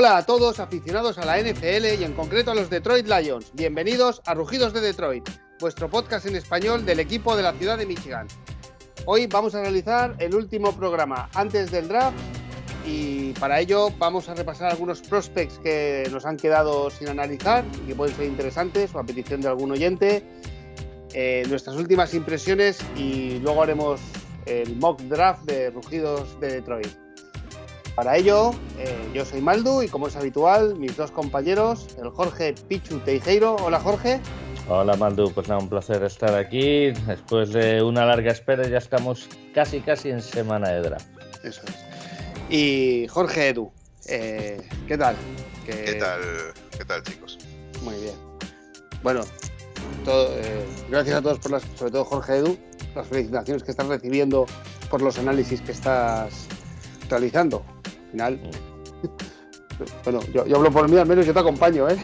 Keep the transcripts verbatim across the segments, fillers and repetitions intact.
Hola a todos aficionados a la N F L y en concreto a los Detroit Lions. Bienvenidos a Rugidos de Detroit, vuestro podcast en español del equipo de la ciudad de Michigan. Hoy vamos a realizar el último programa antes del draft y para ello vamos a repasar algunos prospects que nos han quedado sin analizar y que pueden ser interesantes o a petición de algún oyente, eh, nuestras últimas impresiones y luego haremos el mock draft de Rugidos de Detroit. Para ello, eh, yo soy Maldu y como es habitual, mis dos compañeros, el Jorge Pichu Teijeiro. Hola, Jorge. Hola, Maldu. Pues nada, un placer estar aquí. Después de una larga espera ya estamos casi casi en semana de draft. Eso es. Y Jorge Edu, eh, ¿qué tal? ¿Qué... ¿Qué tal? ¿Qué tal, chicos? Muy bien. Bueno, todo, eh, gracias a todos por las, sobre todo Jorge Edu, las felicitaciones que estás recibiendo por los análisis que estás realizando. Al final, bueno, yo, yo hablo por mí, al menos yo te acompaño, ¿eh?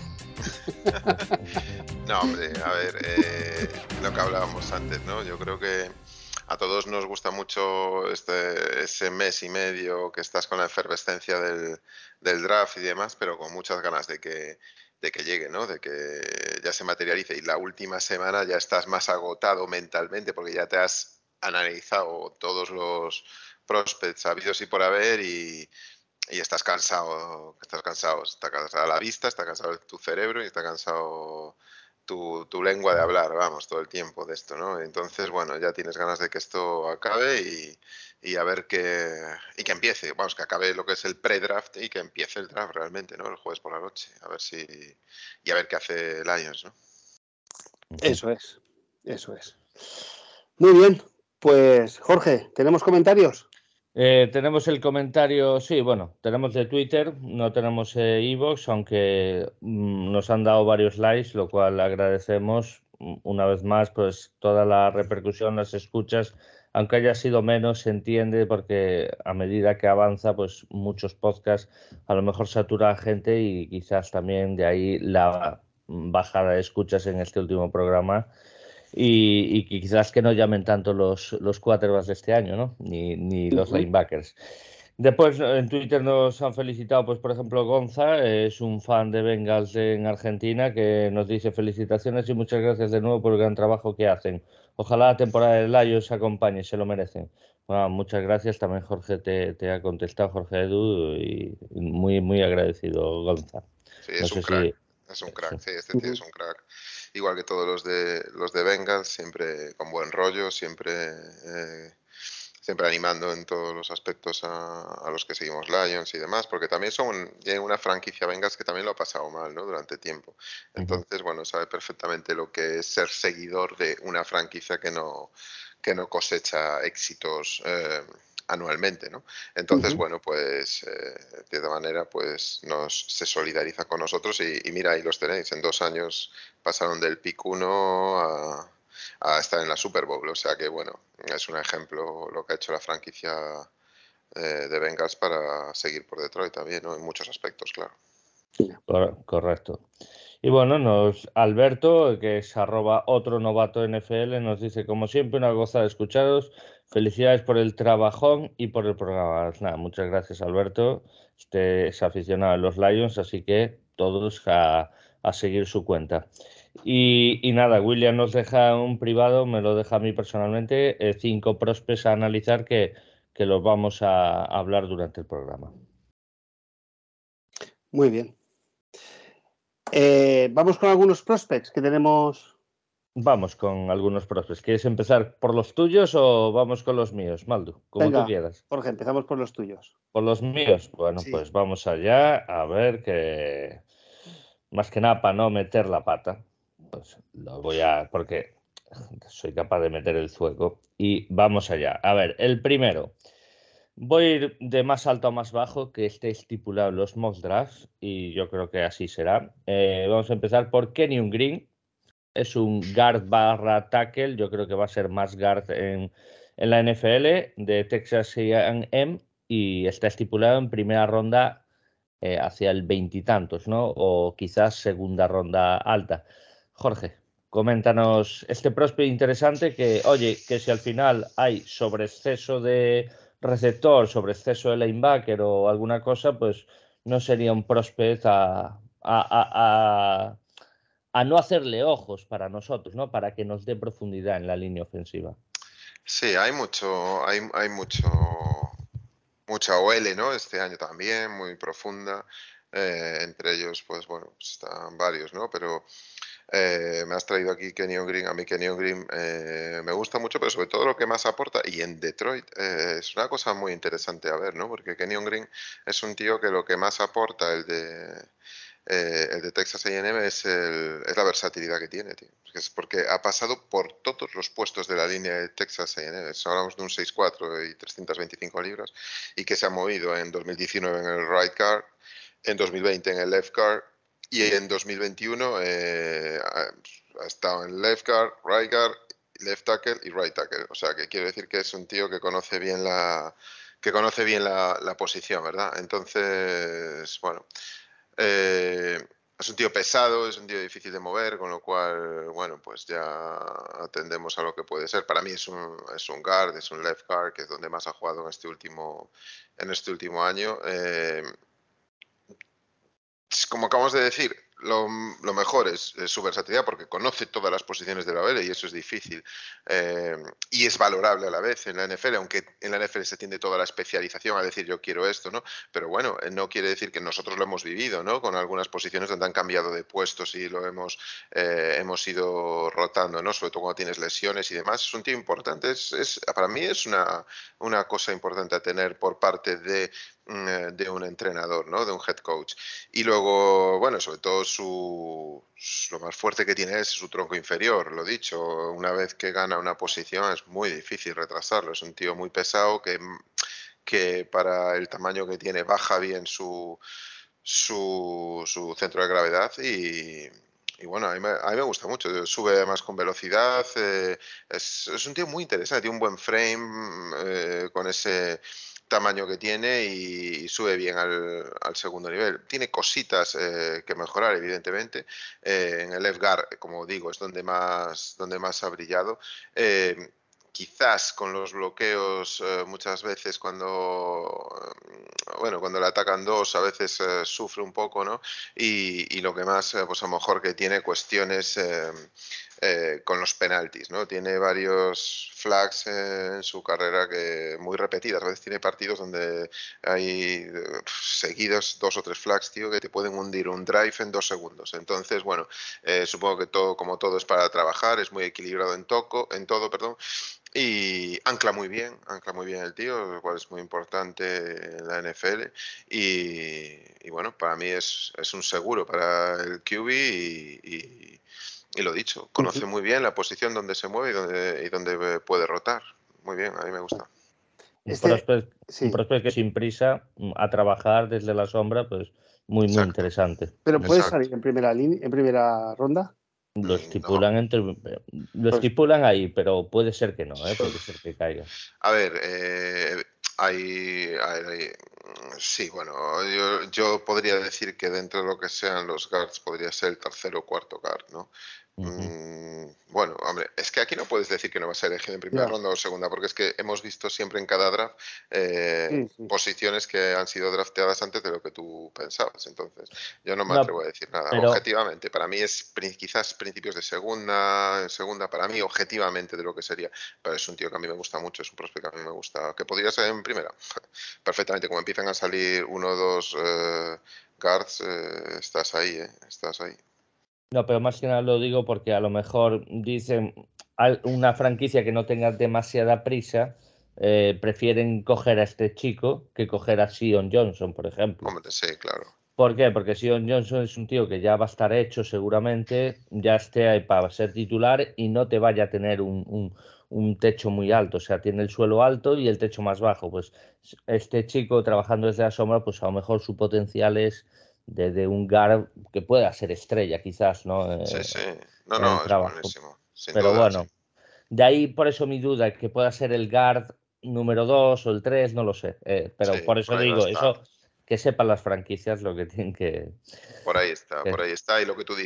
No, hombre, a ver, eh, lo que hablábamos antes, ¿no? Yo creo que a todos nos gusta mucho este, ese mes y medio que estás con la efervescencia del, del draft y demás, pero con muchas ganas de que, de que llegue, ¿no? De que ya se materialice. Y la última semana ya estás más agotado mentalmente porque ya te has analizado todos los prospects habidos y por haber y, y estás cansado, estás cansado, está cansada la vista, está cansado tu cerebro y está cansado tu, tu lengua de hablar, vamos, todo el tiempo de esto, ¿no? Entonces, bueno, ya tienes ganas de que esto acabe y, y a ver que, y que empiece, vamos, que acabe lo que es el pre-draft y que empiece el draft realmente, ¿no? El jueves por la noche, a ver si, y a ver qué hace Lions, ¿no? Eso es, eso es. Muy bien, pues Jorge, ¿tenemos comentarios? Eh, tenemos el comentario, sí, bueno, tenemos de Twitter, no tenemos eh, iVoox, aunque mm, nos han dado varios likes, lo cual agradecemos una vez más, pues toda la repercusión, las escuchas, aunque haya sido menos, se entiende porque a medida que avanza, pues muchos podcasts a lo mejor satura a gente y quizás también de ahí la bajada de escuchas en este último programa. Y, y quizás que no llamen tanto los, los quarterbacks de este año, ¿no? Ni, ni los uh-huh. linebackers. Después en Twitter nos han felicitado, pues por ejemplo, Gonza, es un fan de Bengals en Argentina, que nos dice felicitaciones y muchas gracias de nuevo por el gran trabajo que hacen. Ojalá la temporada de Lions acompañe, se lo merecen. Bueno, muchas gracias, también Jorge te, te ha contestado, Jorge Edu, y muy, muy agradecido, Gonza. Sí, es no un crack, si... es un crack, sí, este tío uh-huh. es un crack. Igual que todos los de los de Bengals, siempre con buen rollo, siempre eh, siempre animando en todos los aspectos a, a los que seguimos Lions y demás, porque también son tienen una franquicia Bengals que también lo ha pasado mal, ¿no? Durante tiempo. Entonces, uh-huh. bueno, sabe perfectamente lo que es ser seguidor de una franquicia que no que no cosecha éxitos eh, anualmente, ¿no? Entonces, uh-huh. bueno, pues eh, de cierta manera, pues nos se solidariza con nosotros y, y mira, ahí los tenéis, en dos años pasaron del pick uno a, a estar en la Super Bowl, o sea que, bueno, es un ejemplo lo que ha hecho la franquicia eh, de Bengals para seguir por Detroit también, ¿no? En muchos aspectos, claro. Correcto. Y bueno, nos Alberto, que es arroba otro novato N F L, nos dice, como siempre, una gozada de escucharos. Felicidades por el trabajón y por el programa. Nada, muchas gracias, Alberto. Este es aficionado a los Lions, así que todos a, a seguir su cuenta. Y, y nada, William nos deja un privado, me lo deja a mí personalmente, eh, cinco prospects a analizar que, que los vamos a, a hablar durante el programa. Muy bien. Eh, vamos con algunos prospects que tenemos. Vamos con algunos prospects. ¿Quieres empezar por los tuyos o vamos con los míos, Maldu? Como Venga, tú quieras. Jorge, empezamos por los tuyos. ¿Por los míos? Bueno, sí. Pues vamos allá a ver que... Más que nada para no meter la pata. Pues lo voy a... Porque soy capaz de meter el zueco. Y vamos allá. A ver, el primero. Voy a ir de más alto a más bajo, que esté estipulado en los mock drafts, y yo creo que así será. Eh, vamos a empezar por Kenyon Green. Es un guard barra tackle, yo creo que va a ser más guard en, en la N F L, de Texas A and M, y está estipulado en primera ronda eh, hacia el veintitantos, ¿no? O quizás segunda ronda alta. Jorge, coméntanos este prospect interesante que, oye, que si al final hay sobreexceso de receptor, sobre exceso de linebacker o alguna cosa, pues no sería un prospect a, a, a, a, a no hacerle ojos para nosotros, ¿no? Para que nos dé profundidad en la línea ofensiva. Sí, hay mucho, hay, hay mucho, mucha O L, ¿no? Este año también, muy profunda. Eh, entre ellos, pues bueno, pues están varios, ¿no? Pero eh, me has traído aquí Kenyon Green. A mí Kenyon Green eh, me gusta mucho, pero sobre todo lo que más aporta, y en Detroit eh, es una cosa muy interesante a ver, ¿no? Porque Kenyon Green es un tío que lo que más aporta, el de, eh, el de Texas A and M, es, el, es la versatilidad que tiene, tío. Es porque ha pasado por todos los puestos de la línea de Texas A and M. Hablamos de un seis cuatro y trescientas veinticinco libras, y que se ha movido en dos mil diecinueve en el right guard, en dos mil veinte en el left guard, y en dos mil veintiuno eh, ha estado en left guard, right guard, left tackle y right tackle. O sea, que quiero decir que es un tío que conoce bien la, que conoce bien la, la posición, ¿verdad? Entonces, bueno, eh, es un tío pesado, es un tío difícil de mover, con lo cual, bueno, pues ya atendemos a lo que puede ser. Para mí es un, es un guard, es un left guard, que es donde más ha jugado en este último, en este último año. Eh, Como acabamos de decir, lo, lo mejor es, es su versatilidad, porque conoce todas las posiciones de la O L y eso es difícil. Eh, y es valorable a la vez en la N F L, aunque en la N F L se tiende toda la especialización a decir yo quiero esto, ¿no? Pero bueno, no quiere decir que nosotros lo hemos vivido, ¿no? Con algunas posiciones donde han cambiado de puestos y lo hemos, eh, hemos ido rotando, ¿no? Sobre todo cuando tienes lesiones y demás. Es un tío importante. Es, es, para mí es una, una cosa importante a tener por parte de de un entrenador, ¿no? De un head coach. Y luego, bueno, sobre todo su, lo más fuerte que tiene es su tronco inferior, lo dicho. Una vez que gana una posición es muy difícil retrasarlo. Es un tío muy pesado que, que para el tamaño que tiene baja bien su, su, su centro de gravedad y... Y bueno, a mí, me, a mí me gusta mucho, sube además con velocidad, eh, es, es un tío muy interesante, tiene un buen frame eh, con ese tamaño que tiene y, y sube bien al, al segundo nivel. Tiene cositas eh, que mejorar, evidentemente. Eh, en el left guard, como digo, es donde más, donde más ha brillado. Eh, Quizás con los bloqueos eh, muchas veces cuando, bueno, cuando le atacan dos a veces eh, sufre un poco, ¿no? Y, y lo que más, eh, pues a lo mejor que tiene cuestiones eh, eh, con los penaltis, ¿no? Tiene varios flags eh, en su carrera que muy repetidas. A veces tiene partidos donde hay eh, seguidos dos o tres flags, tío, que te pueden hundir un drive en dos segundos. Entonces, bueno, eh, supongo que todo, como todo, es para trabajar, es muy equilibrado en, toco, en todo, perdón. Y ancla muy bien, ancla muy bien el tío, lo cual es muy importante en la N F L. Y, y bueno, para mí es, es un seguro para el Q B y, y, y lo dicho, conoce muy bien la posición donde se mueve y donde, y donde puede rotar. Muy bien, a mí me gusta. Este, un, prospect, sí. un prospect que sin prisa a trabajar desde la sombra, pues muy, Exacto. muy interesante. ¿Pero puede Exacto. salir en primera línea, en primera ronda? Lo estipulan, no. entre, lo estipulan ahí, pero puede ser que no, ¿eh? Puede ser que caiga. A ver, eh, hay, hay, hay, sí, bueno, yo, yo podría decir que dentro de lo que sean los guards podría ser el tercero o cuarto guard, ¿no? Uh-huh. Mm, bueno, hombre, es que aquí no puedes decir que no va a ser elegido en primera yeah. ronda o segunda, porque es que hemos visto siempre en cada draft eh, sí, sí. posiciones que han sido drafteadas antes de lo que tú pensabas. Entonces, yo no me no, atrevo a decir nada. Pero... Objetivamente, para mí es quizás principios de segunda, segunda, para mí, objetivamente de lo que sería. Pero es un tío que a mí me gusta mucho, es un prospecto que a mí me gusta. ¿Que podría ser en primera? Perfectamente, como empiezan a salir uno o dos eh, guards, eh, estás ahí, eh, estás ahí. No, pero más que nada lo digo porque a lo mejor dicen una franquicia que no tenga demasiada prisa, eh, prefieren coger a este chico que coger a Sion Johnson, por ejemplo. Hombre, sí, claro. ¿Por qué? Porque Sion Johnson es un tío que ya va a estar hecho seguramente, ya esté ahí para ser titular y no te vaya a tener un, un, un techo muy alto. O sea, tiene el suelo alto y el techo más bajo. Pues este chico trabajando desde la sombra, pues a lo mejor su potencial es de, de un guard que pueda ser estrella, quizás, ¿no? Sí, sí. No, no, es buenísimo. Sin Pero duda, bueno, sí. De ahí por eso mi duda, que pueda ser el guard número dos o el tres, no lo sé. Eh, pero sí, por eso por digo, eso que sepan las franquicias lo que tienen que... Por ahí está, que... por ahí está. Y lo que tú dices,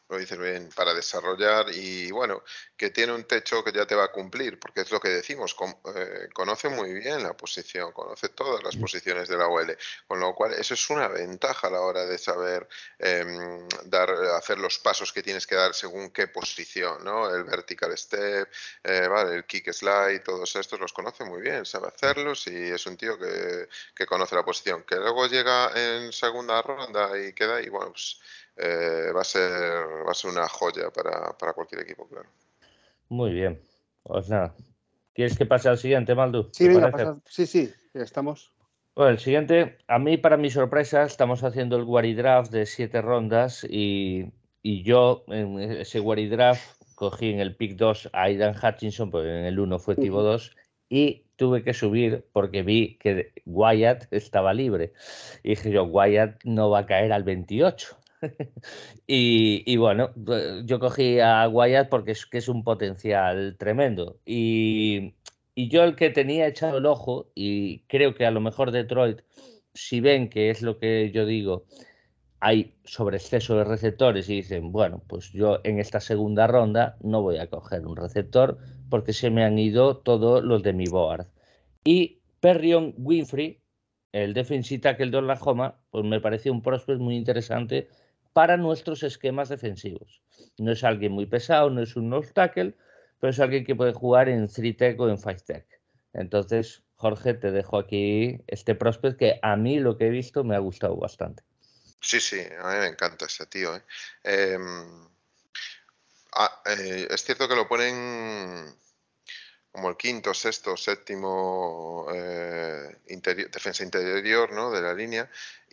lo dices bien, para desarrollar y bueno, que tiene un techo que ya te va a cumplir, porque es lo que decimos, con, eh, conoce muy bien la posición, conoce todas las posiciones de la O L, con lo cual eso es una ventaja a la hora de saber eh, dar, hacer los pasos que tienes que dar según qué posición, ¿no? El vertical step, eh, vale, el kick slide, todos estos los conoce muy bien, sabe hacerlos y es un tío que, que conoce la posición, que luego llega en segunda ronda y queda y bueno, pues Eh, va a ser va a ser una joya para, para cualquier equipo, claro. Muy bien. Pues nada. ¿Quieres que pase al siguiente, Maldu? Sí, ¿Te venga, parece? pasa. Sí, sí, ya estamos. Bueno, el siguiente, a mí, para mi sorpresa, estamos haciendo el Wari Draft de siete rondas y, y yo en ese Wari Draft cogí en el pick dos a Aidan Hutchinson, porque en el uno fue Tivo Ujú. dos y tuve que subir porque vi que Wyatt estaba libre. Y dije yo, Wyatt no va a caer al veintiocho. Y, y bueno, eh, yo cogí a Wyatt porque es que es un potencial tremendo. Y, y yo el que tenía echado el ojo, y creo que a lo mejor Detroit, si ven que es lo que yo digo, hay sobreexceso de receptores y dicen, bueno, pues yo en esta segunda ronda no voy a coger un receptor porque se me han ido todos los de mi board. Y Perrion Winfrey, el defensive tackle de Oklahoma, pues me pareció un prospect muy interesante para nuestros esquemas defensivos. No es alguien muy pesado, no es un nose tackle, pero es alguien que puede jugar en three tech o en five tech. Entonces, Jorge, te dejo aquí este prospect que a mí lo que he visto me ha gustado bastante. Sí, sí, a mí me encanta ese tío. ¿eh? Eh, ah, eh, es cierto que lo ponen como el quinto, sexto, séptimo eh, interior, defensa interior, ¿no? De la línea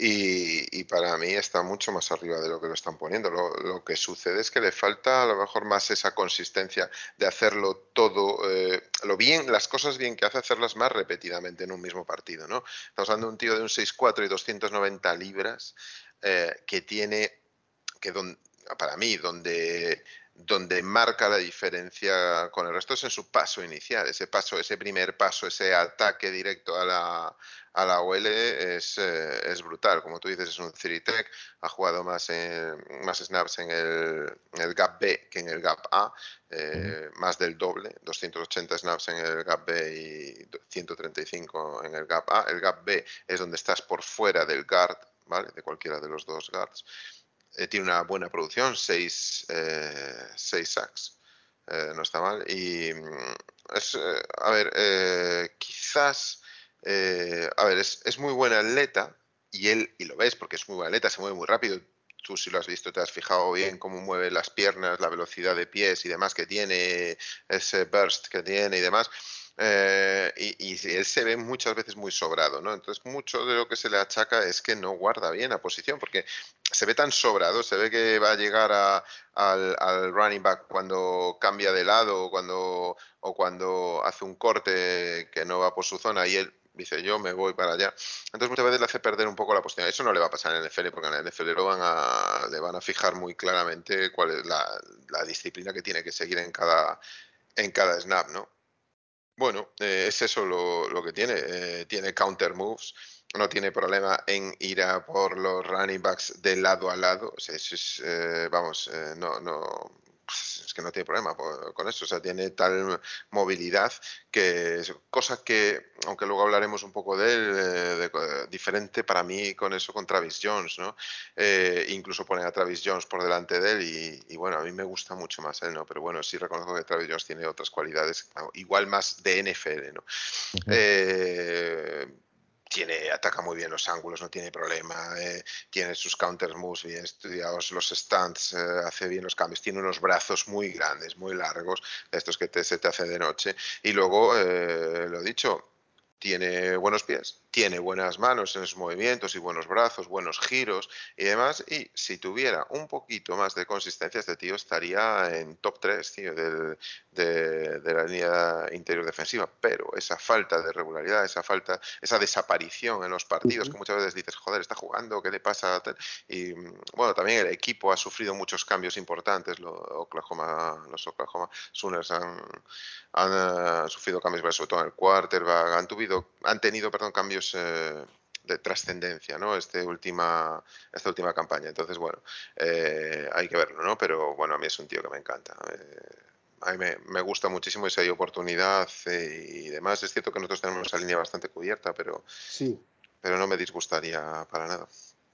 y, y para mí está mucho más arriba de lo que lo están poniendo. Lo, lo que sucede es que le falta a lo mejor más esa consistencia de hacerlo todo, eh, lo bien, las cosas bien que hace, hacerlas más repetidamente en un mismo partido, ¿no? Estamos hablando de un tío de un seis cuatro y doscientas noventa libras eh, que tiene, que don, para mí, donde donde marca la diferencia con el resto es en su paso inicial, ese paso, ese primer paso, ese ataque directo a la, a la O L es, eh, es brutal. Como tú dices, es un three tech, ha jugado más, en, más snaps en el, en el gap B que en el gap A, eh, uh-huh. más del doble, doscientos ochenta snaps en el gap B y ciento treinta y cinco en el gap A. El gap B es donde estás por fuera del guard, ¿vale? De cualquiera de los dos guards. Eh, tiene una buena producción, seis, eh, seis sacks, eh, no está mal. Y es, eh, a ver, eh, quizás, eh, a ver, es, es muy buen atleta y él, y lo ves porque es muy buen atleta, se mueve muy rápido. Tú si lo has visto, te has fijado bien cómo mueve las piernas, la velocidad de pies y demás que tiene, ese burst que tiene y demás. Eh, y, y él se ve muchas veces muy sobrado, ¿no? Entonces mucho de lo que se le achaca es que no guarda bien la posición, porque se ve tan sobrado, se ve que va a llegar a, al, al running back cuando cambia de lado o cuando, o cuando hace un corte que no va por su zona y él dice yo me voy para allá. Entonces muchas veces le hace perder un poco la posición. Eso no le va a pasar en el N F L porque en el N F L lo van a, le van a fijar muy claramente cuál es la, la disciplina que tiene que seguir en cada, en cada snap, ¿no? Bueno, eh, es eso lo, lo que tiene. Eh, tiene counter moves, no tiene problema en ir a por los running backs de lado a lado. O sea, eso es, eh, vamos, eh, no, no, es que no tiene problema por, con eso. O sea, tiene tal movilidad que es cosa que, aunque luego hablaremos un poco de él, eh, de, de, diferente para mí con eso con Travis Jones, ¿no? Eh, incluso ponen a Travis Jones por delante de él y, y bueno, a mí me gusta mucho más él, ¿no? Pero bueno, sí reconozco que Travis Jones tiene otras cualidades, igual más de N F L, ¿no? Uh-huh. Eh, tiene, ataca muy bien los ángulos, no tiene problema, eh, tiene sus counter moves bien estudiados, los stands, eh, hace bien los cambios, tiene unos brazos muy grandes, muy largos, estos que te, se te hace de noche, y luego, eh, lo dicho, tiene buenos pies, tiene buenas manos en sus movimientos y buenos brazos, buenos giros y demás. Y si tuviera un poquito más de consistencia, este tío estaría en top tres, tío, del, de, de la línea interior defensiva. Pero esa falta de regularidad, esa falta, esa desaparición en los partidos, uh-huh. que muchas veces dices, joder, está jugando, ¿qué le pasa? Y bueno, también el equipo ha sufrido muchos cambios importantes. Los Oklahoma, los Oklahoma Sooners han, han uh, sufrido cambios, sobre todo en el quarterback, han tenido, han tenido perdón, cambios eh, de trascendencia, ¿no? Este última, esta última campaña. Entonces, bueno, eh, hay que verlo, ¿no? Pero bueno, a mí es un tío que me encanta. Eh, a mí me, me gusta muchísimo y si hay oportunidad eh, y demás. Es cierto que nosotros tenemos esa línea bastante cubierta, pero, Sí. pero no me disgustaría para nada.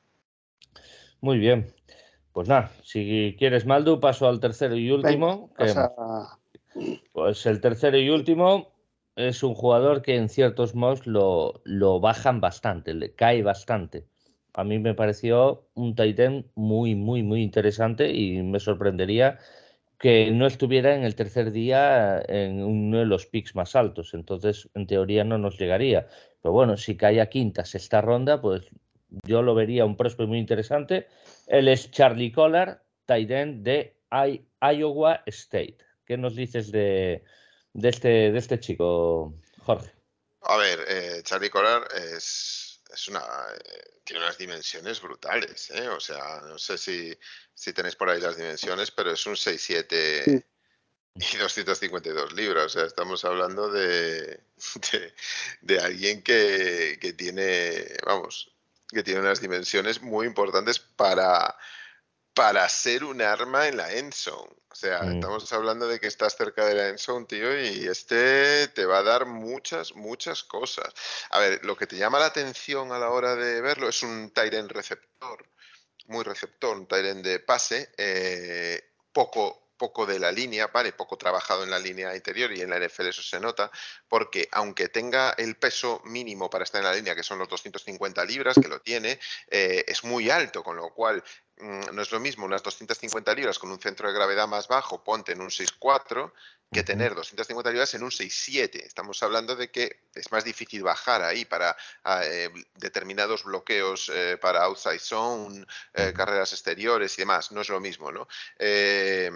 Muy bien. Pues nada, si quieres, Maldu, paso al tercero y último. Venga, pasa. Que, pues el tercero y último es un jugador que en ciertos mods lo, lo bajan bastante, le cae bastante. A mí me pareció un tight end muy, muy, muy interesante y me sorprendería que no estuviera en el tercer día en uno de los picks más altos. Entonces, en teoría, no nos llegaría. Pero bueno, si cae a quinta, sexta ronda, pues yo lo vería un prospect muy interesante. Él es Charlie Collar, tight end de I Iowa State. ¿Qué nos dices de, de, este, de este chico, Jorge? A ver, eh, Charlie Collar es, es una, eh, tiene unas dimensiones brutales, ¿eh? O sea, no sé si, si tenéis por ahí las dimensiones, pero es un seis siete Sí. y doscientas cincuenta y dos libras. O sea, estamos hablando de, de, de alguien que, que tiene, vamos, que tiene unas dimensiones muy importantes para, para ser un arma en la end zone. O sea, Mm. estamos hablando de que estás cerca de la end zone, tío, y este te va a dar muchas, muchas cosas. A ver, lo que te llama la atención a la hora de verlo es un tight end receptor, muy receptor, un tight end de pase, eh, poco poco de la línea, ¿vale? Poco trabajado en la línea interior y en la N F L eso se nota, porque aunque tenga el peso mínimo para estar en la línea, que son los doscientas cincuenta libras, que lo tiene, eh, es muy alto, con lo cual mmm, no es lo mismo unas doscientas cincuenta libras con un centro de gravedad más bajo, ponte en un seis cuatro, que tener doscientas cincuenta libras en un seis siete. Estamos hablando de que es más difícil bajar ahí para eh, determinados bloqueos eh, para outside zone, eh, carreras exteriores y demás. No es lo mismo, ¿no? Eh,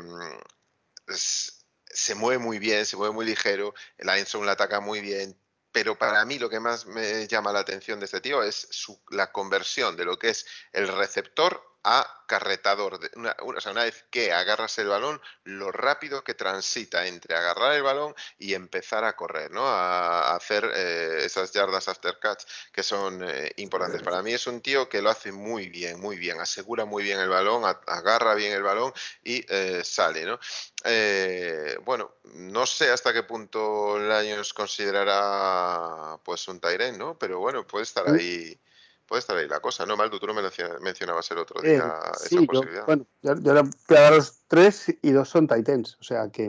es, se mueve muy bien, se mueve muy ligero, el end zone la ataca muy bien, pero para mí lo que más me llama la atención de este tío es su, la conversión de lo que es el receptor a carretador. Una, una, o sea, una vez que agarras el balón, lo rápido que transita entre agarrar el balón y empezar a correr, ¿no? A, a hacer eh, esas yardas after catch que son eh, importantes. Para mí es un tío que lo hace muy bien, muy bien, asegura muy bien el balón, a, agarra bien el balón y eh, sale, ¿no? Eh, bueno, no sé hasta qué punto Lions considerará pues un tight end, ¿no? Pero bueno, puede estar ahí. Puede estar ahí la cosa, ¿no? Maldu, tú no me mencionabas el otro día Eh, esa sí, yo, posibilidad. bueno, yo, yo ahora voy a dar los tres y dos son Titans, o sea que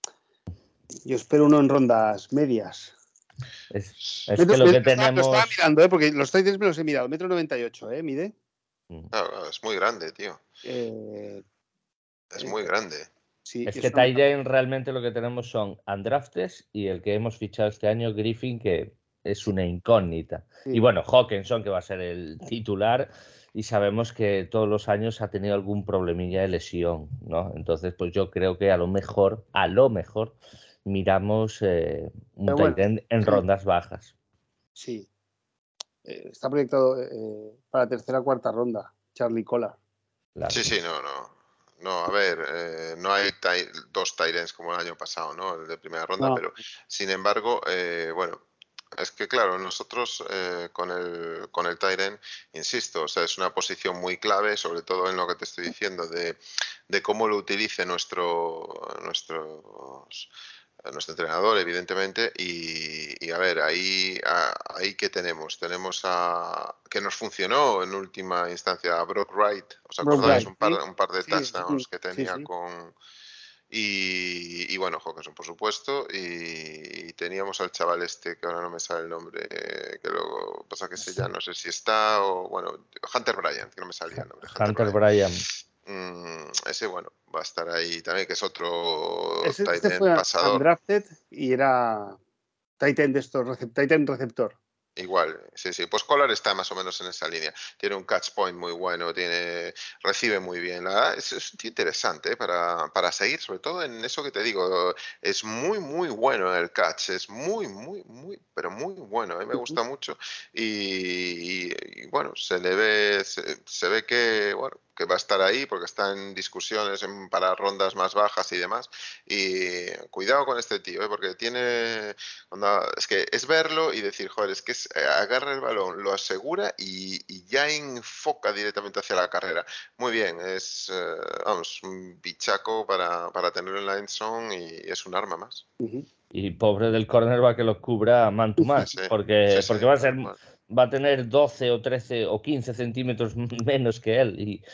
yo espero uno en rondas medias. Es, es Metro, que lo que lo, estaba, tenemos... lo estaba mirando, ¿eh? Porque los Titans me los he mirado, metro noventa y ocho, ¿eh? Mide. Ah, es muy grande, tío. Eh, Es eh, muy grande. sí, Es es que una... tight end realmente lo que tenemos son undrafted y el que hemos fichado este año, Griffin, que es Sí, una incógnita. sí. Y bueno, Hawkinson, que va a ser el titular, y sabemos que todos los años ha tenido algún problemilla de lesión, ¿no? Entonces, pues yo creo que a lo mejor, a lo mejor, miramos eh, un Pero tight bueno, end en sí, rondas bajas. sí. Eh, está proyectado eh, para tercera o cuarta ronda, Charlie Collar. Claro. Sí, sí, no, no. No, a ver, eh, no hay tai- dos tight ends como el año pasado, ¿no? El de primera ronda, No, pero sin embargo, eh, bueno, es que claro, nosotros eh, con el con el tight end, insisto, o sea, es una posición muy clave, sobre todo en lo que te estoy diciendo, de, de cómo lo utilice nuestro, nuestros a nuestro entrenador, evidentemente, y, y a ver, ahí, a, ahí que tenemos, tenemos a que nos funcionó en última instancia a Brock Wright, ¿os Brock acordáis? Wright, Un par, ¿sí? un par de Sí, es un- touchdowns que sí, tenía sí. con... Y, y bueno, Hawkinson, por supuesto, y, y teníamos al chaval este, que ahora no me sale el nombre, eh, que luego pasa que ese ya no sé si está, o bueno, Hunter Bryant, que no me salía el nombre, Hunter Hunter Bryant. Bryan. Mm, ese, bueno, va a estar ahí también, que es otro Ese- tight Este end fue pasador. undrafted y era Titan de estos, recep- Titan receptor. Igual, sí, sí. Pues Collar está más o menos en esa línea. Tiene un catch point muy bueno, tiene, recibe muy bien. La verdad, es, es un tío interesante ¿eh? para, para seguir, sobre todo en eso que te digo. Es muy, muy bueno en el catch. Es muy, muy, muy, pero muy bueno. A mí me gusta mucho. Y, y- y, bueno, se le ve, se, se ve que, bueno, que va a estar ahí porque está en discusiones en, para rondas más bajas y demás. Y cuidado con este tío, ¿eh? Porque tiene... Cuando, es que es verlo y decir, joder, es que es, eh, agarra el balón, lo asegura y, y ya enfoca directamente hacia la carrera. Muy bien, es, eh, vamos, un bichaco para, para tenerlo en la end zone y es un arma más. Uh-huh. Y pobre del cornerback que lo cubra man to man, Sí, sí, porque, sí, sí, porque va a ser, bueno. va a tener doce o trece o quince centímetros menos que él. Y,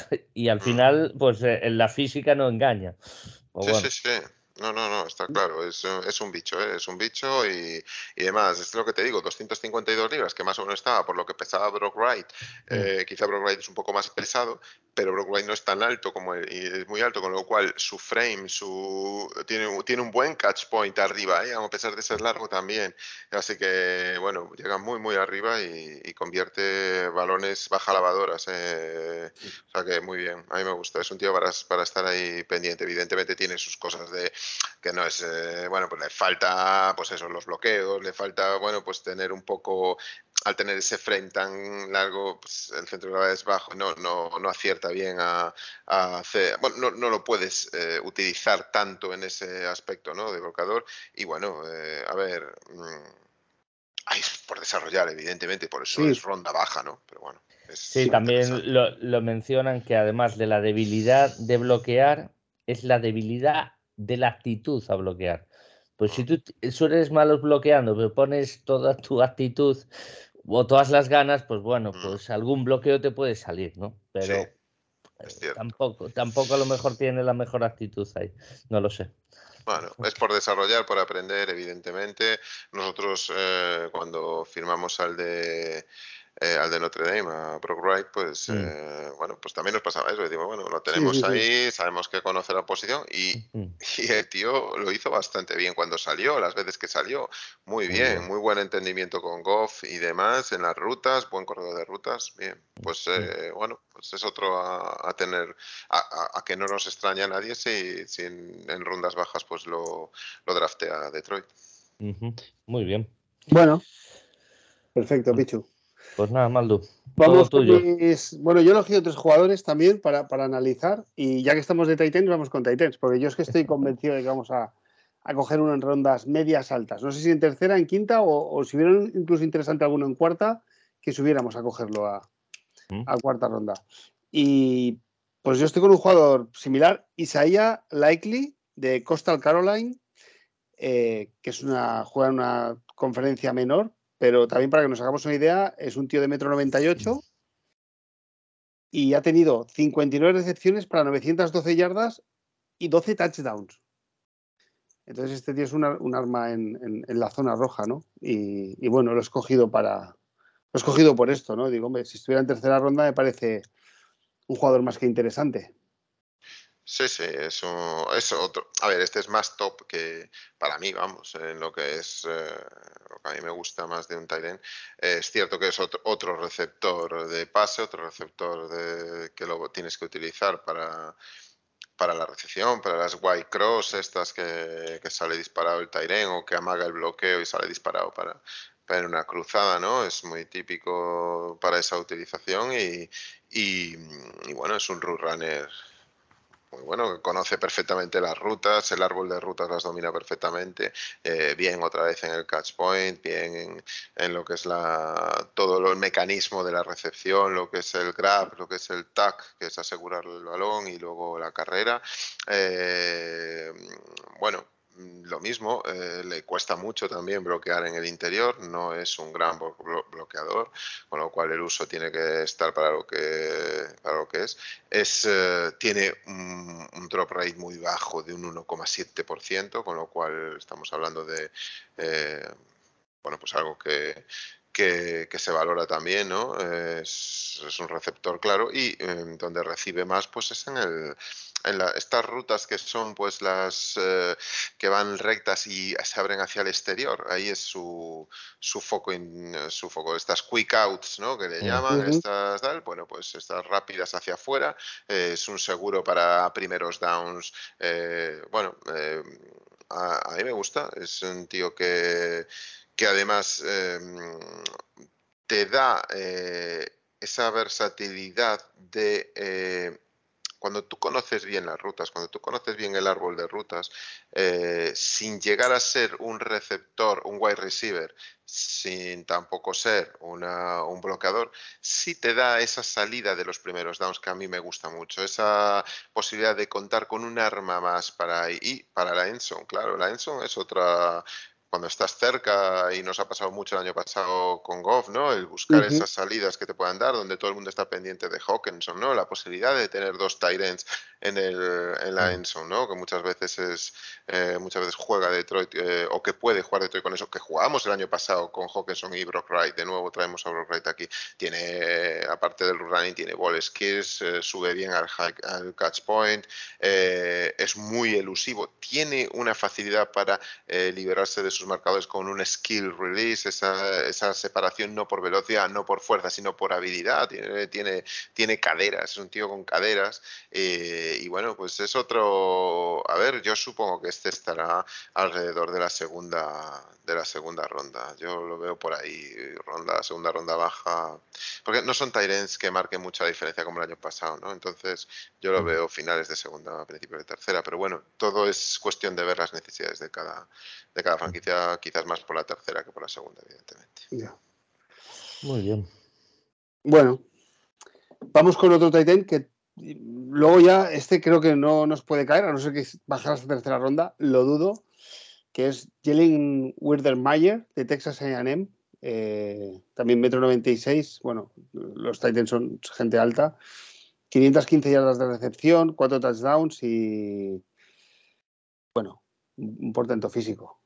y al final, pues eh, la física no engaña. O Sí, bueno. sí, sí. No, no, no, está claro, es, eh, es un bicho, ¿eh? Es un bicho y, y demás. Es lo que te digo, doscientas cincuenta y dos libras, que más o menos estaba por lo que pesaba Brock Wright. Eh, quizá Brock Wright es un poco más pesado, pero Brock Wright no es tan alto como él, y es muy alto, con lo cual su frame, su tiene, tiene un buen catch point arriba, ¿eh? A pesar de ser largo también. Así que, bueno, llega muy, muy arriba y, y convierte balones baja lavadoras. Eh. O sea que muy bien, a mí me gusta. Es un tío para, para estar ahí pendiente. Evidentemente tiene sus cosas de que no es, eh, bueno, pues le falta, pues eso, los bloqueos, le falta, bueno, pues tener un poco, al tener ese frame tan largo, pues el centro de gravedad es bajo, no, no, no acierta bien a, a hacer, bueno, no, no lo puedes eh, utilizar tanto en ese aspecto, ¿no? De bloqueador. Y bueno, eh, a ver, mmm, hay por desarrollar, evidentemente, por eso Sí. es ronda baja, ¿no? Pero bueno. Es Sí, también lo, lo mencionan que además de la debilidad de bloquear, es la debilidad de la actitud a bloquear. Pues si tú eres malo bloqueando, pero pones toda tu actitud o todas las ganas, pues bueno, pues algún bloqueo te puede salir, ¿no? Pero sí, eh, tampoco, tampoco a lo mejor tiene la mejor actitud ahí, no lo sé. Bueno, es por desarrollar, por aprender, evidentemente. Nosotros eh, cuando firmamos al de eh, al de Notre Dame, a Brock Wright, pues Mm. eh, bueno, pues también nos pasaba eso. Decimos, bueno, lo Sí, tenemos sí, sí. ahí, sabemos que conoce la posición y, Mm. y el tío lo hizo bastante bien cuando salió, las veces que salió. Muy Muy bien, bien. muy buen entendimiento con Goff y demás en las rutas, buen corredor de rutas. Bien, pues Mm. eh, bueno, pues es otro a, a tener, a, a- a que no nos extraña a nadie si, si en, en rondas bajas pues lo, lo draftea Detroit. Ujú. Muy bien. Bueno, perfecto, Pues, Pichu. pues nada, Maldu, todo Vamos con tuyo. mis. Bueno, yo he elegido tres jugadores también para, para analizar. Y ya que estamos de Titans, vamos con Titans. Porque yo es que estoy convencido de que vamos a, a coger uno en rondas medias altas. No sé si en tercera, en quinta o, o si hubiera incluso interesante alguno en cuarta, que subiéramos a cogerlo a, Mm. a cuarta ronda. Y pues yo estoy con un jugador similar, Isaiah Likely, de Coastal Carolina, eh, que es una, juega en una conferencia menor, pero también para que nos hagamos una idea, es un tío de metro noventa y ocho y ha tenido cincuenta y nueve recepciones para novecientas doce yardas y doce touchdowns. Entonces este tío es una, un arma en, en, en, la zona roja, ¿no? Y, y bueno, lo he escogido para... Lo he escogido por esto, ¿no? Digo, hombre, si estuviera en tercera ronda me parece un jugador más que interesante. Sí, sí, es, un, es otro. A ver, este es más top que para mí, vamos, en lo que es eh, lo que a mí me gusta más de un tight end. Eh, es cierto que es otro, otro receptor de pase, otro receptor de, que lo tienes que utilizar para, para la recepción, para las white cross, estas que, que sale disparado el tight end o que amaga el bloqueo y sale disparado para, para una cruzada, ¿no? Es muy típico para esa utilización y, y, y bueno, es un route runner muy bueno, que conoce perfectamente las rutas, el árbol de rutas las domina perfectamente, eh, bien otra vez en el catch point, bien en, en lo que es la, todo el mecanismo de la recepción, lo que es el grab, lo que es el tack, que es asegurar el balón y luego la carrera. Eh, bueno, lo mismo, eh, le cuesta mucho también bloquear en el interior, no es un gran blo bloqueador, con lo cual el uso tiene que estar para lo que, para lo que es. es eh, tiene un, un drop rate muy bajo de un uno coma siete por ciento, con lo cual estamos hablando de eh, bueno, pues algo que, que, que se valora también, ¿no? Es, es un receptor claro y eh, donde recibe más pues es en el en la, estas rutas que son pues las eh, que van rectas y se abren hacia el exterior, ahí es su, su foco, in, su foco, estas quick outs, ¿no? Que le llaman, Uh-huh. estas tal, bueno, pues estas rápidas hacia afuera, eh, es un seguro para primeros downs, eh, bueno, eh, a, a mí me gusta, es un tío que, que además eh, te da eh, esa versatilidad de... Eh, cuando tú conoces bien las rutas, cuando tú conoces bien el árbol de rutas, eh, sin llegar a ser un receptor, un wide receiver, sin tampoco ser una, un bloqueador, sí te da esa salida de los primeros downs que a mí me gusta mucho, esa posibilidad de contar con un arma más para, y para la endzone. Claro, la endzone es otra... Cuando estás cerca, y nos ha pasado mucho el año pasado con Goff, ¿no? El buscar Ujú. esas salidas que te puedan dar, donde todo el mundo está pendiente de Hawkinson, ¿no? La posibilidad de tener dos tight ends en, el, en la endzone, ¿no? Que muchas veces es eh, muchas veces juega Detroit, eh, o que puede jugar Detroit con eso, que jugamos el año pasado con Hawkinson y Brock Wright. De nuevo traemos a Brock Wright aquí. Tiene, aparte del running, tiene ball skills, eh, sube bien al, high, al catch point, eh, es muy elusivo, tiene una facilidad para eh, liberarse de sus marcadores con un skill release, esa, esa separación no por velocidad, no por fuerza, sino por habilidad. Tiene, tiene, tiene caderas, es un tío con caderas, eh, y bueno, pues es otro. A ver, yo supongo que este estará alrededor de la segunda de la segunda ronda. Yo lo veo por ahí, ronda, segunda ronda baja, porque no son tight ends que marquen mucha diferencia como el año pasado, ¿no? Entonces yo lo veo finales de segunda, principios de tercera, pero bueno, todo es cuestión de ver las necesidades de cada de cada franquicia, quizás más por la tercera que por la segunda, evidentemente. Ya. Muy bien. Bueno, vamos con otro tight end que luego ya este creo que no nos puede caer, a no ser que bajara hasta tercera ronda, lo dudo, que es Jalen Wydermyer de Texas A and M, eh, también metro noventa y seis. Bueno, los tight ends son gente alta, quinientas quince yardas de recepción, cuatro touchdowns y bueno, un portento físico.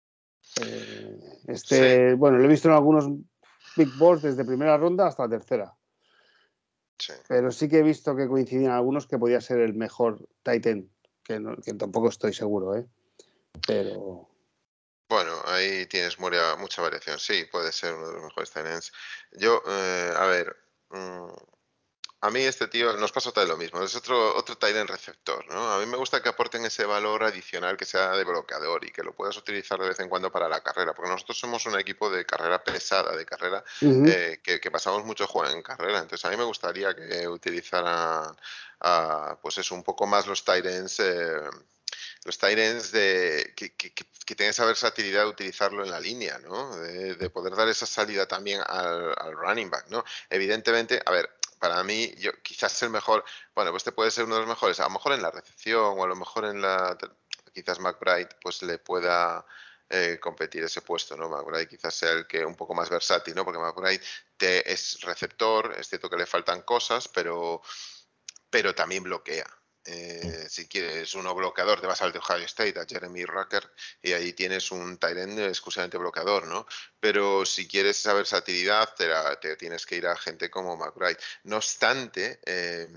Eh, este, Sí. bueno, lo he visto en algunos big boards desde primera ronda hasta tercera. Sí. Pero sí que he visto que coincidían algunos que podía ser el mejor tight end, que, no, que tampoco estoy seguro, ¿eh? Pero... Bueno, ahí tienes mucha, mucha variación. Sí, puede ser uno de los mejores tight ends. Yo, eh, a ver, mmm, a mí este tío nos pasa todo lo mismo. Es otro, otro tight end receptor, ¿no? A mí me gusta que aporten ese valor adicional, que sea de bloqueador y que lo puedas utilizar de vez en cuando para la carrera, porque nosotros somos un equipo de carrera pesada, de carrera Uh-huh. eh, que, que pasamos mucho juego en carrera. Entonces a mí me gustaría que utilizaran, a, pues eso, un poco más los tight ends. Eh, los tight ends de, que, que, que tengan esa versatilidad de utilizarlo en la línea, ¿no? De, de poder dar esa salida también al, al running back, ¿no? Evidentemente, a ver, para mí, yo quizás el mejor, bueno, pues este puede ser uno de los mejores, a lo mejor en la recepción o a lo mejor en la, quizás McBride pues le pueda eh, competir ese puesto, ¿no? McBride quizás sea el que un poco más versátil, ¿no? Porque McBride te, es receptor, es cierto que le faltan cosas, pero, pero también bloquea. Eh, si quieres uno bloqueador, te vas al de Ohio State, a Jeremy Rucker, y ahí tienes un tight end exclusivamente bloqueador, ¿no? Pero si quieres esa versatilidad, te, la, te tienes que ir a gente como McBride. No obstante, eh,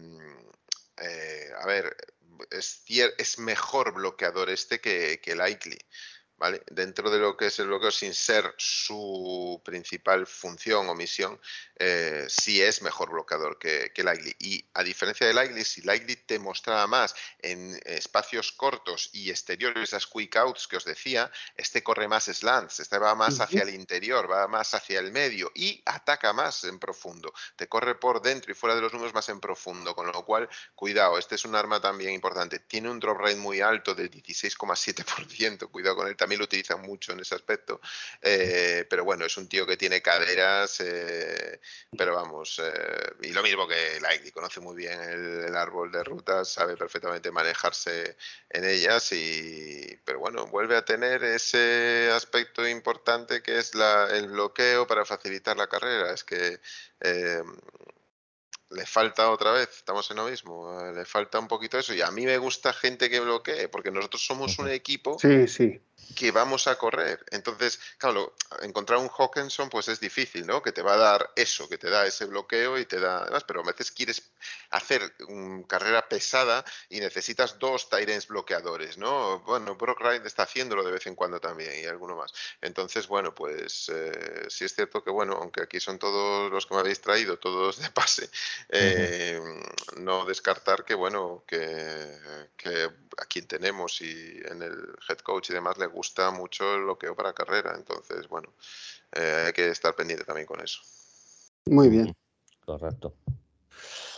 eh, a ver, es, es mejor bloqueador este que, que Likely, ¿vale? Dentro de lo que es el bloqueo, sin ser su principal función o misión, eh, sí es mejor bloqueador que, que Likely. Y a diferencia de Likely, si Likely te mostraba más en espacios cortos y exteriores, las quick outs que os decía, este corre más slants, este va más hacia el interior, va más hacia el medio y ataca más en profundo. Te corre por dentro y fuera de los números más en profundo, con lo cual, cuidado, este es un arma también importante. Tiene un drop rate muy alto del dieciséis coma siete por ciento, cuidado con él, también lo utilizan mucho en ese aspecto, eh, pero bueno, es un tío que tiene caderas, eh, pero vamos, eh, y lo mismo que Likely, conoce muy bien el, el árbol de rutas, sabe perfectamente manejarse en ellas, y pero bueno, vuelve a tener ese aspecto importante que es la, el bloqueo para facilitar la carrera. Es que eh, le falta otra vez, estamos en lo mismo, le falta un poquito eso, y a mí me gusta gente que bloquee, porque nosotros somos un equipo sí, sí. que vamos a correr. Entonces, claro, encontrar un Hawkinson pues es difícil, ¿no? Que te va a dar eso, que te da ese bloqueo y te da además, pero a veces quieres hacer una carrera pesada y necesitas dos tight ends bloqueadores, ¿no? Bueno, Brock Wright está haciéndolo de vez en cuando también y alguno más. Entonces, bueno, pues eh, sí es cierto que, bueno, aunque aquí son todos los que me habéis traído, todos de pase, eh, uh-huh. No descartar que, bueno, que, que a quien tenemos y en el head coach y demás le gusta gusta mucho el bloqueo para carrera, entonces bueno, eh, hay que estar pendiente también con eso. Muy bien. Correcto.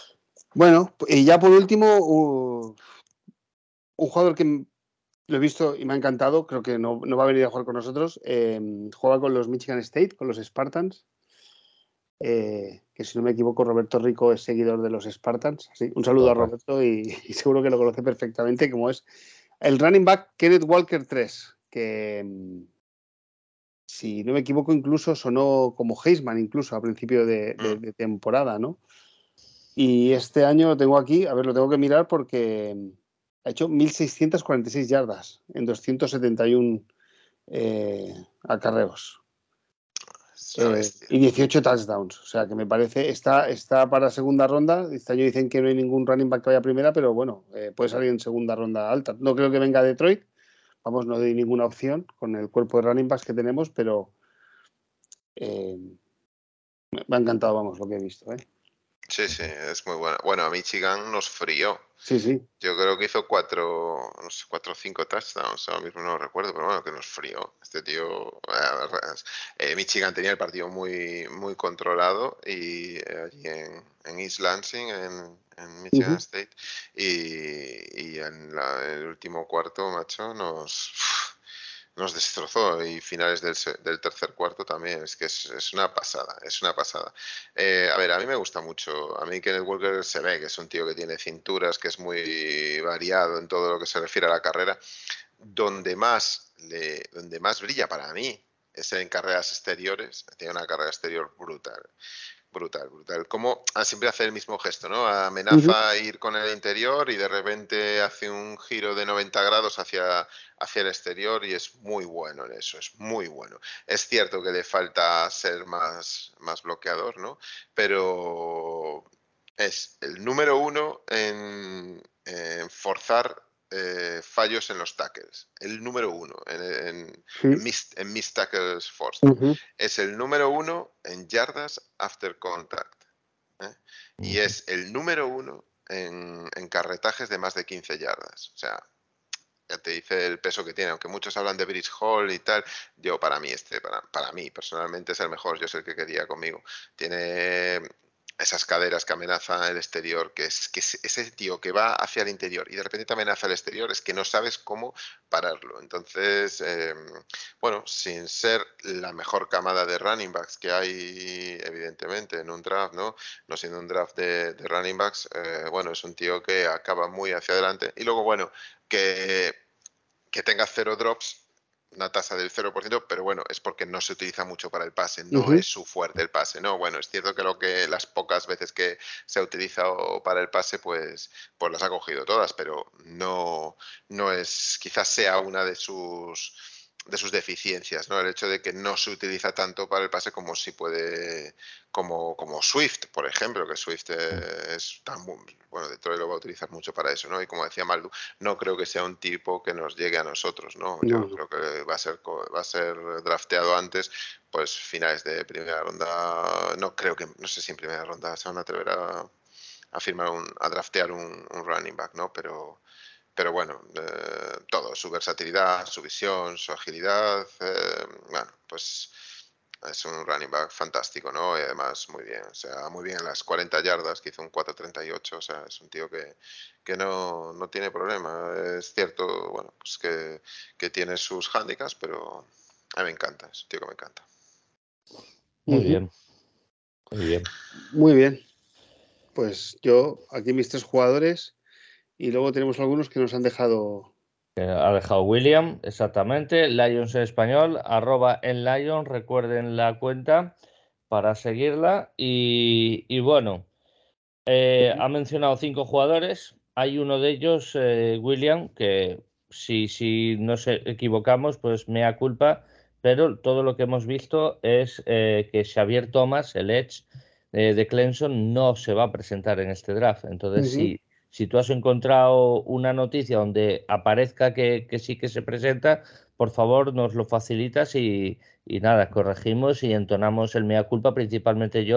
Bueno, y ya por último, uh, un jugador que lo he visto y me ha encantado, creo que no, no va a venir a jugar con nosotros, eh, juega con los Michigan State, con los Spartans, eh, que si no me equivoco Roberto Rico es seguidor de los Spartans. Sí, un saludo Total. a Roberto y, y seguro que lo conoce perfectamente, como es el running back Kenneth Walker tres, que si no me equivoco incluso sonó como Heisman incluso a principio de, de, de temporada, ¿no? Y este año lo tengo aquí, a ver, lo tengo que mirar porque ha hecho mil seiscientas cuarenta y seis yardas en doscientos setenta y uno eh, acarreos. Es una Eh, bestia. y dieciocho touchdowns. O sea que me parece, está, está para segunda ronda. Este año dicen que no hay ningún running back que vaya a primera, pero bueno, eh, puede salir en segunda ronda alta. No creo que venga a Detroit. Vamos, no doy ninguna opción con el cuerpo de running backs que tenemos, pero eh, me ha encantado, vamos, lo que he visto. ¿eh? Sí, sí, es muy bueno. Bueno, a Michigan nos frió. Sí, sí. Yo creo que hizo cuatro, no sé, cuatro o cinco touchdowns, ahora mismo no lo recuerdo, pero bueno, que nos frió. Este tío, eh, Michigan tenía el partido muy, muy controlado y eh, allí en, en East Lansing, en, en Michigan Uh-huh. State, y, y en, la, en el último cuarto, macho, nos... nos destrozó y finales del, del tercer cuarto también, es que es, es una pasada, es una pasada. Eh, a ver, a mí me gusta mucho, a mí Kenneth Walker se ve que es un tío que tiene cinturas, que es muy variado en todo lo que se refiere a la carrera, donde más, le, donde más brilla para mí es en carreras exteriores, tiene una carrera exterior brutal. Brutal, brutal. Como ah, siempre hace el mismo gesto, ¿no? Uh-huh. Amenaza a ir con el interior y de repente hace un giro de noventa grados hacia, hacia el exterior y es muy bueno en eso, es muy bueno. Es cierto que le falta ser más, más bloqueador, ¿no? Pero es el número uno en, en forzar eh, fallos en los tackles. El número uno en, en, Sí. en, missed, en missed tackles forced. Uh-huh. Es el número uno en yardas after contact. ¿eh? Y Ujú. es el número uno en, en carretajes de más de quince yardas. O sea, ya te dice el peso que tiene, aunque muchos hablan de Bridge Hall y tal, yo para mí este, para, para mí personalmente es el mejor, yo sé el que quería conmigo. Tiene esas caderas que amenazan el exterior, que es que es ese tío que va hacia el interior y de repente te amenaza el exterior, es que no sabes cómo pararlo. Entonces, eh, bueno, sin ser la mejor camada de running backs que hay, evidentemente, en un draft, ¿no? No siendo un draft de, de running backs, eh, bueno, es un tío que acaba muy hacia adelante. Y luego, bueno, que, que tenga cero drops, una tasa del cero por ciento, pero bueno, es porque no se utiliza mucho para el pase, no Uh-huh. es su fuerte el pase, ¿no? Bueno, es cierto que lo que las pocas veces que se ha utilizado para el pase, pues, pues las ha cogido todas, pero no, no es, quizás sea una de sus de sus deficiencias, ¿no? El hecho de que no se utiliza tanto para el pase como si puede, como, como Swift, por ejemplo, que Swift eh, es tan, bueno, Detroit lo va a utilizar mucho para eso, ¿no? Y como decía Maldu, no creo que sea un tipo que nos llegue a nosotros, ¿no? No, Yo no. creo que va a ser, va a ser drafteado antes, pues finales de primera ronda, no creo que, no sé si en primera ronda se van a atrever a, a firmar un, a draftear un, un running back, ¿no? Pero pero bueno, eh, todo, su versatilidad, su visión, su agilidad, eh, bueno, pues es un running back fantástico, ¿no? Y además muy bien, o sea, muy bien en las cuarenta yardas, que hizo un cuatro treinta y ocho, o sea, es un tío que, que no, no tiene problema. Es cierto, bueno, pues que, que tiene sus handicaps, pero a mí me encanta, es un tío que me encanta. Muy Uh-huh. bien, muy bien. Muy bien. Pues yo, aquí mis tres jugadores, y luego tenemos algunos que nos han dejado. Eh, ha dejado William, exactamente. Lions en español, arroba en Lions, recuerden la cuenta para seguirla. Y, y bueno, eh, ha mencionado cinco jugadores. Hay uno de ellos, eh, William, que si, si nos equivocamos, pues mea culpa, pero todo lo que hemos visto es eh, que Xavier Thomas, el Edge eh, de Clemson, no se va a presentar en este draft. Entonces, Uh-huh. si, si tú has encontrado una noticia donde aparezca que, que sí que se presenta, por favor nos lo facilitas y, y nada, corregimos y entonamos el mea culpa, principalmente yo,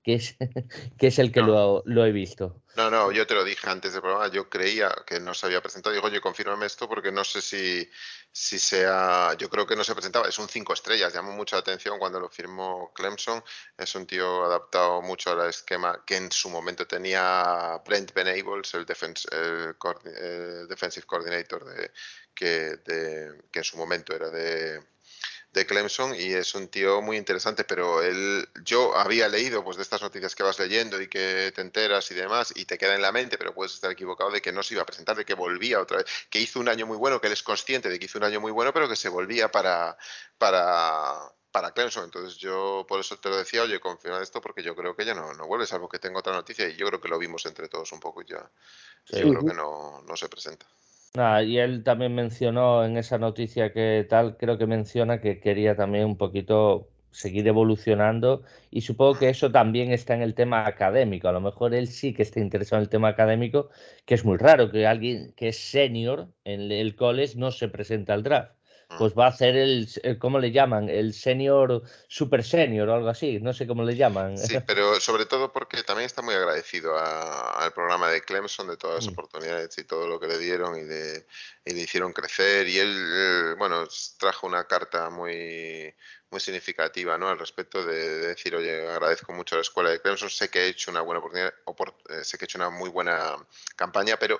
que es, que es el que No. lo, lo he visto. No, no, yo te lo dije antes del programa, yo creía que no se había presentado. Digo, oye, confírmame esto porque no sé si, si sea. Yo creo que no se presentaba. Es un cinco estrellas, llamó mucho la atención cuando lo firmó Clemson. Es un tío adaptado mucho al esquema que en su momento tenía Brent Venables, el, defense, el, coordi- el defensive coordinator de, que, de, que en su momento era de de Clemson, y es un tío muy interesante, pero él, yo había leído pues de estas noticias que vas leyendo y que te enteras y demás y te queda en la mente, pero puedes estar equivocado, de que no se iba a presentar, de que volvía otra vez, que hizo un año muy bueno, que él es consciente de que hizo un año muy bueno, pero que se volvía para para para Clemson. Entonces yo por eso te lo decía, oye, confirma esto porque yo creo que ya no, no vuelve, salvo que tengo otra noticia, y yo creo que lo vimos entre todos un poco y ya, y yo Sí. creo que no, no se presenta. Ah, y él también mencionó en esa noticia que tal, creo que menciona que quería también un poquito seguir evolucionando, y supongo que eso también está en el tema académico. A lo mejor él sí que está interesado en el tema académico, que es muy raro que alguien que es senior en el college no se presenta al draft. Mm. Pues va a hacer el, el- ¿cómo le llaman? El senior, super senior o algo así, no sé cómo le llaman. Sí, pero sobre todo porque también está muy agradecido a- al programa de Clemson, de todas las Mm, oportunidades y todo lo que le dieron y le, y le hicieron crecer. Y él, eh, bueno, s- trajo una carta muy, muy significativa, ¿no? Al respecto de, de decir, oye, agradezco mucho a la escuela de Clemson, sé que he hecho una buena oportunidad, opor- eh, sé que he hecho una muy buena campaña, pero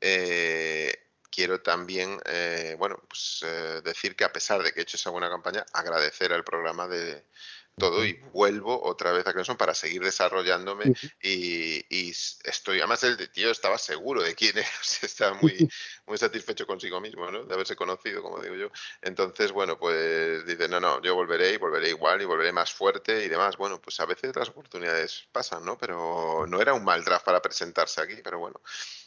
eh, quiero también, eh, bueno, pues eh, decir que a pesar de que he hecho esa buena campaña, agradecer al programa de todo, ujú. y vuelvo otra vez a Clemson para seguir desarrollándome, y, y s- estoy, además el de- tío estaba seguro de quién era, o sea, estaba muy, muy satisfecho consigo mismo, ¿no? De haberse conocido, como digo yo. Entonces, bueno, pues dice, no, no, yo volveré y volveré igual y volveré más fuerte y demás. Bueno, pues a veces las oportunidades pasan, ¿no? Pero no era un mal draft para presentarse aquí, pero bueno.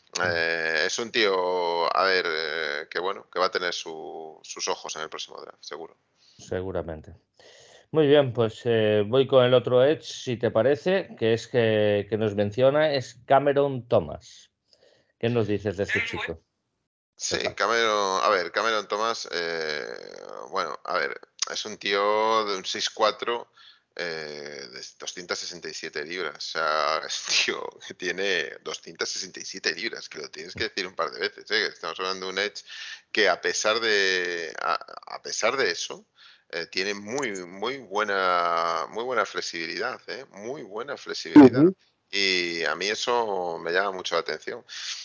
Eh, es un tío, a ver, eh, que bueno, que va a tener su- sus ojos en el próximo draft, seguro. Seguramente. Muy bien, pues eh, voy con el otro Edge, si te parece, que es que, que nos menciona, es Cameron Thomas. ¿Qué nos dices de este chico? Sí, Epa. Cameron, a ver, Cameron Thomas, eh, bueno, a ver, es un tío de un seis cuatro, eh, de doscientas sesenta y siete libras. O sea, es un tío que tiene doscientas sesenta y siete libras, que lo tienes que decir un par de veces, ¿eh? Que estamos hablando de un Edge que a pesar de, a, a pesar de eso, eh, tiene muy, muy buena, muy buena flexibilidad, ¿eh? Muy buena flexibilidad. Ujú. Y a mí eso me llama mucho la atención.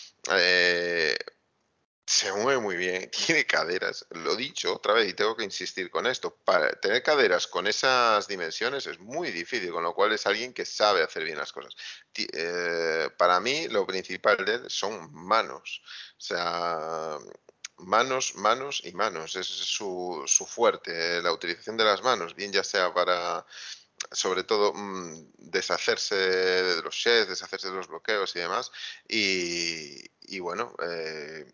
Eh, Se mueve muy bien, tiene caderas. Lo dicho otra vez y tengo que insistir con esto. Para tener caderas con esas dimensiones es muy difícil, con lo cual es alguien que sabe hacer bien las cosas. Ti- eh, para mí lo principal de él son manos. O sea, manos, manos y manos. Ese es su, su fuerte, eh, la utilización de las manos, bien ya sea para, sobre todo, mm, deshacerse de los sheds, deshacerse de los bloqueos y demás. Y, y bueno, eh,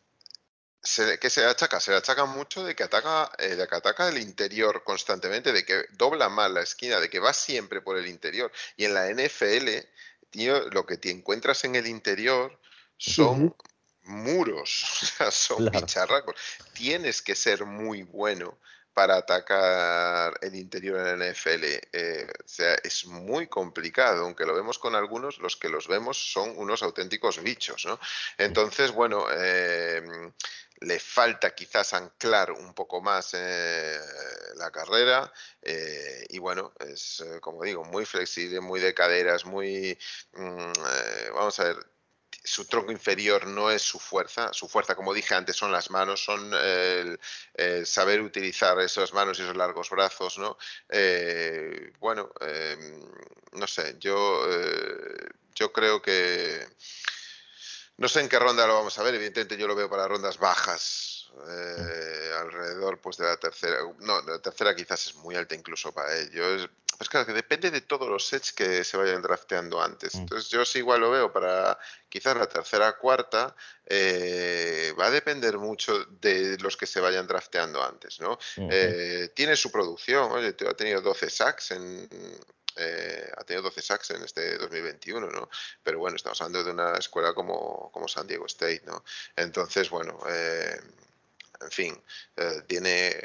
se, ¿qué se le achaca? Se le achaca mucho de que ataca, eh, de que ataca el interior constantemente, de que dobla mal la esquina, de que va siempre por el interior. Y en la N F L, tío, lo que te encuentras en el interior Ujú. son muros, o sea, son Claro, bicharracos. Tienes que ser muy bueno para atacar el interior en la N F L. Eh, o sea, es muy complicado, aunque lo vemos con algunos, los que los vemos son unos auténticos bichos, ¿no? Entonces, bueno, eh, le falta quizás anclar un poco más eh, la carrera, eh, y bueno, es eh, como digo, muy flexible, muy de caderas, muy, mm, eh, vamos a ver, su tronco inferior no es su fuerza, su fuerza, como dije antes, son las manos, son eh, el, el saber utilizar esas manos y esos largos brazos, ¿no? Eh, bueno, eh, no sé, yo, eh, yo creo que no sé en qué ronda lo vamos a ver, evidentemente yo lo veo para rondas bajas, eh, alrededor pues de la tercera, no, de la tercera quizás es muy alta incluso para ellos. Pues claro, que depende de todos los sets que se vayan drafteando antes. mm, Entonces yo sí igual lo veo para quizás la tercera, cuarta, eh, va a depender mucho de los que se vayan drafteando antes, ¿no? ujú. Eh, tiene su producción, oye, ha tenido doce sacks en... eh, ha tenido doce sacks en este dos mil veintiuno, ¿no? Pero bueno, estamos hablando de una escuela como, como San Diego State, ¿no? Entonces, bueno, eh, en fin, eh, tiene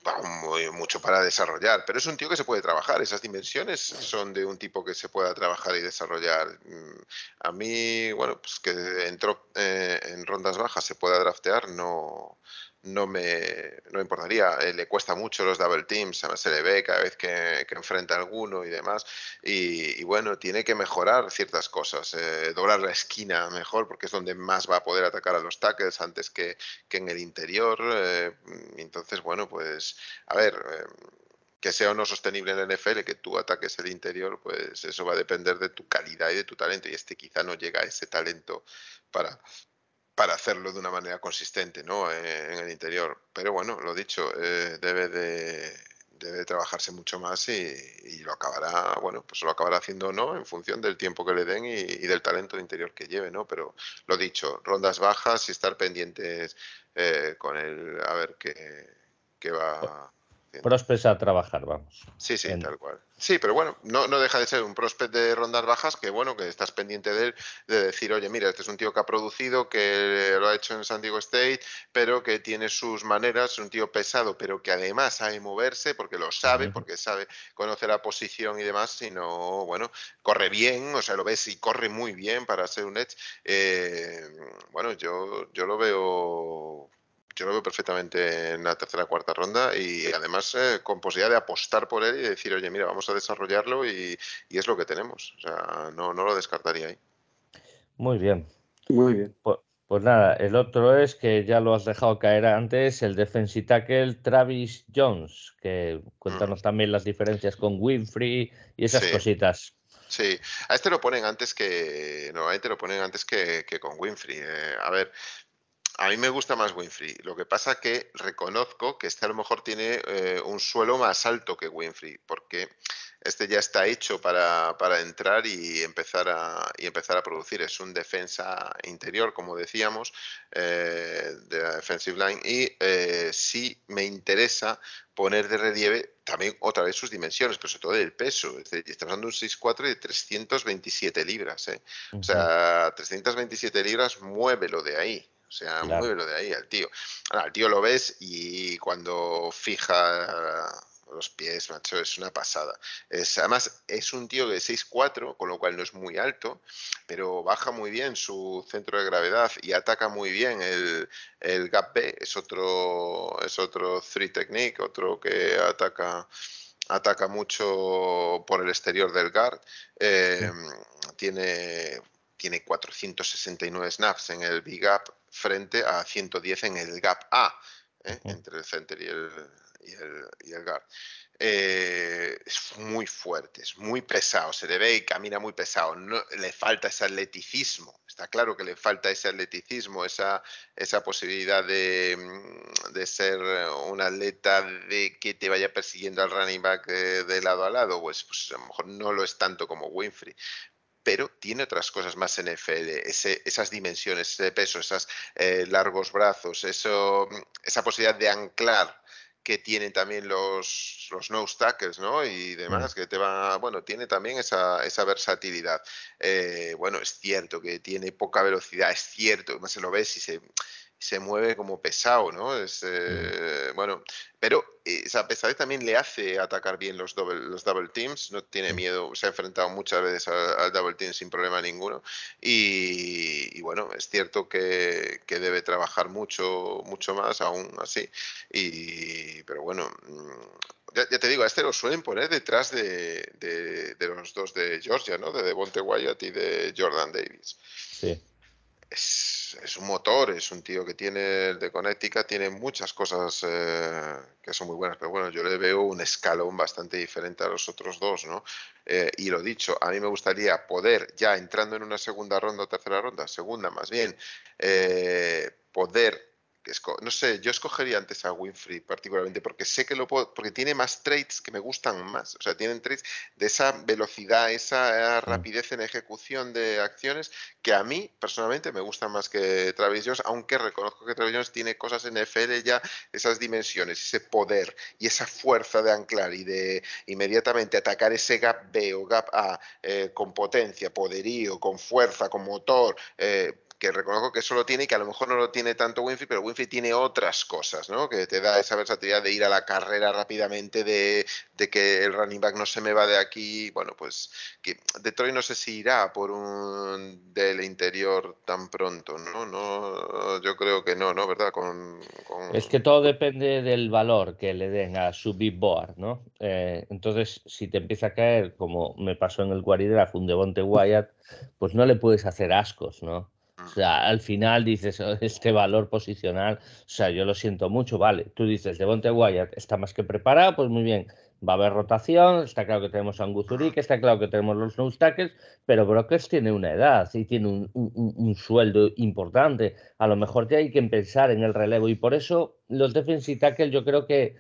muy, mucho para desarrollar, pero es un tío que se puede trabajar. Esas dimensiones son de un tipo que se pueda trabajar y desarrollar. Mm, A mí, bueno, pues que entró eh, en rondas bajas se pueda draftear, no, no me no me importaría. Eh, le cuesta mucho los double teams, además se le ve cada vez que, que enfrenta a alguno y demás. Y, y bueno, tiene que mejorar ciertas cosas, eh, doblar la esquina mejor, porque es donde más va a poder atacar a los tackles antes que, que en el interior. Eh, entonces, bueno, pues a ver, eh, que sea o no sostenible en la N F L, que tú ataques el interior, pues eso va a depender de tu calidad y de tu talento. Y este quizá no llega a ese talento para, para hacerlo de una manera consistente, ¿no? Eh, en el interior. Pero bueno, lo dicho, eh, debe de debe de trabajarse mucho más y, y lo acabará, bueno, pues lo acabará haciendo o no en función del tiempo que le den y, y del talento interior que lleve, ¿no? Pero lo dicho, rondas bajas y estar pendientes eh, con él a ver qué, qué va haciendo. Prospects a trabajar, vamos. Sí, sí, En- tal cual. Sí, pero bueno, no, no deja de ser un prospect de rondas bajas que, bueno, que estás pendiente de él, de decir, oye, mira, este es un tío que ha producido, que lo ha hecho en San Diego State, pero que tiene sus maneras, un tío pesado, pero que además sabe moverse, porque lo sabe, Ujú. porque sabe, conoce la posición y demás, sino, bueno, corre bien, o sea, lo ves y corre muy bien para ser un edge. Eh, bueno, yo, yo lo veo yo lo veo perfectamente en la tercera o cuarta ronda y además eh, con posibilidad de apostar por él y decir, oye, mira, vamos a desarrollarlo y, y es lo que tenemos. O sea, no, no lo descartaría ahí. Muy bien. Muy bien. Pu- Pues, nada, el otro es que ya lo has dejado caer antes, el defensive tackle Travis Jones, que Mm, cuéntanos también las diferencias con Winfrey y esas sí, cositas. sí. A este lo ponen antes que, normalmente lo ponen antes que, que con Winfrey. Eh, a ver, a mí me gusta más Winfrey. Lo que pasa que reconozco que este a lo mejor tiene eh, un suelo más alto que Winfrey, porque este ya está hecho para, para entrar y empezar, a, y empezar a producir. Es un defensa interior, como decíamos, eh, de la defensive line, y eh, sí me interesa poner de relieve también otra vez sus dimensiones, pero sobre todo el peso. Es decir, estamos hablando de un seis cuatro y de trescientos veintisiete libras. ¿eh? O Ujú. sea, trescientos veintisiete libras, muévelo de ahí. O sea, Claro. muévelo de ahí al tío. Ahora, al tío lo ves y cuando fija los pies, macho, es una pasada. Es, además, es un tío de seis cuatro, con lo cual no es muy alto, pero baja muy bien su centro de gravedad y ataca muy bien el, el gap B. Es otro, es otro three technique, otro que ataca ataca mucho por el exterior del guard. Eh, tiene, tiene cuatrocientos sesenta y nueve snaps en el big gap frente a ciento diez en el gap A, ¿eh? Ujú. Entre el center y el, y el, y el guard. Eh, es muy fuerte, es muy pesado, se le ve y camina muy pesado. No, le falta ese atleticismo, está claro que le falta ese atleticismo, esa, esa posibilidad de, de ser un atleta de que te vaya persiguiendo al running back de, de lado a lado. Pues, pues a lo mejor no lo es tanto como Winfrey, pero tiene otras cosas más en N F L, ese, esas dimensiones, ese peso, esos eh, largos brazos, eso, esa posibilidad de anclar que tienen también los, los nose tackles, ¿no? Y Mm. demás, que te va, bueno, tiene también esa, esa versatilidad. Eh, bueno, es cierto que tiene poca velocidad, es cierto, más se lo ves y se, se mueve como pesado, ¿no? Es, Mm. eh, bueno, pero esa pesadez también le hace atacar bien los double, los double teams, no tiene Mm. miedo, se ha enfrentado muchas veces al, al double team sin problema ninguno y, y bueno, es cierto que, que, debe trabajar mucho, mucho más aún así, y, pero bueno, ya, ya, te digo, a este lo suelen poner detrás de, de, de los dos de Georgia, ¿no? De Devonte Wyatt y de Jordan Davis. Sí. Es, es, un motor, es un tío que tiene, el de Connecticut, tiene muchas cosas eh, que son muy buenas, pero bueno, yo le veo un escalón bastante diferente a los otros dos, ¿no? Eh, y lo dicho, a mí me gustaría poder, ya entrando en una segunda ronda o tercera ronda, segunda más bien, eh, poder, no sé, yo escogería antes a Winfrey particularmente, porque sé que lo puedo, porque tiene más traits que me gustan más, o sea, tienen traits de esa velocidad, esa Mm. rapidez en ejecución de acciones que a mí personalmente me gustan más que Travis Jones, aunque reconozco que Travis Jones tiene cosas en N F L ya, esas dimensiones, ese poder y esa fuerza de anclar y de inmediatamente atacar ese gap B o gap A eh, con potencia, poderío, con fuerza, con motor, eh, que reconozco que eso lo tiene y que a lo mejor no lo tiene tanto Winfrey, pero Winfrey tiene otras cosas, ¿no? Que te da esa versatilidad de ir a la carrera rápidamente, de, de que el running back no se me va de aquí. Bueno, pues que Detroit no sé si irá por un del interior tan pronto, ¿no? No, yo creo que no, ¿no? ¿Verdad? Con, con... Es que todo depende del valor que le den a su big board, ¿no? Eh, entonces, si te empieza a caer, como me pasó en el Guaridraft, un Devonte Wyatt, pues no le puedes hacer ascos, ¿no? O sea, al final dices, "Oh, este valor posicional, o sea, yo lo siento mucho, vale". Tú dices, Devonte Wyatt está más que preparado, pues muy bien, va a haber rotación, está claro que tenemos a Anguzurik, está claro que tenemos los nose tackles, pero Brockers tiene una edad y tiene un, un, un sueldo importante. A lo mejor te hay que pensar en el relevo y por eso los defensive tackle yo creo que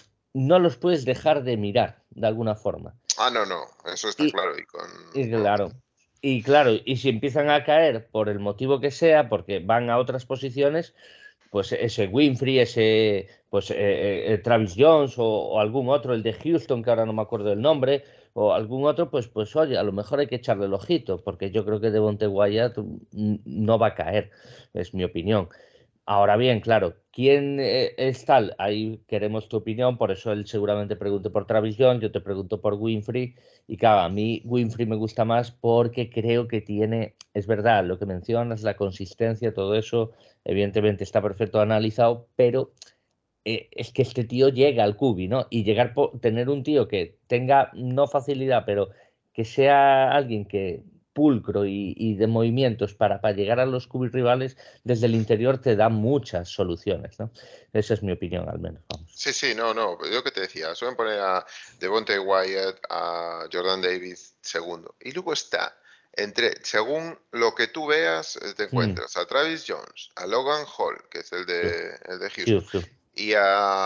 no los puedes dejar de mirar de alguna forma. Ah, no, no, eso está Y, claro. Y con, y con... claro, y claro, y si empiezan a caer por el motivo que sea, porque van a otras posiciones, pues ese Winfrey, ese pues eh, eh, Travis Jones o, o algún otro, el de Houston, que ahora no me acuerdo del nombre, o algún otro, pues, pues oye, a lo mejor hay que echarle el ojito, porque yo creo que Devonte Wyatt mm, no va a caer, es mi opinión. Ahora bien, claro, ¿quién eh, es tal? Ahí queremos tu opinión, por eso él seguramente pregunte por Travis Jones, yo te pregunto por Winfrey, y claro, a mí Winfrey me gusta más porque creo que tiene, es verdad, lo que mencionas, la consistencia, todo eso, evidentemente está perfecto analizado, pero eh, es que este tío llega al cubi, ¿no? Y llegar por tener un tío que tenga no facilidad, pero que sea alguien que pulcro y, y de movimientos para, para llegar a los cubis rivales desde el interior te da muchas soluciones, ¿no? Esa es mi opinión, al menos, vamos. Sí, sí, no, no, yo que te decía, suelen poner a Devonte Wyatt, a Jordan Davis segundo. Y luego está, entre, según lo que tú veas, eh, te Mm, encuentras a Travis Jones, a Logan Hall, que es el sí, de, el de sí, Houston, sí. y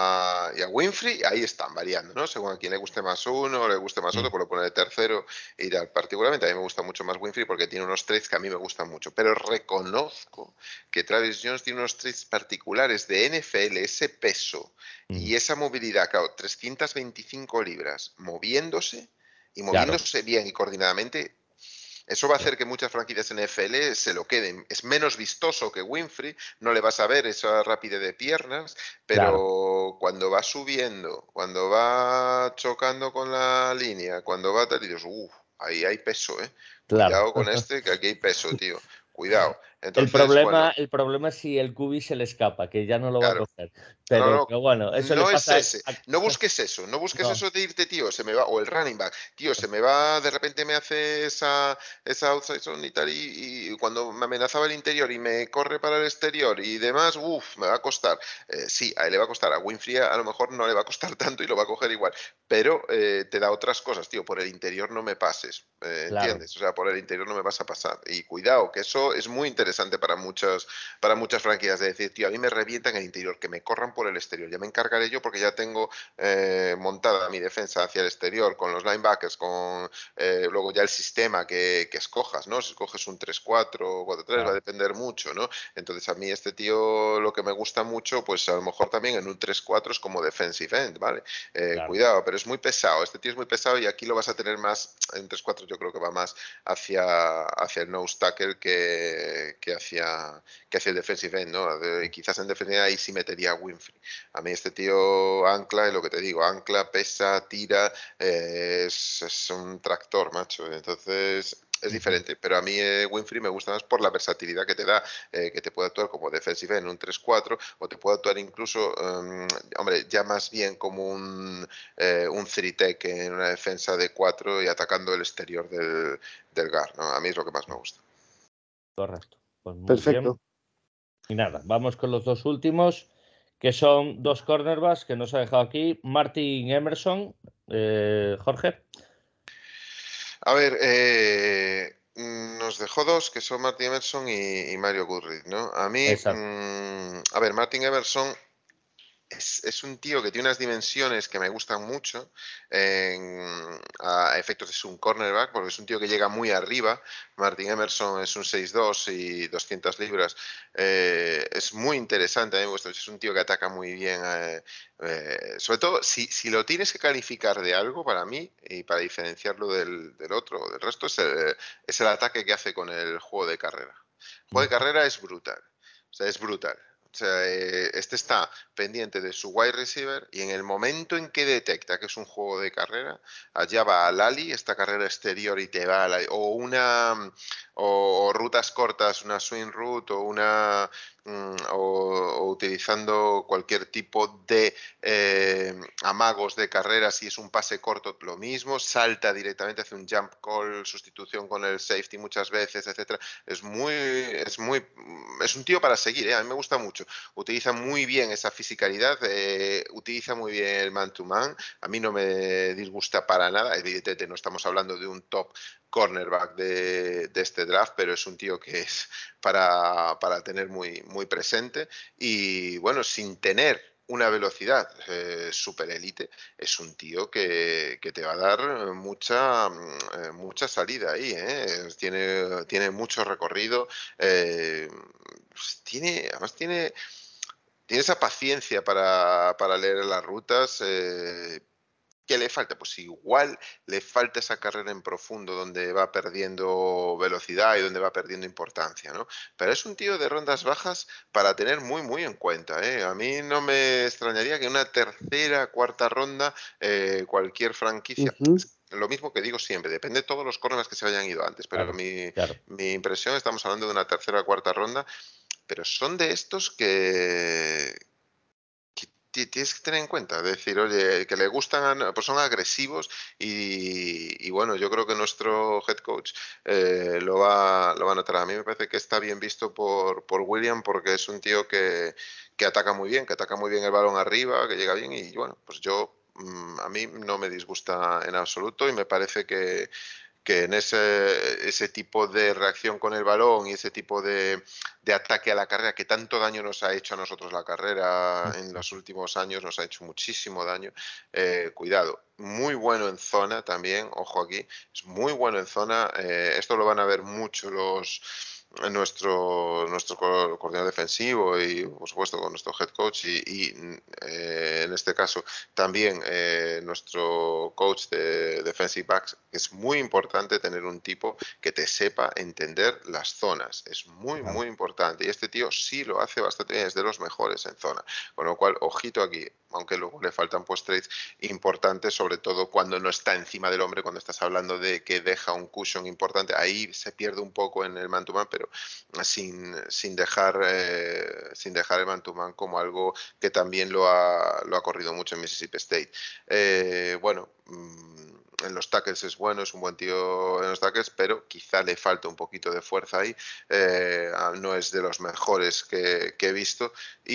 a, y a Winfrey, ahí están variando, ¿no? Según a quien le guste más uno o le guste más Mm, otro, por lo pone de tercero y tal. Particularmente a mí me gusta mucho más Winfrey porque tiene unos traits que a mí me gustan mucho. Pero reconozco que Travis Jones tiene unos traits particulares de N F L, ese peso mm. y esa movilidad, claro, trescientas veinticinco libras moviéndose y Claro, moviéndose bien y coordinadamente. Eso va a claro, hacer que muchas franquicias N F L se lo queden. Es menos vistoso que Winfrey, no le vas a ver esa rapidez de piernas, claro, pero cuando va subiendo, cuando va chocando con la línea, cuando va tal, y dices, uff, ahí hay peso, ¿eh? claro. Cuidado con este, que aquí hay peso, tío. Cuidado. El Entonces, problema, bueno, el problema es si el cubi se le escapa, que ya no lo va a claro. coger. No, Pero, no, pero bueno, eso le no es pasa ese. a... No busques eso, no busques No, eso de irte, tío, se me va, o el running back, tío, se me va, de repente me hace esa, esa outside zone y tal, y, y cuando me amenazaba el interior y me corre para el exterior y demás, uff, me va a costar. Eh, sí, a él le va a costar, a Winfrey a lo mejor no le va a costar tanto y lo va a coger igual, pero eh, te da otras cosas, tío, por el interior no me pases, eh, claro, ¿entiendes? O sea, por el interior no me vas a pasar. Y cuidado, que eso es muy interesante para muchas, para muchas franquicias, de decir, tío, a mí me revientan el interior, que me corran por el exterior, ya me encargaré yo porque ya tengo eh, montada mi defensa hacia el exterior con los linebackers, con eh, luego ya el sistema que, que escojas, ¿no? Si escoges un tres cuatro o cuatro tres va a claro, depender mucho, ¿no? Entonces a mí este tío lo que me gusta mucho, pues a lo mejor también en un tres cuatro es como defensive end, ¿vale? Eh, claro. cuidado, pero es muy pesado, este tío es muy pesado y aquí lo vas a tener más, en tres cuatro yo creo que va más hacia, hacia el nose tackle que, que, hacia, que hacia el defensive end, ¿no? De, quizás en defensive ahí sí metería a Winfrey. A mí este tío ancla, es lo que te digo, ancla, pesa, tira, eh, es, es un tractor, macho. Entonces es Ujú. diferente, pero a mí eh, Winfrey me gusta más por la versatilidad que te da, eh, que te puede actuar como defensive en un tres cuatro o te puede actuar incluso, um, hombre, ya más bien como un, eh, un three tech en una defensa de cuatro y atacando el exterior del, del guard, ¿no? A mí es lo que más me gusta. Correcto. Pues muy bien. Perfecto. Y nada, vamos con los dos últimos, que son dos cornerbacks que nos ha dejado aquí. Martin Emerson, eh, Jorge. A ver, eh, mm, nos dejó dos, que son Martin Emerson y, y Mario Goodrich, ¿no? A mí, Exacto. mm, a ver, Martin Emerson es, es un tío que tiene unas dimensiones que me gustan mucho en- a efectos de un cornerback, porque es un tío que llega muy arriba. Martin Emerson es un seis dos y doscientas libras. Eh, es muy interesante, a mí me gusta. Es un tío que ataca muy bien. eh, eh, sobre todo, si, si lo tienes que calificar de algo para mí y para diferenciarlo del, del otro, del resto, es el, es el ataque que hace con el juego de carrera. Juego de carrera es brutal. O sea, es brutal. O sea, eh, este está pendiente de su wide receiver y en el momento en que detecta que es un juego de carrera, allá va al ali, esta carrera exterior y te va a la, o una o, o rutas cortas, una swing route o una mm, o, o utilizando cualquier tipo de eh, amagos de carrera, si es un pase corto, lo mismo, salta directamente, hace un jump call, sustitución con el safety muchas veces, etcétera. Es muy, es muy, es un tío para seguir, ¿eh? A mí me gusta mucho. Utiliza muy bien esa fisicalidad, eh, utiliza muy bien el man-to-man. A mí no me disgusta para nada. Evidentemente no estamos hablando de un top cornerback de, de este draft, pero es un tío que es para, para tener muy, muy presente. Y bueno, sin tener una velocidad eh, super élite, es un tío que, que te va a dar mucha, eh, mucha salida ahí, ¿eh? Tiene, tiene mucho recorrido, eh, pues tiene, además tiene, tiene esa paciencia para, para leer las rutas. Eh, ¿Qué le falta? Pues igual le falta esa carrera en profundo donde va perdiendo velocidad y donde va perdiendo importancia, ¿no? Pero es un tío de rondas bajas para tener muy, muy en cuenta, ¿eh? A mí no me extrañaría que en una tercera, cuarta ronda eh, cualquier franquicia... Ujú. Es lo mismo que digo siempre, depende de todos los corners que se hayan ido antes, pero Claro, mi, claro. mi impresión, estamos hablando de una tercera o cuarta ronda, pero son de estos que, ti- tienes que tener en cuenta, decir, oye, que le gustan, pues son agresivos y, y bueno, yo creo que nuestro head coach eh, lo va, lo va a notar. A mí me parece que está bien visto por, por William porque es un tío que, que ataca muy bien, que ataca muy bien el balón arriba, que llega bien y bueno, pues yo, mm, a mí no me disgusta en absoluto y me parece que que en ese, ese tipo de reacción con el balón y ese tipo de, de ataque a la carrera que tanto daño nos ha hecho a nosotros la carrera en los últimos años, nos ha hecho muchísimo daño, eh, cuidado. Muy bueno en zona también, ojo aquí, es muy bueno en zona. Eh, esto lo van a ver mucho los nuestro, nuestro co- coordinador defensivo y por supuesto con nuestro head coach y, y, eh, en este caso también eh, nuestro coach de defensive backs. Es muy importante tener un tipo que te sepa entender las zonas, es muy Claro. muy importante y este tío sí lo hace bastante bien, es de los mejores en zona, con lo cual ojito aquí, aunque luego le faltan pues trades importantes, sobre todo cuando no está encima del hombre, cuando estás hablando de que deja un cushion importante, ahí se pierde un poco en el man to man, pero sin, sin dejar eh, sin dejar el man to man como algo que también lo ha, lo ha corrido mucho en Mississippi State. Eh, bueno, mmm, en los tackles es bueno, es un buen tío en los tackles, pero quizá le falta un poquito de fuerza ahí. Eh, no es de los mejores que, que he visto.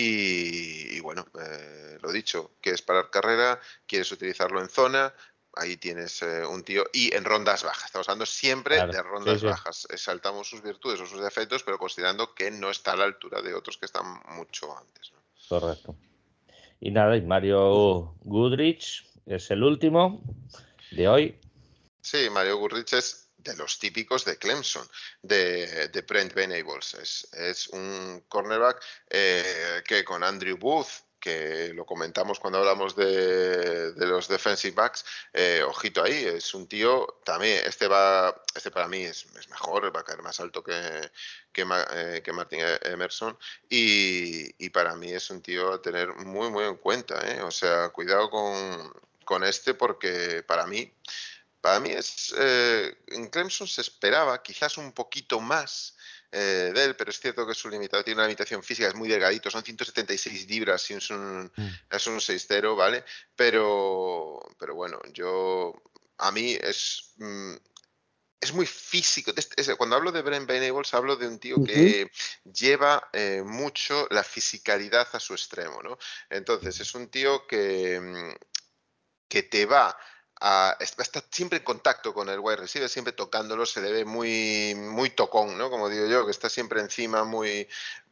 Y, y bueno, eh, lo dicho, quieres parar carrera, quieres utilizarlo en zona, ahí tienes eh, un tío. Y en rondas bajas, estamos hablando siempre Claro, de sí, rondas sí, bajas. Exaltamos sus virtudes o sus defectos, pero considerando que no está a la altura de otros que están mucho antes, ¿no? correcto. Y nada, y Mario Goodrich es el último de hoy. Sí, Mario Gurrich es de los típicos de Clemson, de, de Brent Venables. Es, es un cornerback eh, que con Andrew Booth, que lo comentamos cuando hablamos de, de los defensive backs, eh, ojito ahí, es un tío, también, este va, este para mí es, es mejor, va a caer más alto que, que, Ma- eh, que Martin Emerson, y, y para mí es un tío a tener muy, muy en cuenta, ¿eh? O sea, cuidado con, con este porque para mí para mí es, eh, en Clemson se esperaba quizás un poquito más eh, de él, pero es cierto que su limitación, tiene una limitación física, es muy delgadito, son ciento setenta y seis libras y es un, Mm. es un seis cero, ¿vale? Pero, pero bueno, yo, a mí es, mm, es muy físico. Es- es- cuando hablo de Brent Venables, hablo de un tío Ujú. que lleva eh, mucho la fisicalidad a su extremo, ¿no? Entonces, es un tío que, mm, que te va a está, está siempre en contacto con el wide receiver, siempre tocándolo, se le ve muy, muy tocón, ¿no? Como digo yo, que está siempre encima, muy,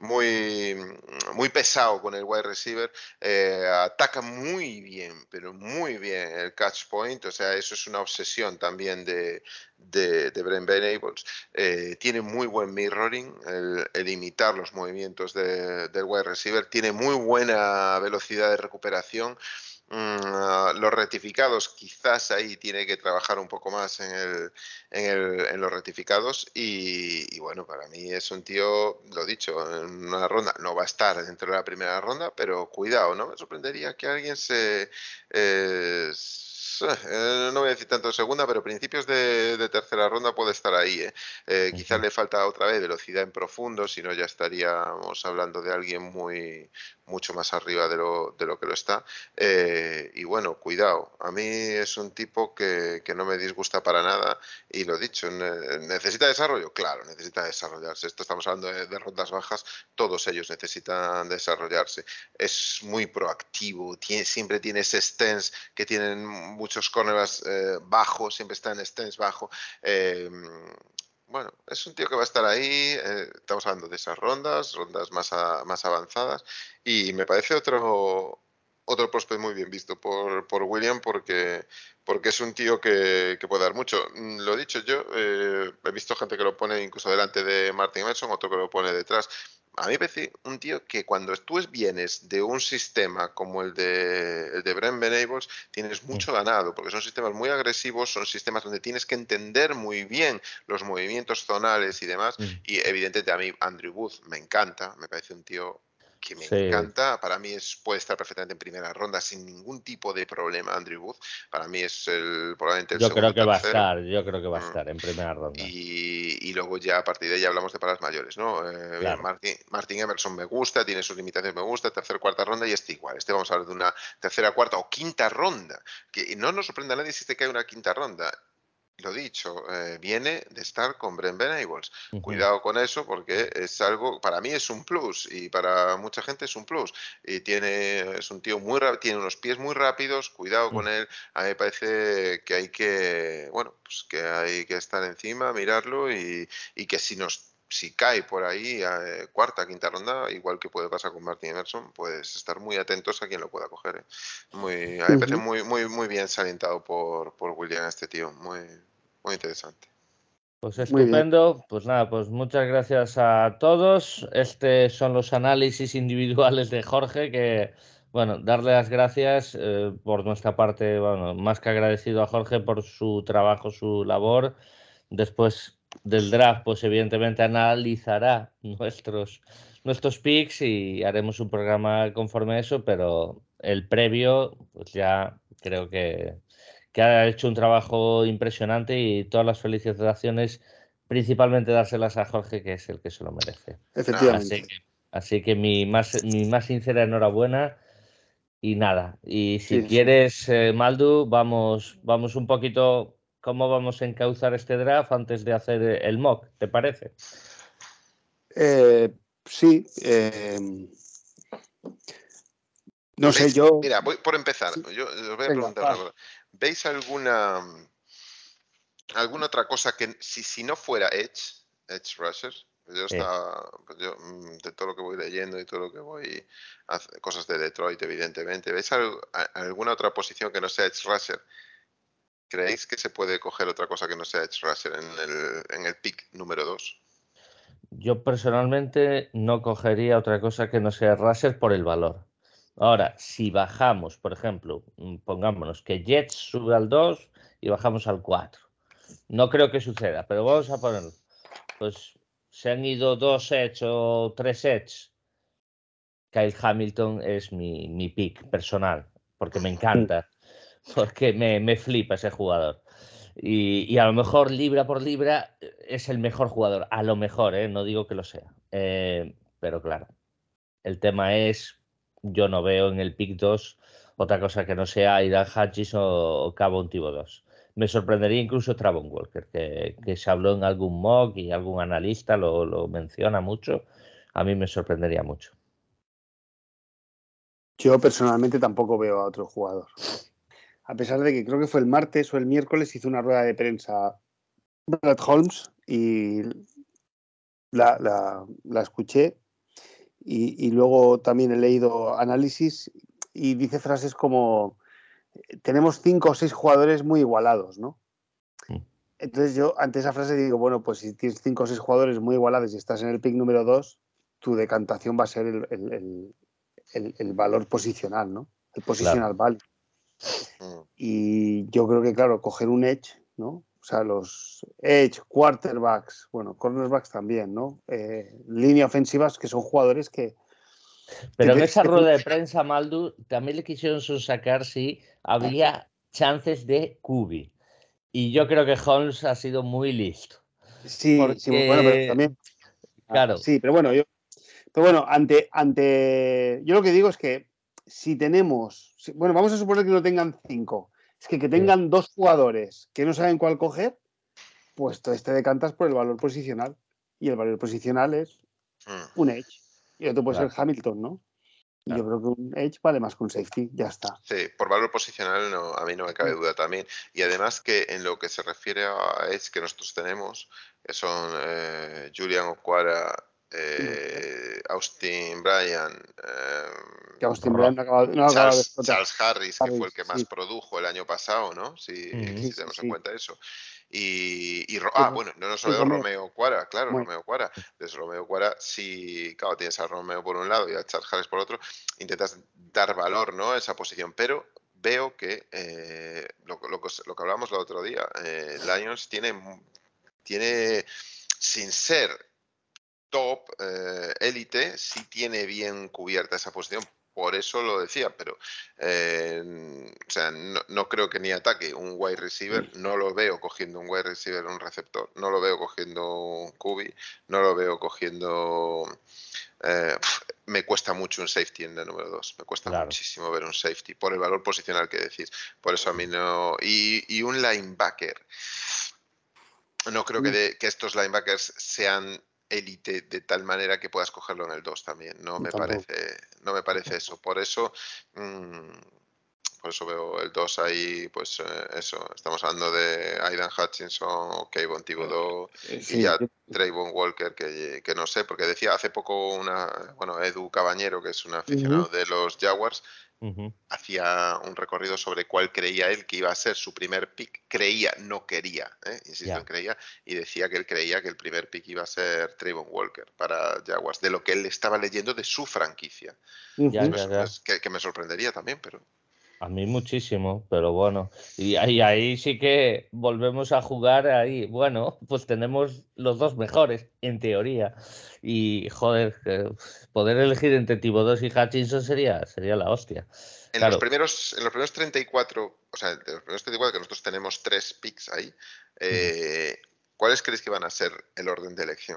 muy, muy pesado con el wide receiver, eh, ataca muy bien, pero muy bien el catch point, o sea, eso es una obsesión también de, de, de Brent Venables. Eh, tiene muy buen mirroring, el, el imitar los movimientos de, del wide receiver, tiene muy buena velocidad de recuperación. Mm, los rectificados, quizás ahí tiene que trabajar un poco más en, el, en, el, en los rectificados y, y bueno, para mí es un tío, lo dicho, en una ronda, no va a estar dentro de la primera ronda, pero cuidado, ¿no? Me sorprendería que alguien se... Eh, Eh, no voy a decir tanto segunda, pero principios de, de tercera ronda puede estar ahí. ¿eh? Eh, quizás Ujú. le falta otra vez velocidad en profundo, si no ya estaríamos hablando de alguien muy mucho más arriba de lo, de lo que lo está. Eh, y bueno, cuidado, a mí es un tipo que, que no me disgusta para nada y lo dicho, ne- ¿necesita desarrollo? Claro, necesita desarrollarse. Esto estamos hablando de, de rondas bajas, todos ellos necesitan desarrollarse. Es muy proactivo, tiene, siempre tiene ese stance que tienen muchos cornerbacks eh, bajos, siempre está en stance bajo. Eh, bueno, es un tío que va a estar ahí, eh, estamos hablando de esas rondas, rondas más, a- más avanzadas, y me parece otro, otro prospect muy bien visto por, por William porque, porque es un tío que, que puede dar mucho. Mm, Lo dicho yo, eh, he visto gente que lo pone incluso delante de Martin Emerson, otro que lo pone detrás. A mí me parece un tío que cuando tú vienes de un sistema como el de, el de Brent Venables, tienes Mm. mucho ganado, porque son sistemas muy agresivos, son sistemas donde tienes que entender muy bien los movimientos zonales y demás. Mm. Y evidentemente a mí Andrew Booth me encanta, me parece un tío que me Sí, encanta. Para mí es, puede estar perfectamente en primera ronda sin ningún tipo de problema Andrew Booth. Para mí es el, probablemente el yo segundo creo o que va a tercero. estar, yo creo que va a Mm, estar en primera ronda. y, y luego ya a partir de ahí hablamos de palas mayores, ¿no? Eh, bien, Claro. Martin, Martin Emerson me gusta, tiene sus limitaciones, me gusta, tercera, cuarta ronda y este igual. Este vamos a hablar de una tercera, cuarta o quinta ronda. Que no nos sorprenda a nadie si te cae una quinta ronda. Lo dicho, eh, viene de estar con Brent Venables. Ujú. Cuidado con eso porque es algo, para mí es un plus y para mucha gente es un plus. Y tiene, es un tío muy rápido, tiene unos pies muy rápidos, cuidado Mm. con él. A mí me parece que hay que, bueno, pues que hay que estar encima, mirarlo y, y que si nos si cae por ahí eh, cuarta, quinta ronda, igual que puede pasar con Martin Emerson, pues estar muy atentos a quien lo pueda coger. ¿eh? Muy, a mí me parece Ujú. muy, muy, muy bien salientado por, por William este tío, muy, muy interesante. Pues Muy bien. estupendo. Pues nada, pues muchas gracias a todos. Estos son los análisis individuales de Jorge, que, bueno, darle las gracias eh, por nuestra parte, bueno, más que agradecido a Jorge por su trabajo, su labor. Después del draft, pues evidentemente analizará nuestros, nuestros picks y haremos un programa conforme a eso, pero el previo, pues ya creo que que ha hecho un trabajo impresionante y todas las felicitaciones, principalmente dárselas a Jorge, que es el que se lo merece. Nada, Así Efectivamente. que, así que mi más, mi más sincera enhorabuena y nada. Y si Sí, sí. quieres, eh, Maldu, vamos, vamos un poquito cómo vamos a encauzar este draft antes de hacer el mock, ¿te parece? Eh, sí. eh, no sé, ¿veis? yo. Mira, voy por empezar. Sí, Yo os voy a venga, preguntar una va. cosa. ¿Veis alguna alguna otra cosa que si, si no fuera Edge, Edge Rusher? Yo Sí. estaba, pues yo, mm, de todo lo que voy leyendo y todo lo que voy, hace- cosas de Detroit, evidentemente. ¿Veis al- a- alguna otra posición que no sea Edge Rusher? ¿Creéis que se puede coger otra cosa que no sea Edge Rusher en el, en el pick número dos? Yo personalmente no cogería otra cosa que no sea Raser por el valor. Ahora, si bajamos, por ejemplo, mm, pongámonos que Jets sube al dos y bajamos al cuatro. No creo que suceda, pero vamos a ponerlo. Pues se han ido dos edge o tres edge. Kyle Hamilton es mi, mi pick personal, porque me encanta, porque me, me flipa ese jugador. Y, y a lo mejor libra por libra eh, es el mejor jugador, a lo mejor, ¿eh? No digo que lo sea. Eh, pero claro, el tema es, yo no veo en el pick dos otra cosa que no sea Aidan Hutchins o, o Cabo dos. Me sorprendería incluso Travon Walker, que, que se habló en algún mock y algún analista lo, lo menciona mucho. A mí me sorprendería mucho. Yo personalmente tampoco veo a otro jugador. A pesar de que creo que fue el martes o el miércoles hizo una rueda de prensa Brad Holmes y la, la, la escuché y, y luego también he leído análisis y dice frases como tenemos cinco o seis jugadores muy igualados, ¿no? Mm. Entonces yo ante esa frase digo, bueno, pues si tienes cinco o seis jugadores muy igualados y estás en el pick número dos, tu decantación va a ser el, el, el, el, el valor posicional, ¿no? El Claro. positional value. Mm. Y yo creo que, claro, coger un edge, ¿no? O sea, los edge, quarterbacks, bueno, cornerbacks también, ¿no? Eh, línea ofensivas, que son jugadores que... Pero que en te, esa que rueda te... de prensa, Maldu, también le quisieron sacar si había chances de Q B. Y yo creo que Holmes ha sido muy listo. Sí, sí, bueno, pero Porque, también... claro, Sí, pero bueno, yo... Pero bueno, ante, ante... Yo lo que digo es que si tenemos... si- bueno, vamos a suponer que no tengan cinco. Es que que tengan dos jugadores que no saben cuál coger, pues entonces te decantas por el valor posicional. Y el valor posicional es Mm. un edge. Y otro puede claro, ser Hamilton, ¿no? Y yo claro. creo que un edge vale más que un safety. Ya está. Sí, por valor posicional no, a mí no me cabe duda también. Y además que en lo que se refiere a Edge que nosotros tenemos, que son eh, Julian Okwara, eh, Austin Bryan, eh, Que Austin Ro- Bryan no ha acabado, no ha acabado de Charles, explotar. Charles Harris, que fue el Harris, que más sí, produjo el año pasado, ¿no? Si, Mm. sí, si sí, tenemos en sí. cuenta eso. Y, y Ro- Y ah, Ro- bueno, no nos y olvidó Romeo. Romeo Okwara, claro, Bueno, Romeo Okwara. Desde Romeo Okwara, si, claro, tienes a Romeo por un lado y a Charles Harris por otro, intentas dar valor, ¿no? A esa posición, pero veo que eh, lo, lo, lo que hablábamos el otro día, eh, Lions tiene, tiene, sin ser top, eh, élite, sí tiene bien cubierta esa posición. Por eso lo decía, pero eh, o sea, no, no creo que ni ataque un wide receiver, no lo veo cogiendo un wide receiver, un receptor, no lo veo cogiendo un Q B, no lo veo cogiendo... Eh, me cuesta mucho un safety en el número dos, me cuesta Claro. muchísimo ver un safety, por el valor posicional que decís, por eso a mí no... Y, y un linebacker, no creo que, de, que estos linebackers sean élite de tal manera que puedas cogerlo en el dos también. No me tampoco. parece, no me parece eso. Por eso, mmm, por eso veo el dos ahí, pues eh, eso. Estamos hablando de Aidan Hutchinson o Kayvon Thibodeau Eh, y sí, ya yo- Trayvon Walker, que, que no sé, porque decía hace poco una, bueno, Edu Cabañero, que es un aficionado Ujú. de los Jaguars, Ujú. hacía un recorrido sobre cuál creía él que iba a ser su primer pick. Creía, no quería, ¿eh? Insisto Ya. en creía, y decía que él creía que el primer pick iba a ser Trayvon Walker para Jaguars, de lo que él estaba leyendo de su franquicia. Ya, Ujú. Me ya, sor- ya. es que, que me sorprendería también, pero... A mí muchísimo, pero bueno. Y ahí, ahí sí que volvemos a jugar ahí. Bueno, pues tenemos los dos mejores, en teoría. Y joder, que poder elegir entre Thibodeau y Hutchinson sería, sería la hostia. En los Claro, primeros, en los primeros treinta y cuatro, o sea, de los primeros treinta y cuatro, que nosotros tenemos tres picks ahí, eh, ¿cuáles creéis que van a ser el orden de elección?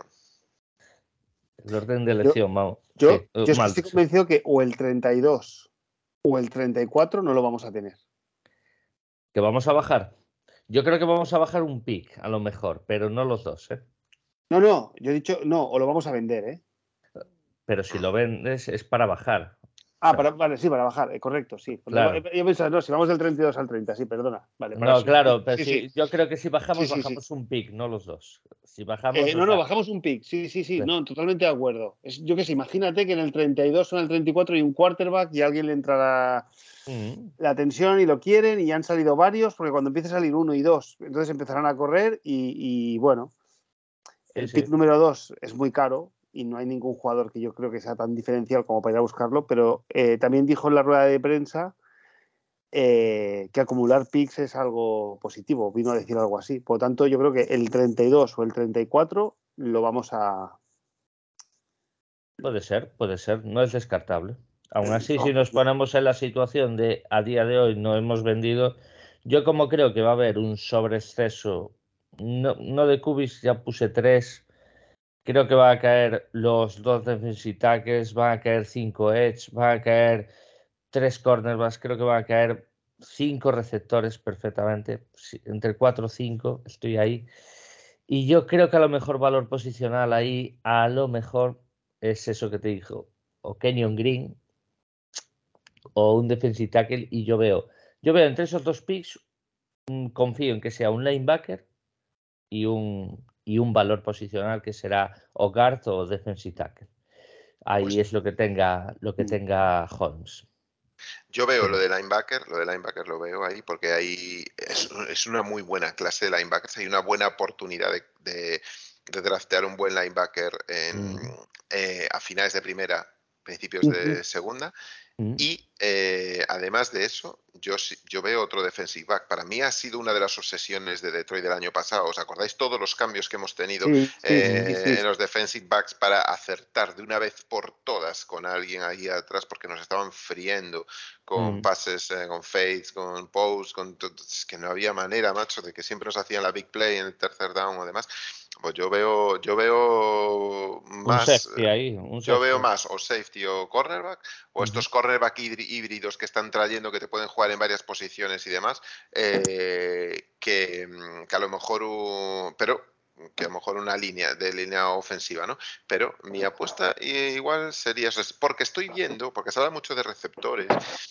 el orden de Yo, elección, vamos. Sí, yo, eh, yo es que mal, estoy sí. convencido que o el treinta y dos o el treinta y cuatro no lo vamos a tener. ¿Que vamos a bajar? Yo creo que vamos a bajar un pick, a lo mejor, pero no los dos, ¿eh? No, no, yo he dicho no, o lo vamos a vender, ¿eh? Pero si lo Mm. vendes es para bajar. O Ah, sea, para, vale, sí, para bajar, eh, correcto, sí. claro. Yo pensaba, no, si vamos del treinta y dos al treinta, sí, perdona. Vale, para No, eso. claro, pero Sí, sí, si, yo creo que si sí, bajamos, sí, sí. bajamos un pick, no los dos. Si bajamos, Eh, o no, no, sea, bajamos un pick, sí, sí, sí, sí. no, totalmente de acuerdo. Es, yo qué sé, imagínate que en el treinta y dos o en el treinta y cuatro hay un quarterback y a alguien le entra la, Mm, la tensión y lo quieren y ya han salido varios, porque cuando empiece a salir uno y dos, entonces empezarán a correr y, y, bueno, sí, el pick sí. número dos es muy caro y no hay ningún jugador que yo creo que sea tan diferencial como para ir a buscarlo, pero eh, también dijo en la rueda de prensa eh, que acumular picks es algo positivo, vino a decir algo así. Por lo tanto, yo creo que el treinta y dos o el treinta y cuatro lo vamos a... Puede ser, puede ser, no es descartable. Aún así, si No, nos ponemos en la situación de a día de hoy no hemos vendido, yo como creo que va a haber un sobreexceso, no, no de cubis, ya puse tres, creo que van a caer los dos defensive tackles, van a caer cinco edge, van a caer tres cornerbacks, creo que van a caer cinco receptores perfectamente, sí, entre cuatro o cinco, estoy ahí. Y yo creo que a lo mejor valor posicional ahí, a lo mejor es eso que te dijo, o Kenyon Green o un defensive tackle, y yo veo, yo veo entre esos dos picks, mm, confío en que sea un linebacker y un, y un valor posicional que será o guard o defensive tackle. Ahí Pues es lo que tenga, lo que tenga Holmes. yo veo lo Pero, de linebacker, lo de linebacker lo veo ahí, porque ahí es, es una muy buena clase de linebackers, hay una buena oportunidad de, de, de draftear un buen linebacker en, mm, eh, a finales de primera, principios uh-huh. de segunda, Mm. Y eh, además de eso, yo, yo veo otro defensive back. Para mí ha sido una de las obsesiones de Detroit del año pasado. ¿Os acordáis todos los cambios que hemos tenido Sí, sí, eh, sí, sí. en los defensive backs para acertar de una vez por todas con alguien ahí atrás? Porque nos estaban friendo con Mm. pases, eh, con fades, con posts, con es que no había manera, macho, de que siempre nos hacían la big play en el tercer down o demás. Pues yo veo, yo veo Un más, safety ahí, un yo veo safety. más o safety o cornerback, o Ujú. estos cornerback híbridos que están trayendo que te pueden jugar en varias posiciones y demás, eh, que, que a lo mejor, uh, pero que a lo mejor una línea de línea ofensiva, ¿no? Pero mi apuesta igual sería eso, porque estoy viendo, porque se habla mucho de receptores,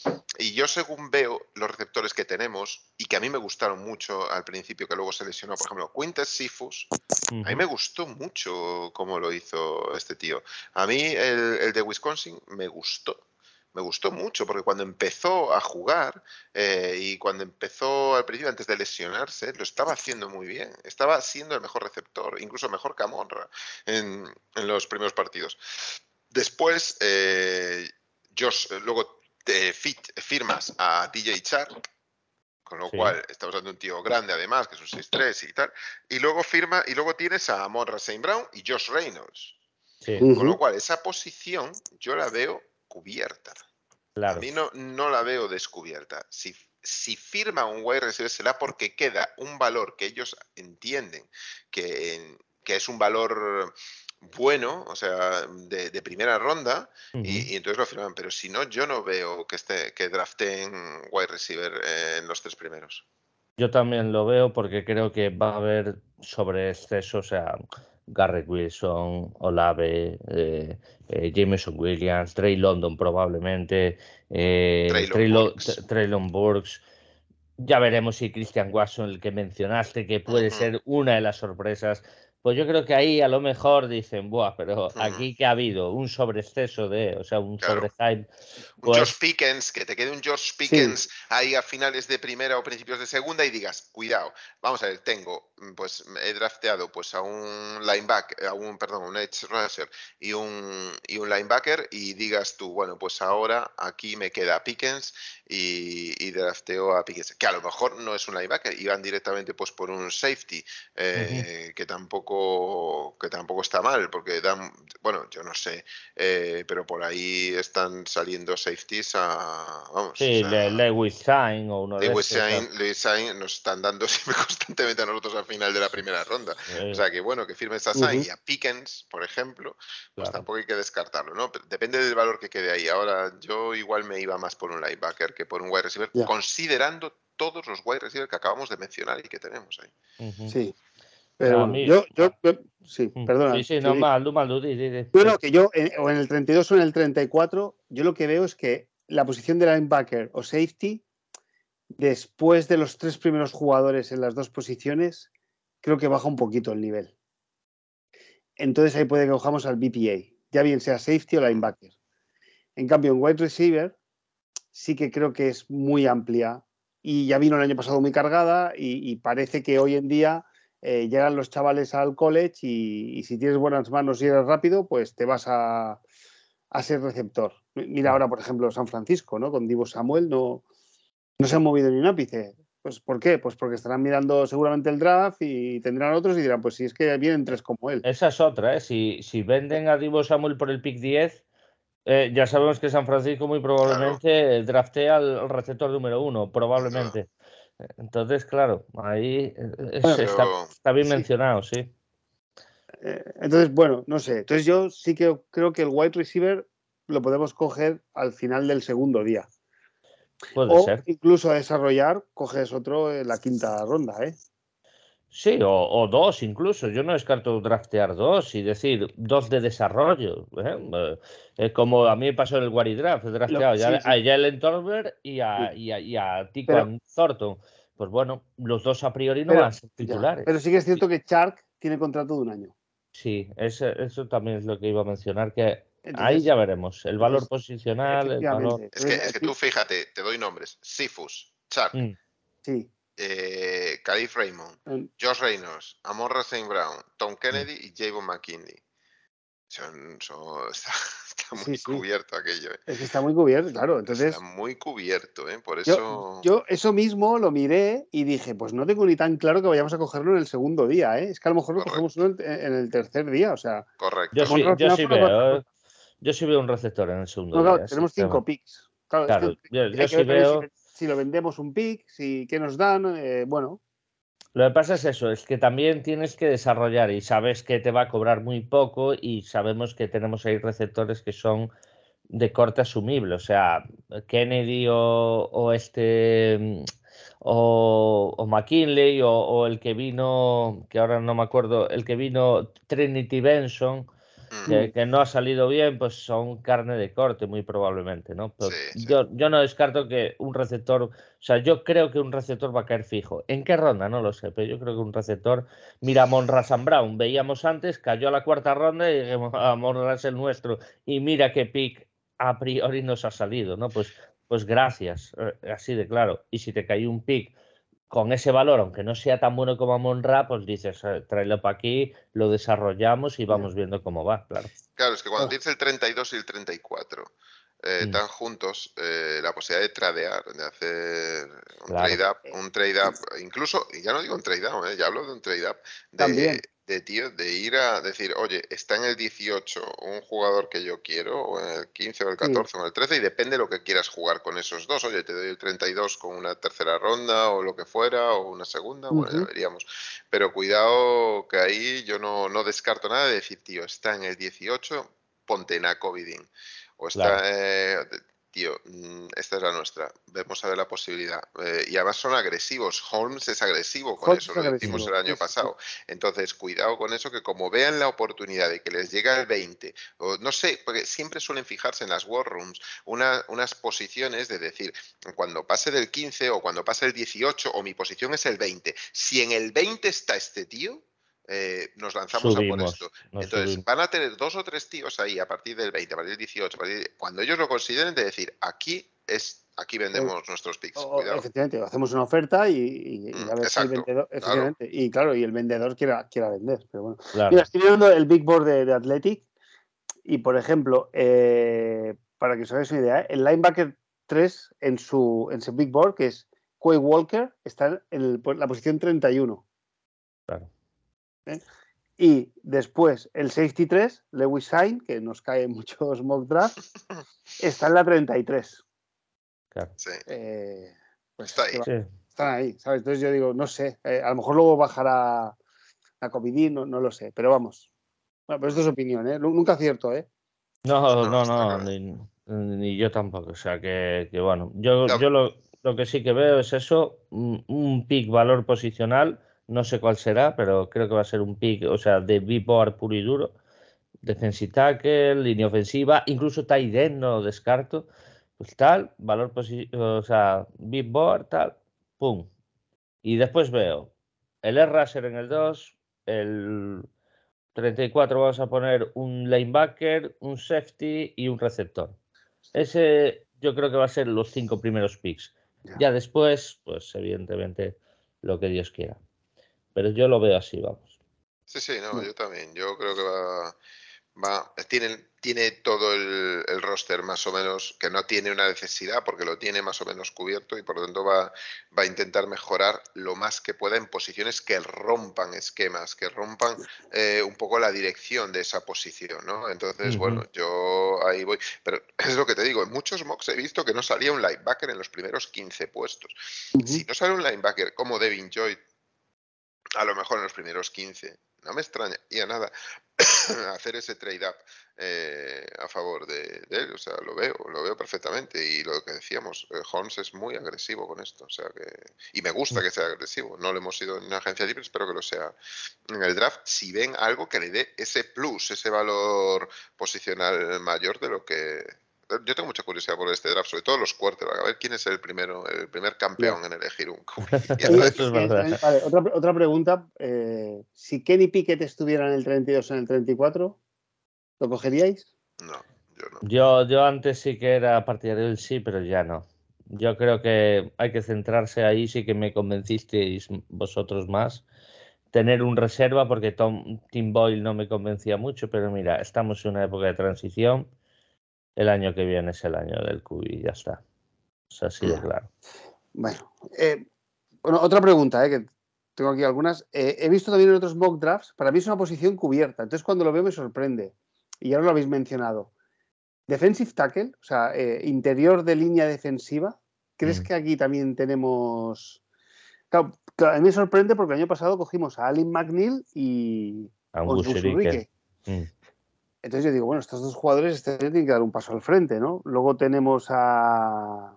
y yo según veo los receptores que tenemos, y que a mí me gustaron mucho al principio, que luego se lesionó, por ejemplo, Quintez Cephus, a mí me gustó mucho cómo lo hizo este tío. A mí el, el de Wisconsin me gustó. Me gustó mucho porque cuando empezó a jugar eh, y cuando empezó al principio, antes de lesionarse, lo estaba haciendo muy bien. Estaba siendo el mejor receptor, incluso mejor que Amon-Ra en, en los primeros partidos. Después, eh, Josh, luego te fit, firmas a D J Chark, con lo Sí. cual estamos hablando de un tío grande además, que es un seis tres y tal, y luego firma, y luego tienes a Amon-Ra Saint Brown y Josh Reynolds. Sí, Ujú. Con lo cual, esa posición yo la veo cubierta. A claro. mí no, no la veo descubierta. Si, si firma un wide receiver será porque queda un valor que ellos entienden que, que es un valor bueno, o sea, de, de primera ronda, Ujú. y, y entonces lo firman. Pero si no, yo no veo que, esté, que drafteen wide receiver eh, en los tres primeros. Yo también lo veo porque creo que va a haber sobre exceso, o sea, Garrett Wilson, Olave, eh, eh, Jameson Williams, Trey London probablemente, eh, Treylon Treylon Burks. Treylon Burks. Ya veremos si Christian Watson, el que mencionaste, que puede Ujú, ser una de las sorpresas, pues yo creo que ahí a lo mejor dicen, buah, pero ujú. aquí que ha habido un sobreexceso de, o sea, un Claro. sobrehype, Un George pues Pickens, que te quede un George Sí, Pickens ahí a finales de primera o principios de segunda y digas, cuidado, vamos a ver, tengo, pues he drafteado pues a un linebacker, a un, perdón, un edge rusher y un, y un linebacker y digas tú, bueno, pues ahora aquí me queda Pickens y, y drafteo a Pickens, que a lo mejor no es un linebacker, iban directamente pues por un safety, eh, ujú. que tampoco que tampoco está mal, porque dan, bueno, yo no sé, eh, pero por ahí están saliendo safeties a, vamos, o Sí, Le- sea, Lewis Sain o uno de Lewis estos. Sain, Lewis Sain nos están dando siempre constantemente a nosotros al final de la primera ronda. O Sí, sea que bueno, que firmes a Sain ujú. y a Pickens, por ejemplo, pues claro. tampoco hay que descartarlo, ¿no? Pero depende del valor que quede ahí. Ahora yo igual me iba más por un linebacker que por un wide receiver, Ya, considerando todos los wide receivers que acabamos de mencionar y que tenemos ahí. Ujú. sí. Pero A bueno, mí, yo, yo, ah, yo- sí, mm, sí, perdona, sí, te no, digo. mal, mal, di, di, di, No, sí. no, que yo, en- o en el treinta y dos o en el treinta y cuatro, yo lo que veo es que la posición de linebacker o safety, después de los tres primeros jugadores en las dos posiciones, creo que baja un poquito el nivel. Entonces ahí puede que cojamos al B P A, ya bien sea safety o linebacker. En cambio, en wide receiver sí que creo que es muy amplia y ya vino el año pasado muy cargada y, y parece que hoy en día eh, llegan los chavales al college y, y si tienes buenas manos y eres rápido, pues te vas a, a ser receptor. Mira ahora, por ejemplo, San Francisco, ¿no? Con Divo Samuel no, no se han movido ni un ápice. Pues, ¿por qué? Pues porque estarán mirando seguramente el draft y tendrán otros y dirán, pues si es que vienen tres como él. Esa es otra, ¿eh? Si, si venden a Divo Samuel por el pick diez, eh, ya sabemos que San Francisco muy Claro. probablemente draftea al, al receptor número uno, Sin duda. probablemente. Entonces, claro, ahí eh, es- Bueno, está, Pero está bien sí. mencionado, sí. Eh, entonces, bueno, no sé. Entonces yo sí que creo que el wide receiver lo podemos coger al final del segundo día. Puede O ser. incluso a desarrollar, coges otro en la quinta ronda, ¿eh? Sí, o, o dos incluso. Yo no descarto draftear dos y decir dos de desarrollo. ¿eh? Eh, eh, como a mí me pasó en el Wari Draft, he Lo- drafteado ya sí, a sí, Jalen Tolbert y sí. a, y a, y a Pero, Tyquan Thornton. Pues bueno, los dos a priori no van pero, a ser ya. Pero titulares. sí que es cierto que Chark tiene contrato de un año. Sí, eso, eso también es lo que iba a mencionar, que ahí Entonces, ya veremos. El valor entonces, posicional, el valor. efectivamente. es que, Entonces, es que tú aquí, fíjate, te doy nombres: Cephus, Chark, Mm, sí. eh, Khalif Raymond, Mm, Josh Reynolds, Amon-Ra Saint Brown, Tom mm. Kennedy y Javon McKinley. Son, son, está, está muy Sí, sí. cubierto aquello. ¿eh? Es que está muy cubierto, claro. Entonces, está muy cubierto, ¿eh? Por yo, eso. yo eso mismo lo miré y dije, pues no tengo ni tan claro que vayamos a cogerlo en el segundo día, ¿eh? Es que a lo mejor lo cogemos Correcto, solo en, en el tercer día, o sea, correcto. Yo sí, Monroe al yo final sí fue la cuarta veo, ronda. ¿eh? Yo sí veo un receptor en el segundo No, claro, día, tenemos cinco sinceramente. picks. Claro, es Claro, que yo, yo hay que sí ver también si, veo. si lo vendemos un pick, si qué nos dan, eh, bueno. Lo que pasa es eso, es que también tienes que desarrollar y sabes que te va a cobrar muy poco y sabemos que tenemos ahí receptores que son de corte asumible, o sea, Kennedy o, o este mm, o, o McKinley o, o el que vino, que ahora no me acuerdo, el que vino Trinity Benson, Mm, que, que no ha salido bien, pues son carne de corte muy probablemente, ¿no? sí, Pero sí. yo, yo no descarto que un receptor, o sea, yo creo que un receptor va a caer fijo. ¿En qué ronda? No lo sé, pero yo creo que un receptor, mira, Monra Sam Brown, veíamos antes, cayó a la cuarta ronda y dijimos, ah, Monra es el nuestro, y mira qué pick a priori nos ha salido, ¿no? Pues, pues gracias, eh, así de claro. Y si te cayó un pick con ese valor, aunque no sea tan bueno como Monra, pues dices, eh, tráelo para aquí, lo desarrollamos y vamos viendo cómo va, claro. Claro, es que cuando Ah, tienes el treinta y dos y el treinta y cuatro eh, Mm, tan juntos, eh, la posibilidad de tradear, de hacer un claro, trade up, un trade up, incluso, y ya no digo un trade down, eh, ya hablo de un trade up, de, también. de tío, de ir a decir, oye, está en el dieciocho un jugador que yo quiero, o en el quince o el Sí. catorce o en el trece, y depende de lo que quieras jugar con esos dos. Oye, te doy el treinta y dos con una tercera ronda o lo que fuera, o una segunda, bueno, ya Ujú. veríamos. Pero cuidado que ahí yo no, no descarto nada de decir, tío, está en el dieciocho, ponte en Acovidin. O está, claro. eh, tío, mm, esta es la nuestra. Vemos a ver la posibilidad. Eh, y además son agresivos. Holmes es agresivo con Holtz eso, es lo decimos agresivo. el Sí, año sí, sí. pasado. Entonces, cuidado con eso, que como vean la oportunidad de que les llega el veinte, o no sé, porque siempre suelen fijarse en las war rooms una, unas posiciones de decir, cuando pase del quince o cuando pase el dieciocho o mi posición es el veinte, si en el veinte está este tío, eh, nos lanzamos a por esto. Subimos, nos Entonces, subimos. van a tener dos o tres tíos ahí a partir del veinte, a partir del dieciocho, a partir de- cuando ellos lo consideren, de decir, aquí es, aquí Eh, vendemos nuestros picks, o- cuidado. efectivamente, hacemos una oferta y, y- y Mm, a ver si el exacto, vendedor, claro. efectivamente, y claro, y el vendedor quiera, quiera vender. Pero bueno. Mira, Claro. estoy viendo el Big Board de, de Athletic y, por ejemplo, eh, para que os hagáis una idea, ¿eh? El linebacker tres en su, en su Big Board, que es Quay Walker, está en el- la posición treinta y uno. Claro. ¿eh? Y después el safety tres, Lewis Sain, que nos cae en muchos mock drafts, está en la treinta y tres. Claro. Sí, Eh, pues está es ahí. que va- Sí. están ahí, ¿sabes? Entonces yo digo, no sé, eh, a lo mejor luego bajará a Covidín, no, no lo sé, pero vamos. Bueno, pero esto es Mm, opinión, ¿eh? Nu- Nunca acierto, ¿eh? No, no, no, está no, claro. ni, ni yo tampoco. O sea que, que bueno, yo, No, yo lo, lo que sí que veo es eso, un, un pick valor posicional, no sé cuál será, pero creo que va a ser un pick, o sea, de B-board puro y duro, defensive tackle, línea ofensiva, incluso tight end no lo descarto, pues tal, valor posicional, o sea, B-board, tal, pum. Y después veo el R-Raser en el dos, el treinta y cuatro vamos a poner un linebacker, un safety y un receptor. Ese yo creo que va a ser los cinco primeros picks. Ya. Ya después, pues evidentemente lo que Dios quiera. Pero yo lo veo así, vamos. sí, sí, no, Bueno, yo también. Yo creo que va, va, tiene, tiene todo el, el roster más o menos, que no tiene una necesidad porque lo tiene más o menos cubierto y por lo tanto va, va a intentar mejorar lo más que pueda en posiciones que rompan esquemas, que rompan eh, un poco la dirección de esa posición, ¿no? Entonces, Ujú. bueno, yo ahí voy. Pero es lo que te digo, en muchos mocks he visto que no salía un linebacker en los primeros quince puestos. Si ujú. no sale un linebacker como Devin Lloyd, a lo mejor en los primeros quince, no me extrañaría nada hacer ese trade-up eh, a favor de, de él. O sea, lo veo, lo veo perfectamente. Y lo que decíamos, eh, Holmes es muy agresivo con esto. O sea que. Y me gusta que sea agresivo. No lo hemos sido en una agencia libre, espero que lo sea en el draft. Si ven algo que le dé ese plus, ese valor posicional mayor de lo que. Yo tengo mucha curiosidad por este draft, sobre todo los quarterbacks. A ver quién es el primero, el primer Ya. campeón en elegir un Q B el Oye, año. Eso es eh, verdad. también- vale, otra, otra pregunta. eh, si Kenny Pickett estuviera en el treinta y dos o en el treinta y cuatro, ¿lo cogeríais? No, yo no. Yo, yo antes sí que era partidario del sí, pero ya no. Yo creo que hay que centrarse ahí, sí que me convencisteis vosotros más. tener un reserva porque Tom, Tim Boyle no me convencía mucho, pero mira, estamos en una época de transición. El año que viene es el año del Q B y ya está. Es así de claro. Bueno, eh, bueno otra pregunta, eh, que tengo aquí algunas. Eh, he visto también en otros mock drafts, para mí es una posición cubierta, entonces cuando lo veo me sorprende. Y ahora lo habéis mencionado. Defensive tackle, o sea, eh, interior de línea defensiva. ¿Crees mm. que aquí también tenemos...? Claro, claro, a mí me sorprende porque el año pasado cogimos a Alin McNeil y a Onwuzurike. Mm. Entonces yo digo, bueno, estos dos jugadores este tienen que dar un paso al frente, ¿no? Luego tenemos a...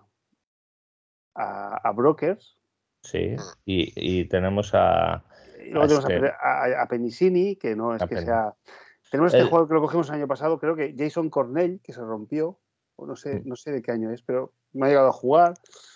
a, a Brokers. Sí, y, y tenemos a... Y luego a tenemos este... a, a, a Penicini, que no es a que Pen... sea... Tenemos este el... jugador que lo cogimos el año pasado, creo que Jason Cornell, que se rompió, o no sé, no sé de qué año es, pero me ha llegado a jugar.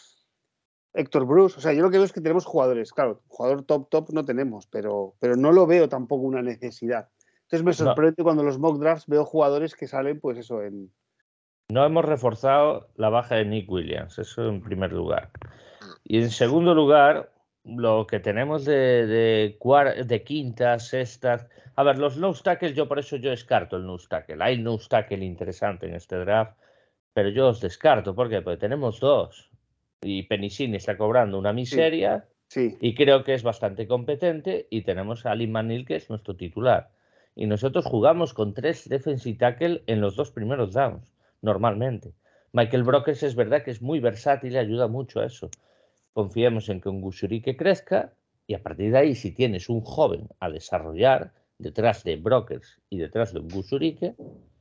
Héctor Bruce, o sea, yo lo que veo es que tenemos jugadores, claro, jugador top top no tenemos, pero, pero no lo veo tampoco una necesidad. Entonces me sorprende no. cuando los mock drafts veo jugadores que salen, pues eso, en... No hemos reforzado la baja de Nick Williams, eso en primer lugar. Y en segundo lugar, lo que tenemos de, de, cuar... de quintas, sextas... A ver, los nose tackles, yo por eso yo descarto el nose tackle. Hay nose tackle interesante en este draft, pero yo os descarto. ¿Por qué? Porque tenemos dos. Y Penicini está cobrando una miseria sí, sí. y creo que es bastante competente, y tenemos a Alin McNeil, que es nuestro titular. Y nosotros jugamos con tres defensive tackle en los dos primeros downs, normalmente. Michael Brokers es verdad que es muy versátil y ayuda mucho a eso. Confiemos en que Onwuzurike crezca y a partir de ahí, si tienes un joven a desarrollar detrás de Brokers y detrás de Onwuzurike,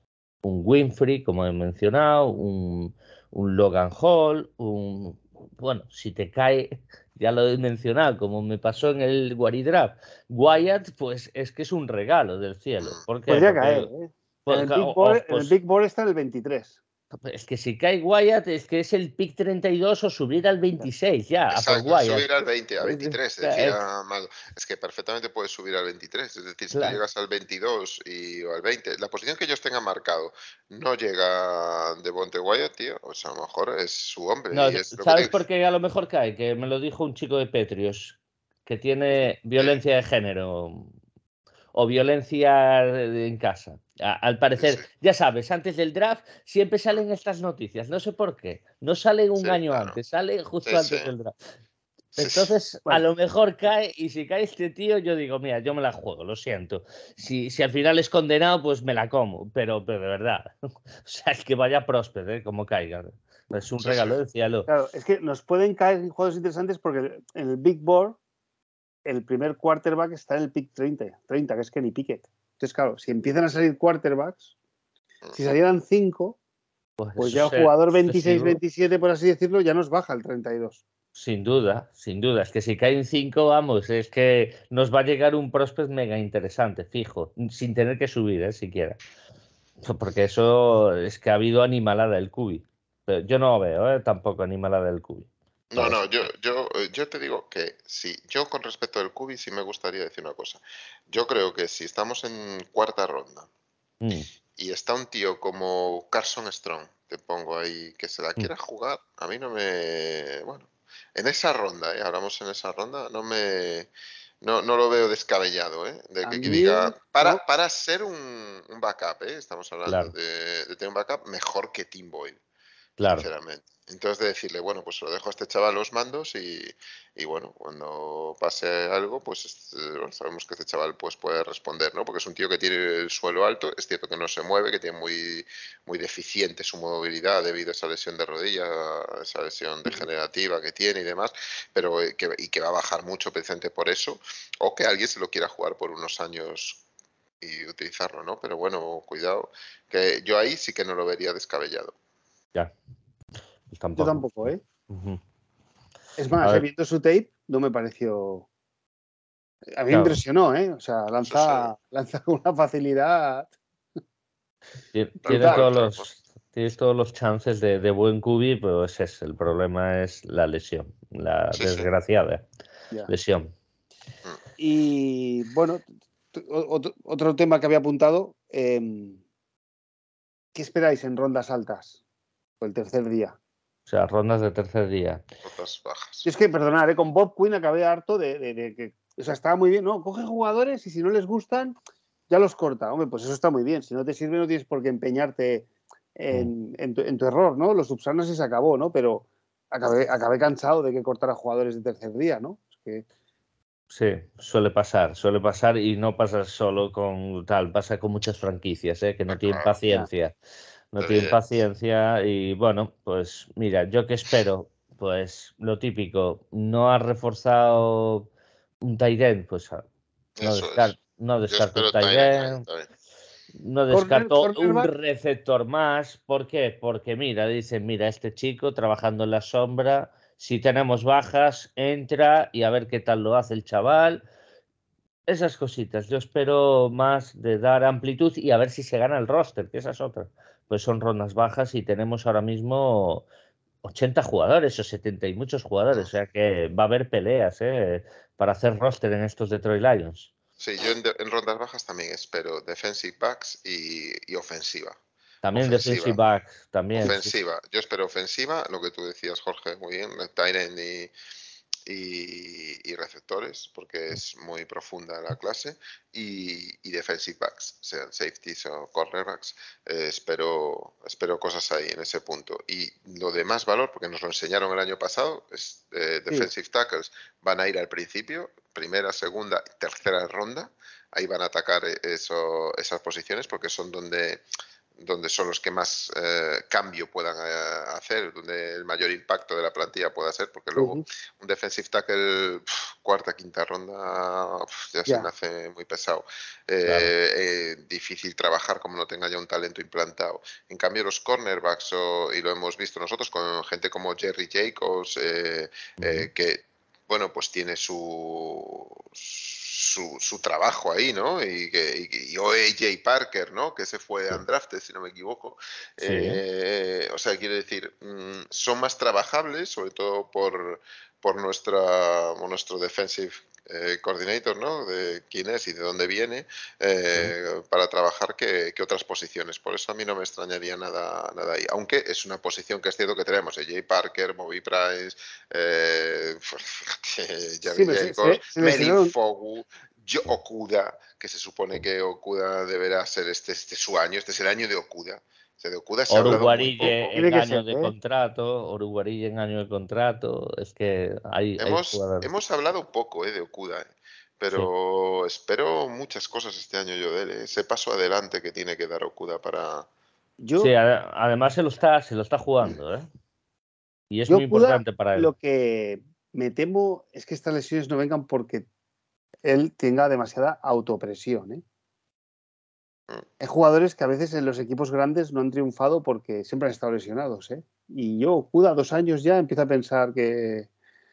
un Winfrey, como he mencionado, un, un Logan Hall, un... Bueno, si te cae, ya lo he mencionado, como me pasó en el Guaridraft, Wyatt, pues es que es un regalo del cielo. ¿Por qué? Podría Porque, caer, ¿eh? Pues, en, el Big oh, Board, oh, pues, en el Big Board está en el veintitrés. Es que si cae Wyatt, es que es el pick treinta y dos o subir al veintiséis ya. Exacto, a por subir al veinte, a veintitrés, decía es, Mago. Es que perfectamente puedes subir al veintitrés. Es decir, si claro. tú llegas al veintidós y, o al veinte, la posición que ellos tengan marcado no llega Devonte Wyatt, tío, o sea, a lo mejor es su hombre. No, y es lo ¿sabes que te... por qué a lo mejor cae? Que me lo dijo un chico de Petrios, que tiene violencia de género o violencia en casa. A, al parecer, sí, sí. Ya sabes, antes del draft siempre salen estas noticias, no sé por qué. No salen un sí, año claro. antes, sale justo sí, antes sí. del draft. Entonces, sí, sí. Bueno. A lo mejor cae, y si cae este tío, yo digo, mira, yo me la juego, lo siento. Si, si al final es condenado, pues me la como, pero, pero de verdad. O sea, es que vaya próspero, ¿eh? Como caiga. Es un sí, regalo sí. del cielo. Claro, es que nos pueden caer juegos interesantes porque en el Big Board el primer quarterback está en el pick treinta, treinta, que es Kenny Pickett. Entonces, claro, si empiezan a salir quarterbacks, si salieran cinco, pues, pues ya el jugador veintiséis veintisiete, por así decirlo, ya nos baja el treinta y dos. Sin duda, sin duda. Es que si caen cinco, vamos, es que nos va a llegar un prospect mega interesante, fijo, sin tener que subir, ¿eh? Siquiera. Porque eso es que ha habido animalada del Cubi. Pero yo no lo veo, ¿eh? Tampoco animalada del Cubi. No, no, yo, yo, yo te digo que sí, yo con respecto al Cubi sí me gustaría decir una cosa. Yo creo que si estamos en cuarta ronda mm. y está un tío como Carson Strong, te pongo ahí, que se la quiera mm. jugar, a mí no me... Bueno, en esa ronda, ¿eh? Hablamos en esa ronda, no me... No, no lo veo descabellado, ¿eh? De que, que diga, para, no. para ser un, un backup, ¿eh? Estamos hablando claro. de, de tener un backup mejor que Tim Boyle, claro. Sinceramente. Entonces de decirle, bueno, pues se lo dejo a este chaval los mandos y, y bueno, cuando pase algo, pues bueno, sabemos que este chaval pues puede responder, ¿no? Porque es un tío que tiene el suelo alto, es cierto que no se mueve, que tiene muy, muy deficiente su movilidad debido a esa lesión de rodilla, a esa lesión degenerativa que tiene y demás, pero que, y que va a bajar mucho precisamente por eso, o que alguien se lo quiera jugar por unos años y utilizarlo, ¿no? Pero bueno, cuidado, que yo ahí sí que no lo vería descabellado. Ya. Tampoco. Yo tampoco, ¿eh? Uh-huh. Es más, eh, viendo su tape, no me pareció... A mí claro. me impresionó, ¿eh? O sea, lanza, sí, sí. lanza con una facilidad... Tiene, tiene todos los, tienes todos los chances de, de buen cubi, pero ese es el problema, es la lesión, la sí, desgraciada sí. lesión. Y, bueno, otro, otro tema que había apuntado, eh, ¿qué esperáis en rondas altas? O el tercer día. O sea, rondas de tercer día. Rondas bajas. Es que, perdonad, ¿eh? Con Bob Quinn acabé harto de, de, de que o sea, estaba muy bien, ¿no? Coge jugadores y si no les gustan, ya los corta. Hombre, pues eso está muy bien. Si no te sirve, no tienes por qué empeñarte en, en, tu, en tu error, ¿no? Los subsanos y se acabó, ¿no? Pero acabé, acabé cansado de que cortara jugadores de tercer día, ¿no? Es que... Sí, suele pasar, suele pasar y no pasa solo con tal, pasa con muchas franquicias, ¿eh? Que no tienen Claro, paciencia, no tienen evidente. paciencia y bueno, pues mira, yo qué espero, pues lo típico, no has reforzado un tight end, pues ah, no Eso descarto, es. no Yo descarto un espero tight Tyren ahí end, también. no Corner, descarto un cornerback. receptor más. ¿Por qué? Porque mira, dicen, mira, este chico trabajando en la sombra, si tenemos bajas, entra y a ver qué tal lo hace el chaval. Esas cositas. Yo espero más de dar amplitud y a ver si se gana el roster, que esa es otra. Pues son rondas bajas y tenemos ahora mismo ochenta jugadores o setenta y muchos jugadores. O Mm. sea que va a haber peleas, ¿eh? Para hacer roster en estos Detroit Lions. Sí, yo en, de- en rondas bajas también espero defensive backs y, y ofensiva. También defensive Ofensiva. backs, también, sí. Ofensiva. Yo espero ofensiva, lo que tú decías, Jorge, muy bien, Tyren y, y, y receptores, porque es muy profunda la clase, y, y defensive backs, sean safeties o cornerbacks. Eh, espero, espero cosas ahí en ese punto. Y lo de más valor, porque nos lo enseñaron el año pasado, es eh, Sí. defensive tackles van a ir al principio, primera, segunda, tercera ronda. Ahí van a atacar eso, esas posiciones porque son donde donde son los que más eh, cambio puedan eh, hacer, donde el mayor impacto de la plantilla pueda ser, porque luego Uh-huh. un defensive tackle pf, cuarta, quinta ronda pf, ya se Ya. me hace muy pesado. Claro. Eh, eh, difícil trabajar como no tenga ya un talento implantado. En cambio, los cornerbacks, o, y lo hemos visto nosotros con gente como Jerry Jacobs, eh, Ujú. eh, que bueno, pues tiene su, su, su trabajo ahí, ¿no? Y, que, y, y o A J Parker, ¿no? Que se fue Sí. undrafted, si no me equivoco. Sí. Eh, o sea, quiero decir, mmm, son más trabajables, sobre todo por, por nuestra, nuestro defensive eh, coordinator, ¿no? De quién es y de dónde viene, Sí. eh, para trabajar que, que otras posiciones. Por eso a mí no me extrañaría nada, nada ahí. Aunque es una posición que es cierto que tenemos, A J Parker, Bobby Price, eh, Sí, Jerry pero se, Jacobs, se, se Melin lesionaron. Fogu, Yo, Okuda, que se supone que Okuda deberá ser este, este su año, este es el año de Okuda. O sea, de Okuda se ha hablado muy poco. Oruguarille Tiene en que ser, año de ¿eh? contrato, Oruguarille en año de contrato, es que hay, hay Hemos, jugadores. hemos hablado poco eh, de Okuda, eh, Sí. pero espero muchas cosas este año yo de él. eh. Ese paso adelante que tiene que dar Okuda para... Sí, Yo, a- además se lo está, se lo está jugando, ¿eh? Y es muy yo, Kuda, importante para él. lo que me temo es que estas lesiones no vengan porque él tenga demasiada autopresión, ¿eh? Mm. Hay jugadores que a veces en los equipos grandes no han triunfado porque siempre han estado lesionados, ¿eh? Y yo, Kuda, dos años ya, empiezo a pensar que...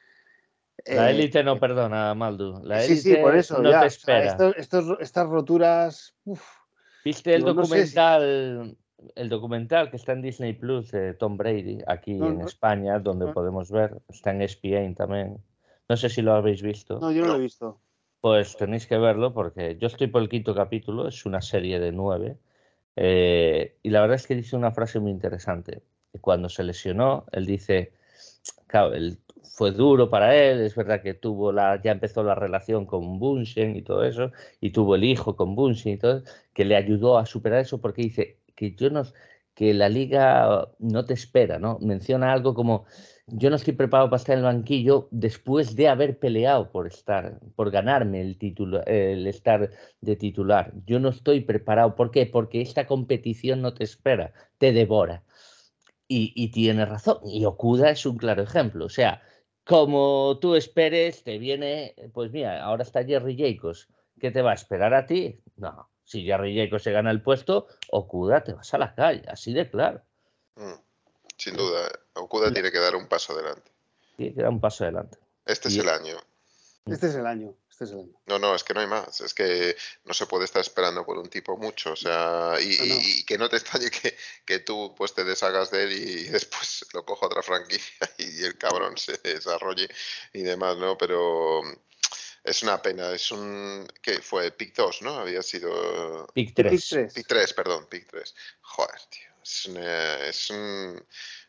La eh, élite no perdona, Maldu. La sí, sí, por élite eso, no te ya. O sea, espera. estos, estos, estas roturas... Uf, ¿Viste el digo, no sé si... documental, el documental que está en Disney Plus de Tom Brady, aquí No, en no, España, donde no, podemos ver? Está en E S P N también. No sé si lo habéis visto. no, yo no lo he No. visto. Pues tenéis que verlo porque yo estoy por el quinto capítulo, es una serie de nueve. Eh, y la verdad es que dice una frase muy interesante. Que cuando se lesionó, él dice, claro, él, fue duro para él, es verdad que tuvo la, ya empezó la relación con Bunchen y todo eso, y tuvo el hijo con Bunchen y todo, que le ayudó a superar eso porque dice que yo no, que la liga no te espera, ¿no? Menciona algo como yo no estoy preparado para estar en el banquillo después de haber peleado por estar, por ganarme el título, el estar de titular. Yo no estoy preparado. ¿Por qué? Porque esta competición no te espera, te devora. Y, y tiene razón. Y Okuda es un claro ejemplo. O sea, como tú esperes, te viene, pues mira, ahora está Jerry Jacobs. ¿Qué te va a esperar a ti? No. Si Jerry Jacobs se gana el puesto, Okuda te vas a la calle, así de claro. Mm. Sin Es, duda, Okuda tiene que dar un paso adelante. tiene que dar un paso adelante. Este es Y, el año. Este es el año, este es el año. No, no, es que no hay más. Es que no se puede estar esperando por un tipo mucho. O sea, y, No, no. y- y que no te extrañe que, que tú pues te deshagas de él y después lo coja otra franquicia y el cabrón se desarrolle y demás, ¿no? Pero es una pena. Es un... ¿Qué fue? Pick dos, ¿no? Había sido... pick Sí, pick tres. Pick tres. tres, perdón, Pick tres. Joder, tío. Es, una- es un...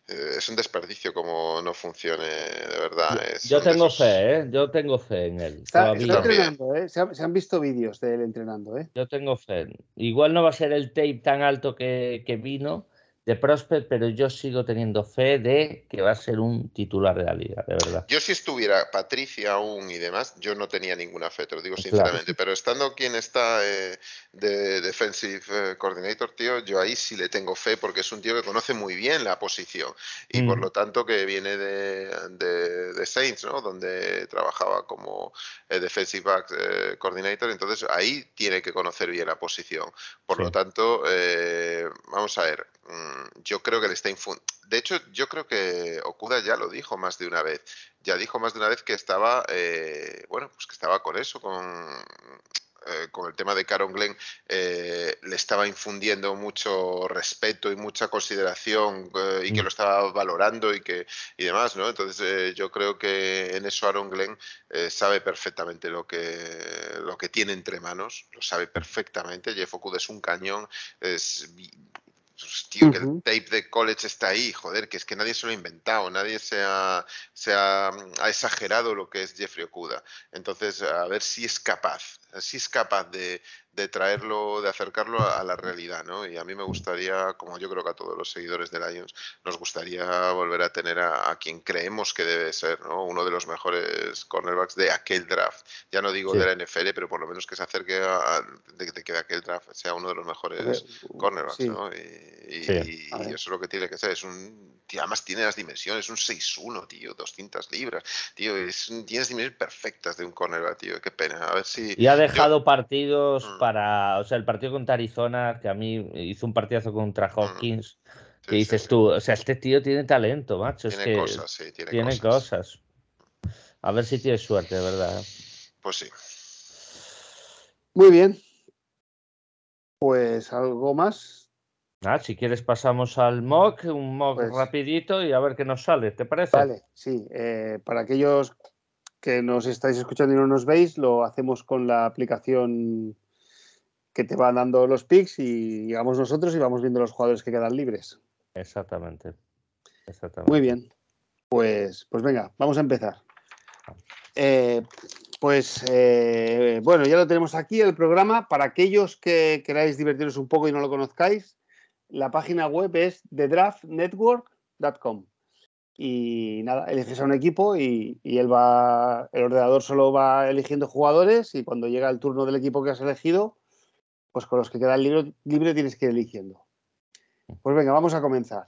es un desperdicio como no funcione, de verdad. Yo, Es, yo son de tengo esos... fe, ¿eh? Yo tengo fe en él, Está, Yo está todavía. también. entrenando, ¿eh? Se, ha- se han visto vídeos de él entrenando, ¿eh? Yo tengo fe. Igual no va a ser el tape tan alto que, que vino de Prospect, pero yo sigo teniendo fe de que va a ser un titular de la liga, de verdad. Yo si estuviera Patricia aún y demás, yo no tenía ninguna fe, te lo digo Claro. sinceramente, pero estando quien está eh, de Defensive eh, Coordinator, tío, yo ahí sí le tengo fe porque es un tío que conoce muy bien la posición y por Mm. lo tanto que viene de, de, de Saints, ¿no? Donde trabajaba como eh, Defensive Back eh, Coordinator, entonces ahí tiene que conocer bien la posición. Por Sí. lo tanto, eh, vamos a ver, mmm, yo creo que le está infundiendo. De hecho, yo creo que Okuda ya lo dijo más de una vez. Ya dijo más de una vez que estaba, eh, bueno, pues que estaba con eso, con, eh, con el tema de Caron Glenn, eh, le estaba infundiendo mucho respeto y mucha consideración eh, y que Mm. lo estaba valorando y que y demás, ¿no? Entonces eh, yo creo que en eso Aaron Glenn eh, sabe perfectamente lo que, lo que tiene entre manos, lo sabe perfectamente. Jeff Okuda es un cañón, es... Pues, tío, que el Ujú. tape de college está ahí, joder, que es que nadie se lo ha inventado, nadie se ha, se ha, ha exagerado lo que es Jeffrey Okuda. Entonces, a ver si es capaz, si es capaz de, de traerlo, de acercarlo a, a la realidad, ¿no? Y a mí me gustaría, como yo creo que a todos los seguidores de Lions, nos gustaría volver a tener a, a quien creemos que debe ser, ¿no? Uno de los mejores cornerbacks de aquel draft. Ya no digo Sí. de la N F L, pero por lo menos que se acerque a, a de, de que de aquel draft sea uno de los mejores cornerbacks, Sí. ¿no? Y, y, Sí. y eso es lo que tiene que ser. Es un, tío, además tiene las dimensiones, un seis uno, tío, doscientas libras, tío, es, tienes dimensiones perfectas de un cornerback, tío, qué pena. A ver si... Y ha dejado yo, partidos mm, para, o sea, el partido contra Arizona, que a mí hizo un partidazo contra mm, Hopkins, que sí, sí, dices tú, o sea, este tío tiene talento, macho, es tiene que cosas, sí, tiene tiene cosas. cosas. A ver si tienes suerte, de verdad. Pues sí. Muy bien. Pues algo más. Ah, si quieres pasamos al mock, un mock Pues rapidito y a ver qué nos sale, ¿te parece? vale, sí. Eh, para aquellos que nos estáis escuchando y no nos veis, lo hacemos con la aplicación que te va dando los picks y llegamos nosotros y vamos viendo los jugadores que quedan libres. Exactamente, Muy exactamente. bien. Pues, pues venga, vamos a empezar. Eh, pues eh, bueno, ya lo tenemos aquí el programa. Para aquellos que queráis divertiros un poco y no lo conozcáis, la página web es the draft network punto com. Y nada, eliges a un equipo y, y él va, el ordenador solo va eligiendo jugadores y cuando llega el turno del equipo que has elegido, pues con los que quedan libre, libre tienes que ir eligiendo. Pues venga, vamos a comenzar.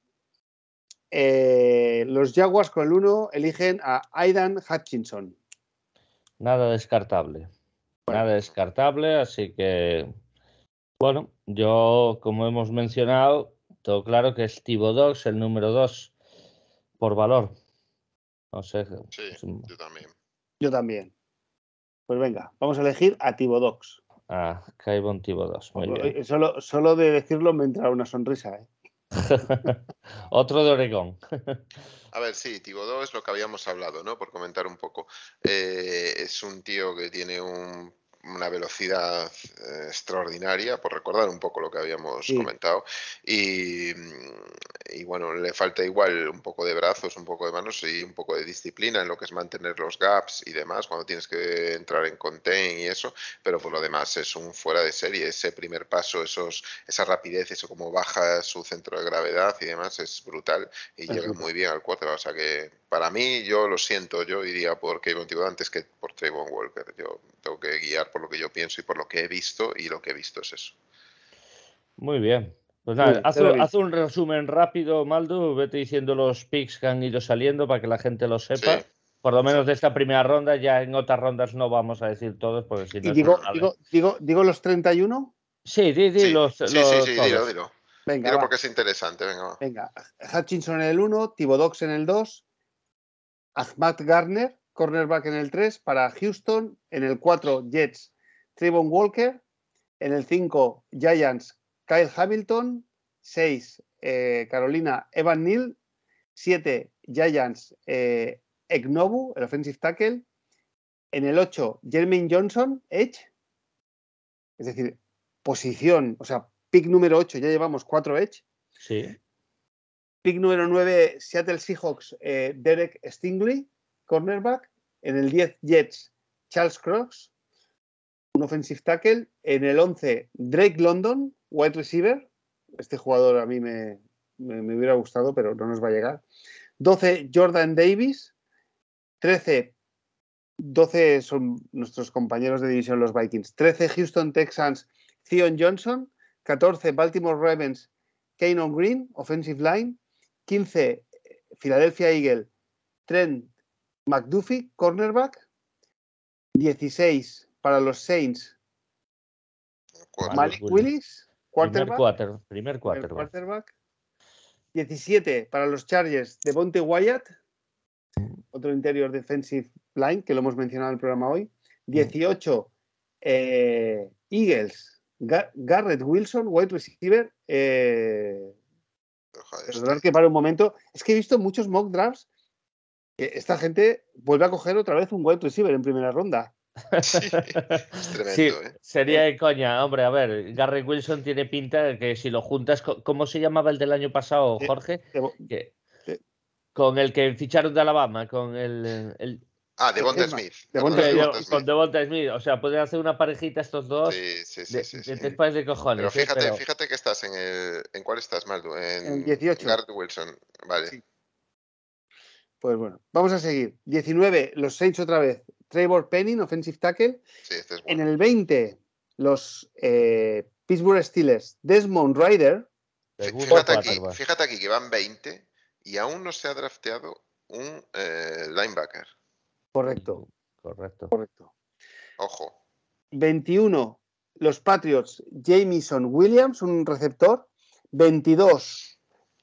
Eh, los Jaguars con el uno eligen a Aidan Hutchinson. Nada descartable. Bueno. Nada descartable, así que, bueno, yo, como hemos mencionado, todo claro que es Thibodeaux el número dos por valor. No sé. Sí, es un- yo también. Yo también. Pues venga, vamos a elegir a Thibodeaux. Ah, Kayvon Thibodeaux, muy bien. Solo, solo de decirlo me entra una sonrisa, ¿eh? Otro de Oregón. A ver, sí, Thibodeaux es lo que habíamos hablado, ¿no? Por comentar un poco. Eh, es un tío que tiene un- una velocidad eh, extraordinaria, por recordar un poco lo que habíamos Sí. comentado. Y, mm, y bueno, le falta igual un poco de brazos, un poco de manos y un poco de disciplina en lo que es mantener los gaps y demás, cuando tienes que entrar en contain y eso, pero por lo demás es un fuera de serie. Ese primer paso, esos, esa rapidez, eso como baja su centro de gravedad y demás, es brutal y Es llega brutal. muy bien al quarterback. O sea que para mí, yo lo siento, yo iría por Kayvon Thibodeaux antes que por Trayvon Walker. Yo tengo que guiar por lo que yo pienso y por lo que he visto, y lo que he visto es eso. Muy bien. Pues Muy nada, bien, haz, queda un- bien. haz un resumen rápido, Maldo. Vete diciendo los picks que han ido saliendo para que la gente lo Sí, sepa. Por lo menos sí. de esta primera ronda, ya en otras rondas no vamos a decir todos, porque si no Y es un digo, jaleo. digo, digo, digo los treinta y uno. Sí, di, di Sí, los, sí, sí, los sí, dilo, todos. dilo. Venga, Dilo va. porque es interesante, venga, va. Venga, Hutchinson en el uno, Thibodeaux en el dos, Ahmad Gardner, cornerback en el tres, para Houston, en el cuatro, Jets, Trayvon Walker, en el cinco, Giants, Kyle Hamilton, seis, eh, Carolina, Evan Neal, siete, Giants, eh, Egnobu, el offensive tackle, en el ocho, Jermaine Johnson, Edge, es decir, posición, o sea, pick número ocho, ya llevamos cuatro Edge. Sí. Pick número nueve, Seattle Seahawks, eh, Derek Stingley, cornerback. En el diez, Jets, Charles Cross, un offensive tackle. En el once, Drake London, wide receiver. Este jugador a mí me, me, me hubiera gustado, pero no nos va a llegar. doce, Jordan Davis. trece, doce son nuestros compañeros de división, los Vikings. trece, Houston Texans, Zion Johnson. catorce, Baltimore Ravens, Keanu Green, offensive line. quince, Philadelphia Eagle, Trent McDuffie, cornerback. dieciséis, para los Saints, Cuatro. Malik Willis, Primer, quarterback. quarter, primer quarterback. quarterback. diecisiete, para los Chargers, Devontae Wyatt, otro interior defensive line, que lo hemos mencionado en el programa hoy. dieciocho, eh, Eagles, Gar Garrett Wilson, wide receiver. Eh, Perdonad que pare un momento. Es que he visto muchos mock drafts que esta gente vuelve a coger otra vez un wide receiver en primera ronda. Sí, es tremendo, sí, ¿eh? Sería de coña, hombre. A ver, Garrett Wilson tiene pinta de que si lo juntas, ¿cómo se llamaba el del año pasado, Jorge? De, de, que, de, con el que ficharon de Alabama, con el... el ah, Devonta Smith. Devonta Smith. Smith. Con Devonta Smith. O sea, pueden hacer una parejita estos dos. Sí, sí, sí. De, sí, de sí. tres pares de cojones. Pero fíjate, ¿eh? Pero... fíjate que estás en el... ¿En cuál estás, Maldu? En, en dieciocho. Garrett Wilson. Vale. Sí. Pues bueno, vamos a seguir. diecinueve, los Saints otra vez. Trevor Penning, offensive tackle. Sí, este es bueno. En el veinte, los eh, Pittsburgh Steelers, Desmond Ryder. Fíjate aquí, fíjate aquí que van veinte y aún no se ha drafteado un eh, linebacker. Correcto. Correcto. Correcto. Ojo. veintiuno, los Patriots, Jamison Williams, un receptor. veintidós,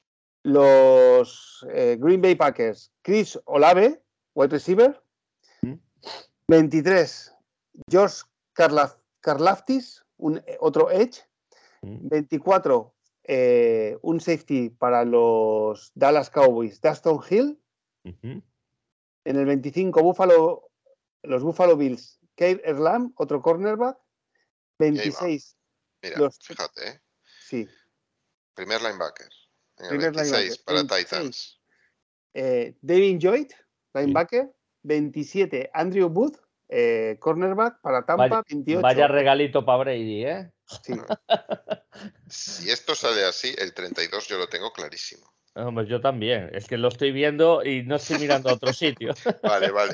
los eh, Green Bay Packers, Chris Olave, wide receiver. ¿Mm? veintitrés, George Karlaf Karlaftis, un, otro edge. ¿Mm? veinticuatro, eh, un safety para los Dallas Cowboys, Dustin Hill. Uh-huh. En el veinticinco, Buffalo, los Buffalo Bills, Kyle Erlam, otro cornerback. veintiséis. Mira, los... fíjate, ¿eh? Sí. Primer linebacker. En el Primer veintiséis linebacker. para veintiséis, Titans. Eh, David Lloyd, linebacker. Sí. veintisiete, Andrew Booth, eh, cornerback para Tampa. Vaya, veintiocho. Vaya regalito para Brady, ¿eh? Sí. Si esto sale así, el treinta y dos yo lo tengo clarísimo. Hombre, yo también. Es que lo estoy viendo y no estoy mirando a otro sitio. Vale, vale.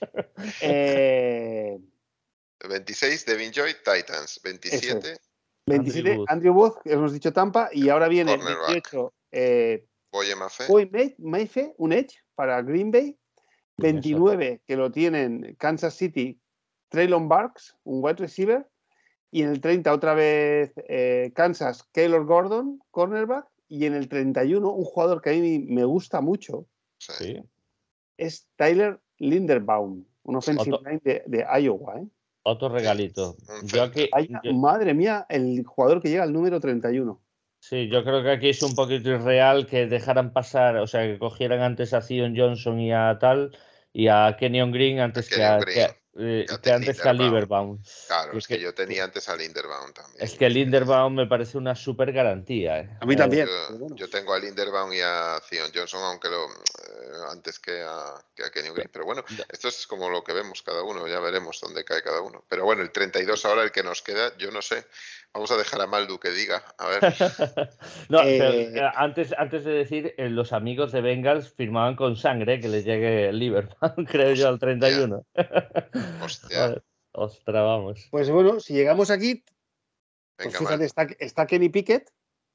Eh... veintiséis, Devin Lloyd, Titans. veintisiete. Eso. veintisiete, Andrew Booth. Andrew Booth, hemos dicho Tampa. Y ahora viene veintiocho, eh, Boye Mafe. Boye Mafe, un edge para Green Bay. veintinueve, Eso. Que lo tienen Kansas City, Traylon Burks, un wide receiver. Y en el treinta, otra vez eh, Kansas, Keylor Gordon, cornerback. Y en el treinta y uno, un jugador que a mí me gusta mucho, sí. es Tyler Linderbaum, un offensive line de, de Iowa. ¿eh? Otro regalito. Yo aquí, Ay, yo... Madre mía, el jugador que llega al número treinta y uno. Sí, yo creo que aquí es un poquito irreal que dejaran pasar, o sea, que cogieran antes a Zion Johnson y a tal, y a Kenyon Green antes a que, a, que, eh, que antes que a Linderbaum. Claro, es, es que, que yo tenía antes a Linderbaum también. Es que Linderbaum me parece una súper garantía. ¿eh? A mí también. Yo, bueno. yo tengo a Linderbaum y a Zion Johnson, aunque lo eh, antes que a, que a Kenyon Green. Pero bueno, esto es como lo que vemos cada uno, ya veremos dónde cae cada uno. Pero bueno, el treinta y dos ahora, el que nos queda, yo no sé. Vamos a dejar a Maldu que diga, a ver. no, eh... pero, antes, antes de decir, eh, los amigos de Bengals firmaban con sangre que les llegue el Liverpool, creo yo, al treinta y uno. Hostia. Joder, ostras, vamos. Pues bueno, si llegamos aquí, pues Venga, fíjate, está, está Kenny Pickett,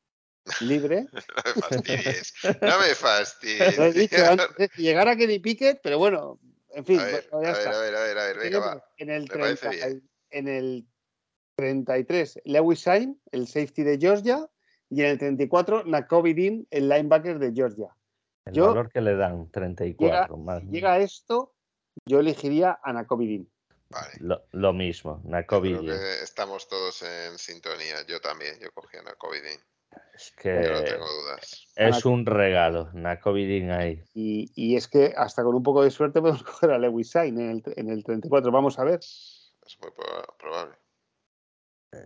libre. No me fastidies, no me fastidies. Lo he dicho antes de llegar a Kenny Pickett, pero bueno, en fin. A ver, bueno, ya a, está. ver a ver, a ver, a ver, venga, va. En el, me treinta, parece bien. En el treinta y tres, Lewis Sain, el safety de Georgia, y en el treinta y cuatro, Nakobe Dean, el linebacker de Georgia. El yo, valor que le dan, treinta y cuatro. Llega, más. Si llega a esto, yo elegiría a Nakobe Dean. Vale. Lo, lo mismo, Nakobe Dean. Estamos todos en sintonía. Yo también, yo cogí a Nakobe Dean. Es que yo no tengo dudas. Es un regalo, Nakobe Dean ahí. Y, y es que hasta con un poco de suerte podemos coger a Lewis Sain en el, en el treinta y cuatro. Vamos a ver. Es muy probable.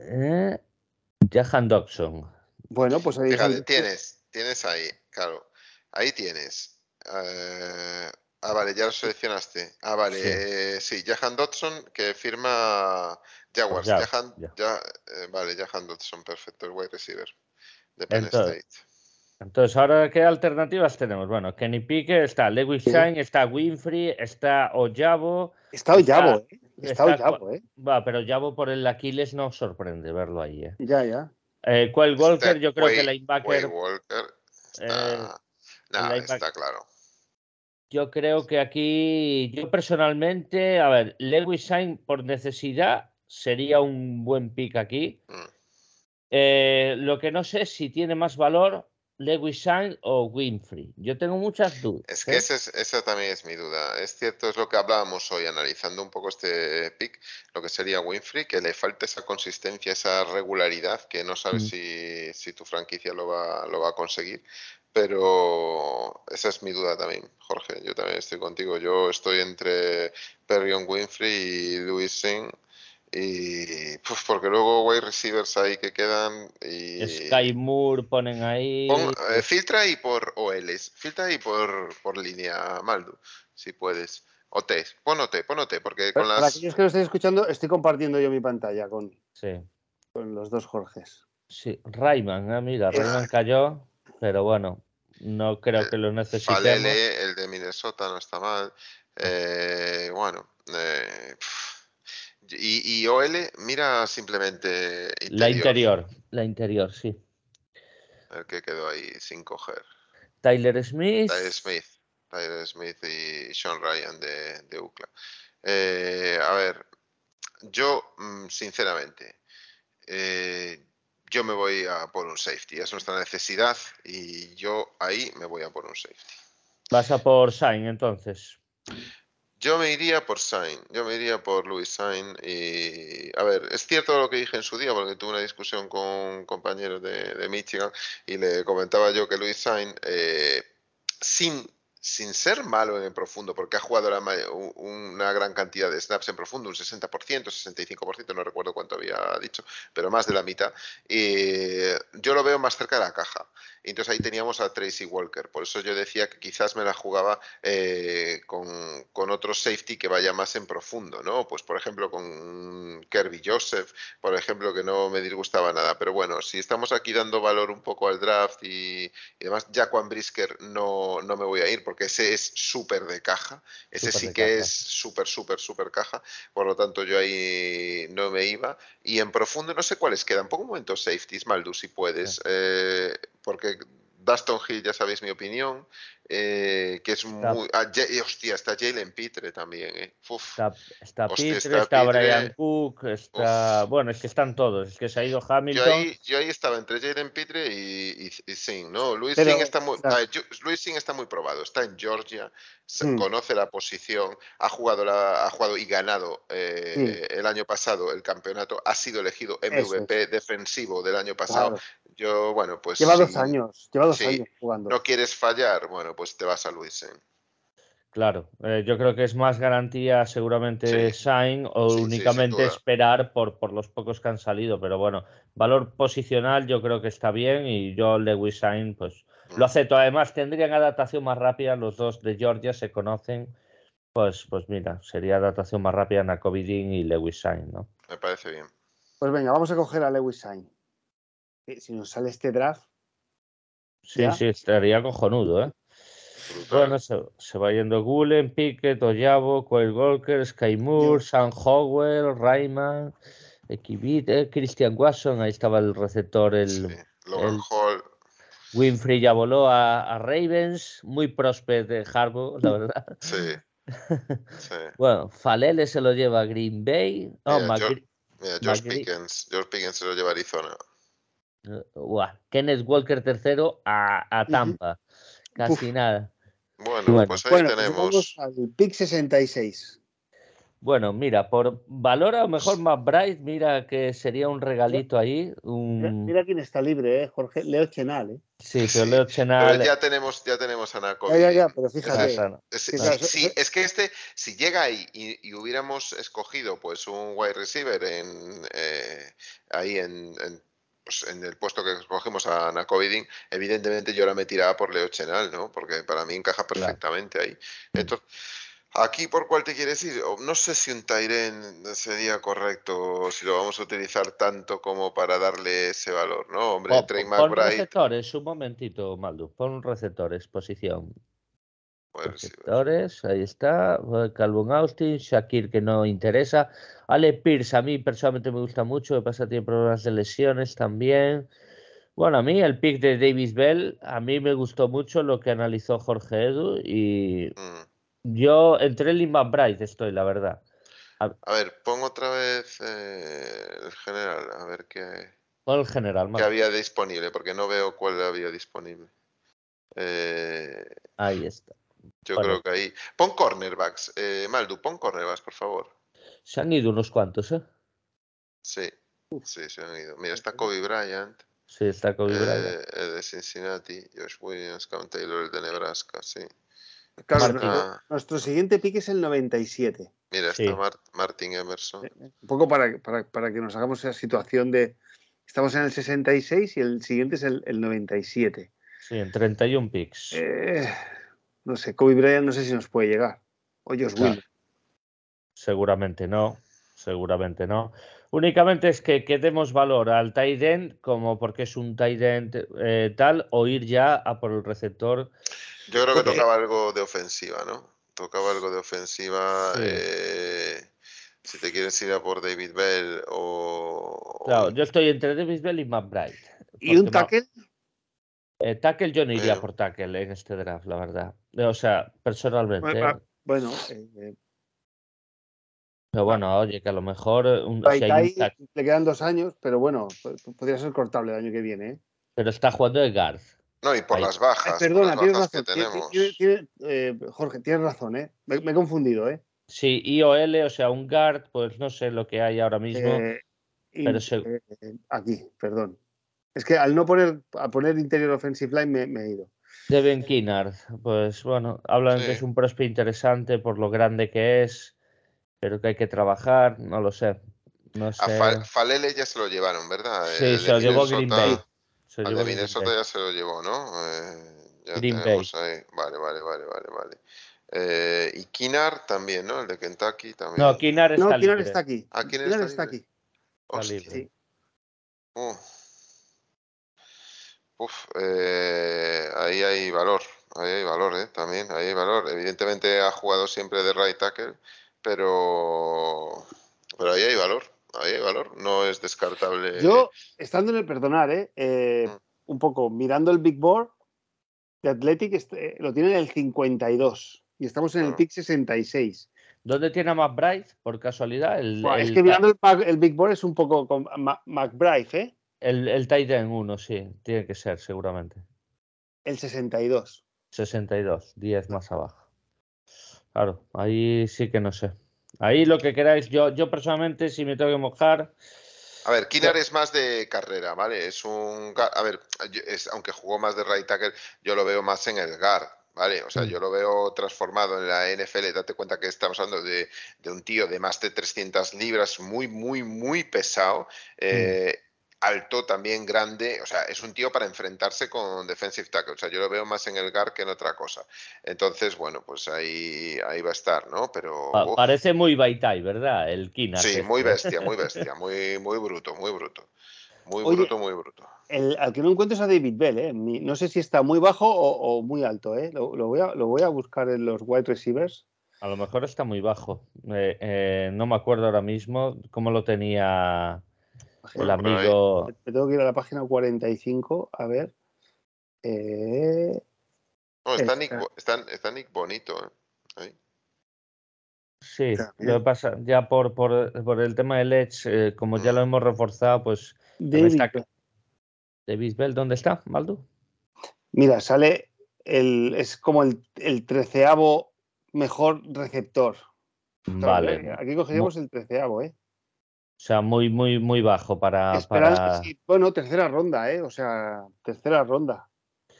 Eh, Jahan Dobson. Bueno, pues ahí Fíjate, tienes, tienes ahí, claro. ahí tienes. Eh, ah, vale, ya lo seleccionaste. Ah, vale, Sí, eh, sí, Jahan Dodson, que firma pues Jaguars. ya, Jahan, ya. ya, eh, vale, Jahan Dodson, perfecto, el wide receiver de Penn Entonces, State. entonces, ¿ahora qué alternativas tenemos? Bueno, Kenny Pickett, está Lewis Sí. Shine, está Winfrey, está Ojabo, Está está, Ollavo, ¿eh? Está está, Qua- Ollavo, ¿eh? va, pero Ojabo por el Aquiles no sorprende verlo ahí, ¿eh? Ya, ya. Eh, Quay Está Walker, yo creo que Way, Way linebacker, Walker, eh, está... el Nada, linebacker, está claro. yo creo que aquí, yo personalmente, a ver, Lewis Shine por necesidad sería un buen pick aquí. Mm. Eh, lo que no sé es si tiene más valor Lewis Shine o Winfrey. Yo tengo muchas dudas, Es que ¿eh? ese es- esa también es mi duda. Es cierto, es lo que hablábamos hoy, analizando un poco este pick, lo que sería Winfrey, que le falta esa consistencia, esa regularidad, que no sabes Mm. si, si tu franquicia lo va, lo va a conseguir. Pero esa es mi duda también, Jorge. Yo también estoy contigo. Yo estoy entre Perrion Winfrey y Louis Singh. Y pues porque luego wide receivers ahí que quedan y Sky Moore ponen Pon, ahí. eh, filtra ahí por O Ls, filtra ahí por, por línea, Maldu, si puedes. O T, pon O T, pon O T, porque con Para para las... aquellos que lo estén escuchando, estoy compartiendo yo mi pantalla con, Sí, con los dos Jorges. sí. Rayman, ah, mira, Es- Rayman cayó, pero bueno, no creo eh, que lo necesitemos. Falele, el de Minnesota, no está mal. Eh, bueno, eh, pf. y, y O L, mira simplemente La interior, interior, la interior, sí. el que quedó ahí sin coger. Tyler Smith, Tyler Smith, Tyler Smith y Sean Ryan de, de U C L A. Eh, a ver, yo, mm, sinceramente, eh, yo me voy a por un safety. Es nuestra necesidad y yo ahí me voy a por un safety. vas a por Sain entonces. Yo me iría por Sain, yo me iría por Louis Sain y, a ver, es cierto lo que dije en su día, porque tuve una discusión con compañeros de, de Michigan y le comentaba yo que Louis Sain, eh, sin, sin ser malo en el profundo, porque ha jugado la, una gran cantidad de snaps en profundo, un sesenta por ciento, sesenta y cinco por ciento, no recuerdo cuánto había dicho, pero más de la mitad, y yo lo veo más cerca de la caja. Y entonces ahí teníamos a Tracy Walker, por eso yo decía que quizás me la jugaba eh, con, con otro safety que vaya más en profundo, ¿no? Pues por ejemplo con Kirby Joseph, por ejemplo, que no me disgustaba nada, pero bueno, si estamos aquí dando valor un poco al draft y, y demás, Jaquan Brisker no, no me voy a ir porque ese es súper de caja, ese Súper sí de que caja. es súper, súper, súper caja, por lo tanto yo ahí no me iba. Y en profundo no sé cuáles quedan, pongo un momento safeties, Maldu, si puedes, Sí. eh, porque Dustin Hill, ya sabéis mi opinión, eh, que es Está, muy... Ah, J- hostia, está Jalen Pitre también, eh. Uf, está, está hostia, Pitre, está está Brian Pitre, Cook, está. uf. Bueno, es que están todos. Es que se ha ido Yo Hamilton. ahí, yo ahí estaba entre Jaden Pitre y, y, y Singh, ¿no? Luis Singh Pero, está muy, claro, ah, yo- Luis Singh está muy probado, está en Georgia, se- mm, conoce la posición, ha jugado, la, ha jugado y ganado sí, eh, el año pasado el campeonato, ha sido elegido eso es, M V P defensivo del año pasado. claro. Yo, bueno, pues Lleva dos si, años, lleva dos si años jugando. no quieres fallar, bueno, pues te vas a Luis Singh. Claro, eh, yo creo que es más garantía seguramente Sí, Sain o sí, sí, sin únicamente duda. esperar por, por los pocos que han salido. Pero bueno, valor posicional yo creo que está bien y yo Lewis Sain pues lo Mm, acepto. Además tendrían adaptación más rápida, los dos de Georgia se conocen. Pues, pues mira, sería adaptación más rápida Nakobe Dean y Lewis Sain, ¿no? me parece bien. Pues venga, vamos a coger a Lewis Sain. Eh, Si nos sale este draft, Sí, ya. sí, estaría cojonudo, ¿eh? Brutal. Bueno, se, se va yendo Gulen, Pickett, Oyabo, Quayle Walker, Sky Moore, Yo, Sam Howell, Rayman, Ekibit, eh, Christian Watson, ahí estaba el receptor, Sí. el, Logan el Hall, Winfrey ya voló a, a Ravens, muy próspero de Harbaugh, la verdad. sí, sí. Bueno, Falele se lo lleva a Green Bay, oh, Mira, George, McGree, mira, George McGree, Pickens. George Pickens se lo lleva a Arizona. eh, uah, Kenneth Walker tercero a, a ujú, Tampa, puf. casi nada. Bueno, Bueno, pues ahí Bueno, pues vamos tenemos. al pick sesenta y seis. Bueno, mira, por valor a lo mejor más Bright, mira que sería un Mira, regalito ahí. mira, Un... mira quién está libre, ¿eh? Jorge Leo Chenal, ¿eh? Sí, pero Sí, Leo pero Chenal. ya tenemos, ya tenemos a Ya, ya, ya, Nakovidin. pero Ese, fíjate. Claro, ese- Que, sí, claro, claro. so- sí, so- es que este, si llega ahí y, y hubiéramos escogido pues un wide receiver en eh, ahí en, en pues en el puesto que escogimos a Nakovidin, evidentemente yo ahora me tiraba por Leo Chenal, ¿no? Porque para mí encaja perfectamente ahí. Entonces, aquí por cuál te quieres ir, no sé si un Tyren sería correcto, si lo vamos a utilizar tanto como para darle ese valor, ¿no? Hombre, Pon, Trey pon McBride, receptores, un momentito, Maldu. Pon receptores, posición. wide receiver. Receptores, ahí está. Calvin Austin, Shakir, que no interesa. Ale Pierce, a mí personalmente me gusta mucho. Me pasa, tiene problemas de lesiones también. Bueno, a mí el pick de Davis Bell, a mí me gustó mucho lo que analizó Jorge Edu. Y Mm. yo entre él y McBride estoy, la verdad. A, A ver, pon otra vez eh, el general, a ver qué, pon el general, qué Maldu. había disponible, porque no veo cuál había disponible. Eh, Ahí está. yo Bueno, creo que ahí. Pon cornerbacks, eh, Maldu, pon cornerbacks, por favor. se han ido unos cuantos, ¿eh? Sí, sí, se han ido. Mira, está Kobe Bryant, Sí, está Kobe Bryant. eh, el de Cincinnati, Josh Williams, Cam Taylor, el de Nebraska, sí. Claro, Martin. nuestro, nuestro siguiente pick es el noventa y siete. Mira, Sí. está Mar- Martin Emerson. Un poco para, para, para que nos hagamos esa situación de... Estamos en el sesenta y seis y el siguiente es el, el noventa y siete. Sí, en treinta y uno picks. Eh, no sé, Kobe Bryant no sé si nos puede llegar. O Josh Claro. Williams. Seguramente no, seguramente no. Únicamente es que, que demos valor al tight end como porque es un tight end eh, tal, o ir ya a por el receptor. Yo creo que Porque- tocaba algo de ofensiva, ¿no? Tocaba algo de ofensiva. Sí. eh, si te quieres ir a por David Bell o. Claro, yo estoy entre Davis Bell y McBride. ¿Y un Porque Ma- tackle? eh, tackle yo no iría eh, por tackle en este draft, la verdad. O sea, personalmente. Ah, ¿eh? Bueno, eh, Pero bueno, oye, que a lo mejor eh, un- si hay un Baitai tackle, le quedan dos años, pero bueno, p- podría ser cortable el año que viene. ¿eh? pero está jugando de guard. no, y por Ahí. las Ay, bajas, por las perdona, tienes bajas que razón. Tiene, tiene- tenemos. tiene- eh, Jorge, tienes razón, ¿eh? Me, me he confundido, ¿eh? Sí, I O L, o sea, un guard, pues no sé lo que hay ahora mismo, Eh, pero in- se- eh, aquí, perdón. Es que al no poner, a poner interior offensive line me, me he ido. Devin Kennard, pues bueno, hablan que es Sí. un prospect interesante por lo grande que es, pero que hay que trabajar, no lo sé. No A sé. Fa- Falele ya se lo llevaron, ¿verdad? Sí, El se de lo llevó Green Bay. Minnesota. Se lo Al llevó de Green Minnesota Bay. ya se lo llevó, ¿no? Eh, ya Green tenemos ahí. Vale, vale, vale, vale, vale. Eh, y Kinar también, ¿no? El de Kentucky también. No, Kennard No, está Keenan libre. está aquí. ¿Ah, quién Keenan está está libre? aquí. Está Hostia. libre. Sí. Uh. Uf, eh, ahí hay valor, ahí hay valor, ¿eh? También, ahí hay valor. Evidentemente ha jugado siempre de right tackle, pero, pero ahí hay valor, ahí hay valor. No es descartable. Yo, estando en el perdonar, ¿eh? Eh, Mm. un poco mirando el Big Board de Athletic, este, lo tiene en el cincuenta y dos y estamos en el Ah. pick sesenta y seis. ¿Dónde tiene a McBride, por casualidad? El, Buah, es el que ta- mirando el, pack- el Big Board es un poco con Ma- McBride, ¿eh? el, el tight end uno, sí, tiene que ser, seguramente. El sesenta y dos. sesenta y dos, diez más abajo. Claro, ahí sí que no sé. Ahí lo que queráis, yo, yo personalmente, si me tengo que mojar. A ver, Kinar es más de carrera, ¿vale? Es un. ga- A ver, yo- es, aunque jugó más de right tackle, yo lo veo más en el guard, ¿vale? O sea, Mm. yo lo veo transformado en la N F L. Date cuenta que estamos hablando de, de un tío de más de trescientas libras, muy, muy, muy pesado. eh, Alto también, grande, o sea, es un tío para enfrentarse con defensive tackle, o sea, yo lo veo más en el guard que en otra cosa. Entonces, bueno, pues ahí, ahí va a estar, ¿no? Pero, Pa- uf, parece muy Baitai, ¿verdad? El Kennard. sí, este. muy bestia, muy bestia, muy, muy bruto, muy bruto. Muy Oye, bruto, muy bruto. el, al que no encuentro es a David Bell, ¿eh? Mi- No sé si está muy bajo o, o muy alto, ¿eh? Lo, lo voy a, lo voy a buscar en los wide receivers. A lo mejor está muy bajo. Eh, eh, no me acuerdo ahora mismo cómo lo tenía el Bueno, por ahí. amigo. Me tengo que ir a la página cuarenta y cinco, a ver. Eh, No, está, Esta. Nick, Bo- está, está Nick Bonito, ¿eh? Ahí. Sí, También. lo que pasa, ya por, por, por el tema del Edge, eh, como ya lo hemos reforzado, pues también David está. Bell. Davis Bell, ¿dónde está, Maldu? Mira, sale el, es como el, el treceavo mejor receptor. Claro, Vale. eh, aquí Mu- cogeríamos el treceavo, ¿eh? O sea, muy, muy, muy bajo para, Esperando, para... sí, bueno, tercera ronda, ¿eh? O sea, tercera ronda.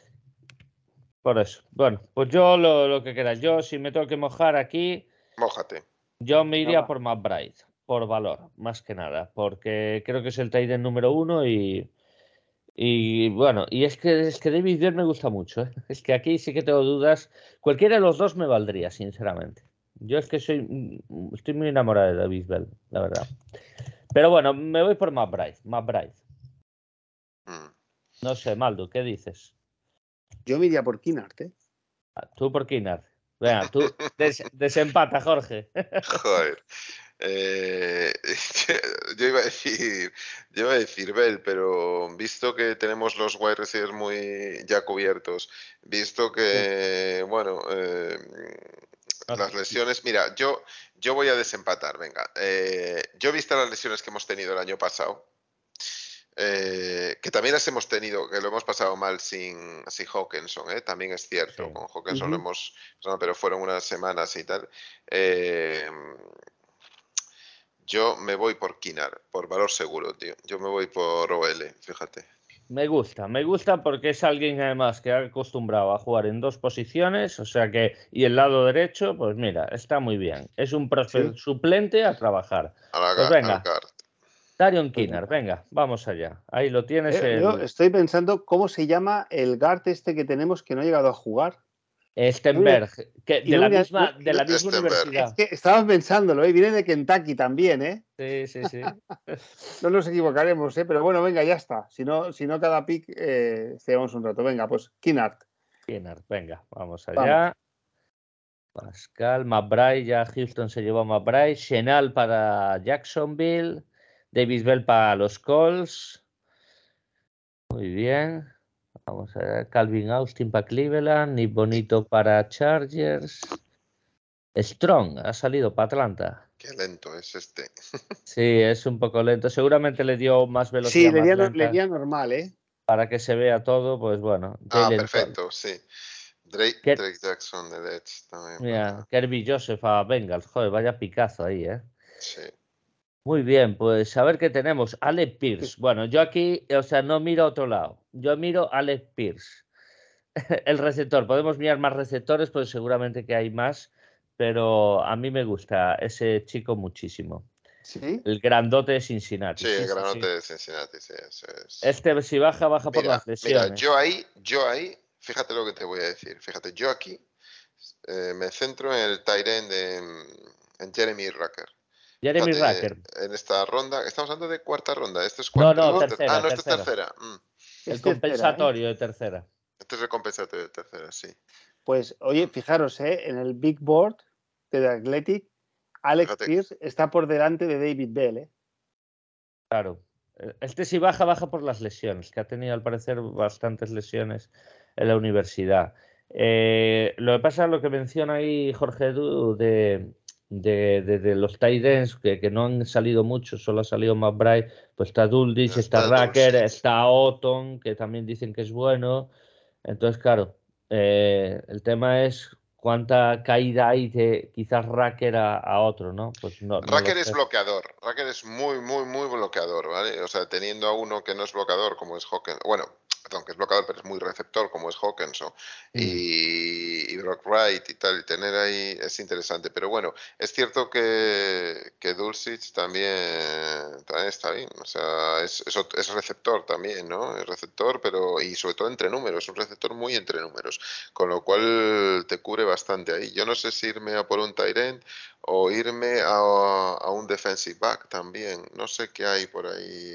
Por eso. Bueno, pues yo lo, lo que queráis. Yo, si me tengo que mojar aquí, Mójate. yo me iría Nada. por McBride, por valor, más que nada, porque creo que es el tight end número uno y, Y bueno, y es que, es que David Bell me gusta mucho, ¿eh? Es que aquí sí que tengo dudas. Cualquiera de los dos me valdría, sinceramente. Yo es que soy, estoy muy enamorado de David Bell, la verdad. Pero bueno, me voy por McBride. McBride. Mm. No sé, Maldo, ¿qué dices? Yo me iría por Kinnard, ¿eh? Tú por Kinnard. Venga, tú des, desempata, Jorge. Joder. Eh, yo iba a decir, yo iba a decir Bell, pero visto que tenemos los wide receivers muy ya cubiertos, visto que, bueno, eh, las lesiones, mira, yo, yo voy a desempatar, venga. Eh, yo he visto las lesiones que hemos tenido el año pasado. Eh, que también las hemos tenido, que lo hemos pasado mal sin, sin Hawkinson, ¿eh? También es cierto, Sí. con Hawkinson Ujú. lo hemos, pero fueron unas semanas y tal. Eh, yo me voy por Kinnard, por valor seguro, tío. Yo me voy por O L, fíjate. Me gusta, me gusta porque es alguien además que ha acostumbrado a jugar en dos posiciones, o sea que, y el lado derecho, pues mira, está muy bien. Es un prospect Sí. suplente a trabajar. A la, Pues ga- al venga, guard. Darion Pues Kinnard, venga. venga, vamos allá. Ahí lo tienes Eh, yo el estoy pensando cómo se llama el guard este que tenemos que no ha llegado a jugar. No viene- Stenberg, que y de no la viene- misma, no- y de no- la misma Stenberg. es universidad. que estaba pensándolo, ¿eh? Viene de Kentucky también, ¿eh? Sí, sí, sí. No nos equivocaremos, ¿eh? Pero bueno, venga, ya está. Si no, si no cada pick, eh, llevamos un rato. Venga, pues Kinnard. Kinnard, venga, vamos Vamos. allá. Pascal, McBride, ya Houston se llevó a McBride, Chenal para Jacksonville, Davis Bell para los Colts. Muy bien. Vamos a ver, Calvin Austin para Cleveland, Nick Bonito para Chargers. Strong ha salido para Atlanta. Qué lento es este. Sí, es un poco lento. Seguramente le dio más velocidad, Sí, le más iría, no- le lenta iría normal, ¿eh? para que se vea todo. Pues bueno, Ah, Jalen Tol. perfecto, sí. Drake, Ker- Drake Jackson de Edge también Mira, para... Kirby Joseph a Bengals. Joder, vaya picazo ahí, ¿eh? Sí. Muy bien, pues a ver qué tenemos. Alec Pierce. Bueno, yo aquí, o sea, no miro a otro lado. Yo miro a Alec Pierce. El receptor. Podemos mirar más receptores, pues seguramente que hay más. Pero a mí me gusta ese chico muchísimo. Sí. El grandote de Cincinnati. Sí, Sí, el sí, granote sí. de Cincinnati, sí, eso es. Este si baja, baja por Mira, las mira, lesiones. yo ahí, yo ahí, fíjate lo que te voy a decir. Fíjate, yo aquí eh, me centro en el tight end de, en Jeremy Rucker. Jeremy Fíjate, Rucker. en esta ronda, estamos hablando de cuarta ronda. Esto es No, cuarta, no, ¿no? tercera, Ah, no, esto es tercera. tercera. Mm. El Es tercera, ¿eh? compensatorio de tercera. Esto es el compensatorio de tercera, sí. Pues, oye, fijaros, ¿eh? En el Big Board de The Athletic, Alex Fíjate. Pierce está por delante de David Bell, ¿eh? Claro. Este si baja, baja por las lesiones, que ha tenido al parecer bastantes lesiones en la universidad. Eh, lo que pasa, lo que menciona ahí Jorge Du de, de, de, de los tight ends, que, que no han salido mucho, solo ha salido McBride, pues está Dulcich, está, Está Rucker, Dulcich. está Otton, que también dicen que es bueno. Entonces, claro, eh, el tema es cuánta caída hay de quizás Rucker a, a otro, ¿no? Pues no, no lo Rucker es sé. bloqueador. Rucker es muy, muy, muy bloqueador, ¿vale? O sea, teniendo a uno que no es bloqueador, como es Hawkins, bueno, perdón, que es bloqueador, pero es muy receptor, como es Hawkinson, Mm. y, y Brock Wright y tal, y tener ahí es interesante. Pero bueno, es cierto que, que Dulcich también, también está bien. O sea, es, es, ot- es receptor también, ¿no? Es receptor, pero, y sobre todo entre números, es un receptor muy entre números, con lo cual te cubre bastante ahí. Yo no sé si irme a por un tight end o irme a, a un defensive back también. No sé qué hay por ahí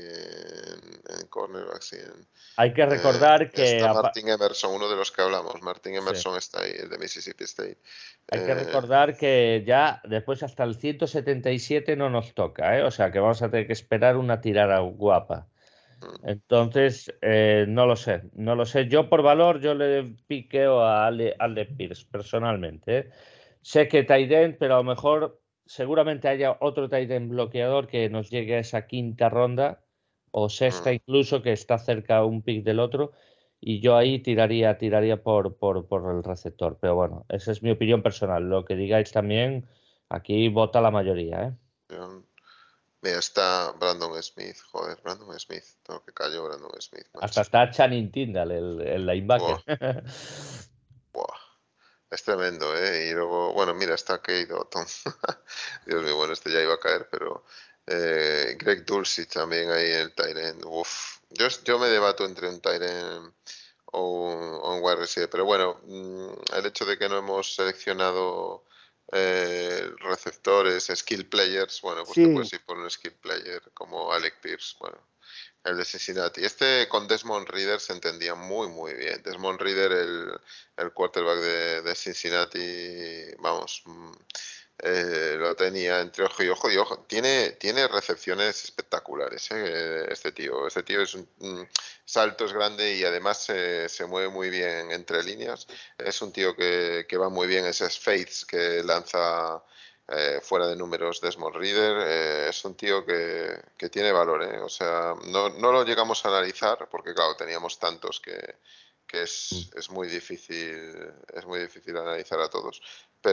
en, en cornerbacks y en, Hay que eh, recordar que está apa- Martin Emerson, uno de los que hablamos. Martin sí. Emerson está ahí, el de Mississippi State. Hay que Eh, recordar que ya después hasta el ciento setenta y siete no nos toca, ¿eh? O sea que vamos a tener que esperar una tirada guapa. mm, Entonces, eh, no lo sé, no lo sé. Yo por valor, yo le piqueo a Ale, Ale Pierce personalmente, ¿eh? Sé que tight end, pero a lo mejor seguramente haya otro tight end bloqueador que nos llegue a esa quinta ronda o sexta mm. incluso, que está cerca un pick del otro. Y yo ahí tiraría, tiraría por, por, por el receptor. Pero bueno, esa es mi opinión personal. Lo que digáis también, aquí vota la mayoría, ¿eh? Yo- Mira, está Brandon Smith. Joder, Brandon Smith. Tengo que cayó Brandon Smith, Hasta macho. está Channing Tindall, el, el linebacker. Buah, buah. Es tremendo, ¿eh? Y luego, bueno, mira, está Kate Otton. Dios mío, bueno, este ya iba a caer, pero eh, Greg Dulcich también ahí en el tight end. Uf. Yo, yo me debato entre un tight end o un, o un wide receiver, pero bueno, mm, el hecho de que no hemos seleccionado eh, receptores, skill players, bueno, pues te Sí, puedes ir por un skill player como Alec Pierce, bueno. El de Cincinnati. Este con Desmond Ridder se entendía muy, muy bien. Desmond Ridder, el, el quarterback de, de Cincinnati, vamos, mm, eh, lo tenía entre ojo y ojo y ojo. Tiene, tiene recepciones espectaculares, eh, este tío. Este tío es un, un salto, es grande y además se, se mueve muy bien entre líneas. Es un tío que, que va muy bien esas fades que lanza eh, fuera de números Desmond Ridder. Eh, es un tío que, que tiene valor, ¿eh? O sea, no, no lo llegamos a analizar porque, claro, teníamos tantos que, que es, es muy difícil, es muy difícil analizar a todos.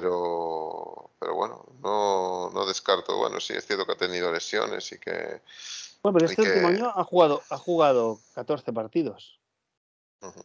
Pero, pero bueno, no, no descarto. Bueno, sí, es cierto que ha tenido lesiones y que. bueno, pero Y este último que año ha jugado, ha jugado catorce partidos. ujú.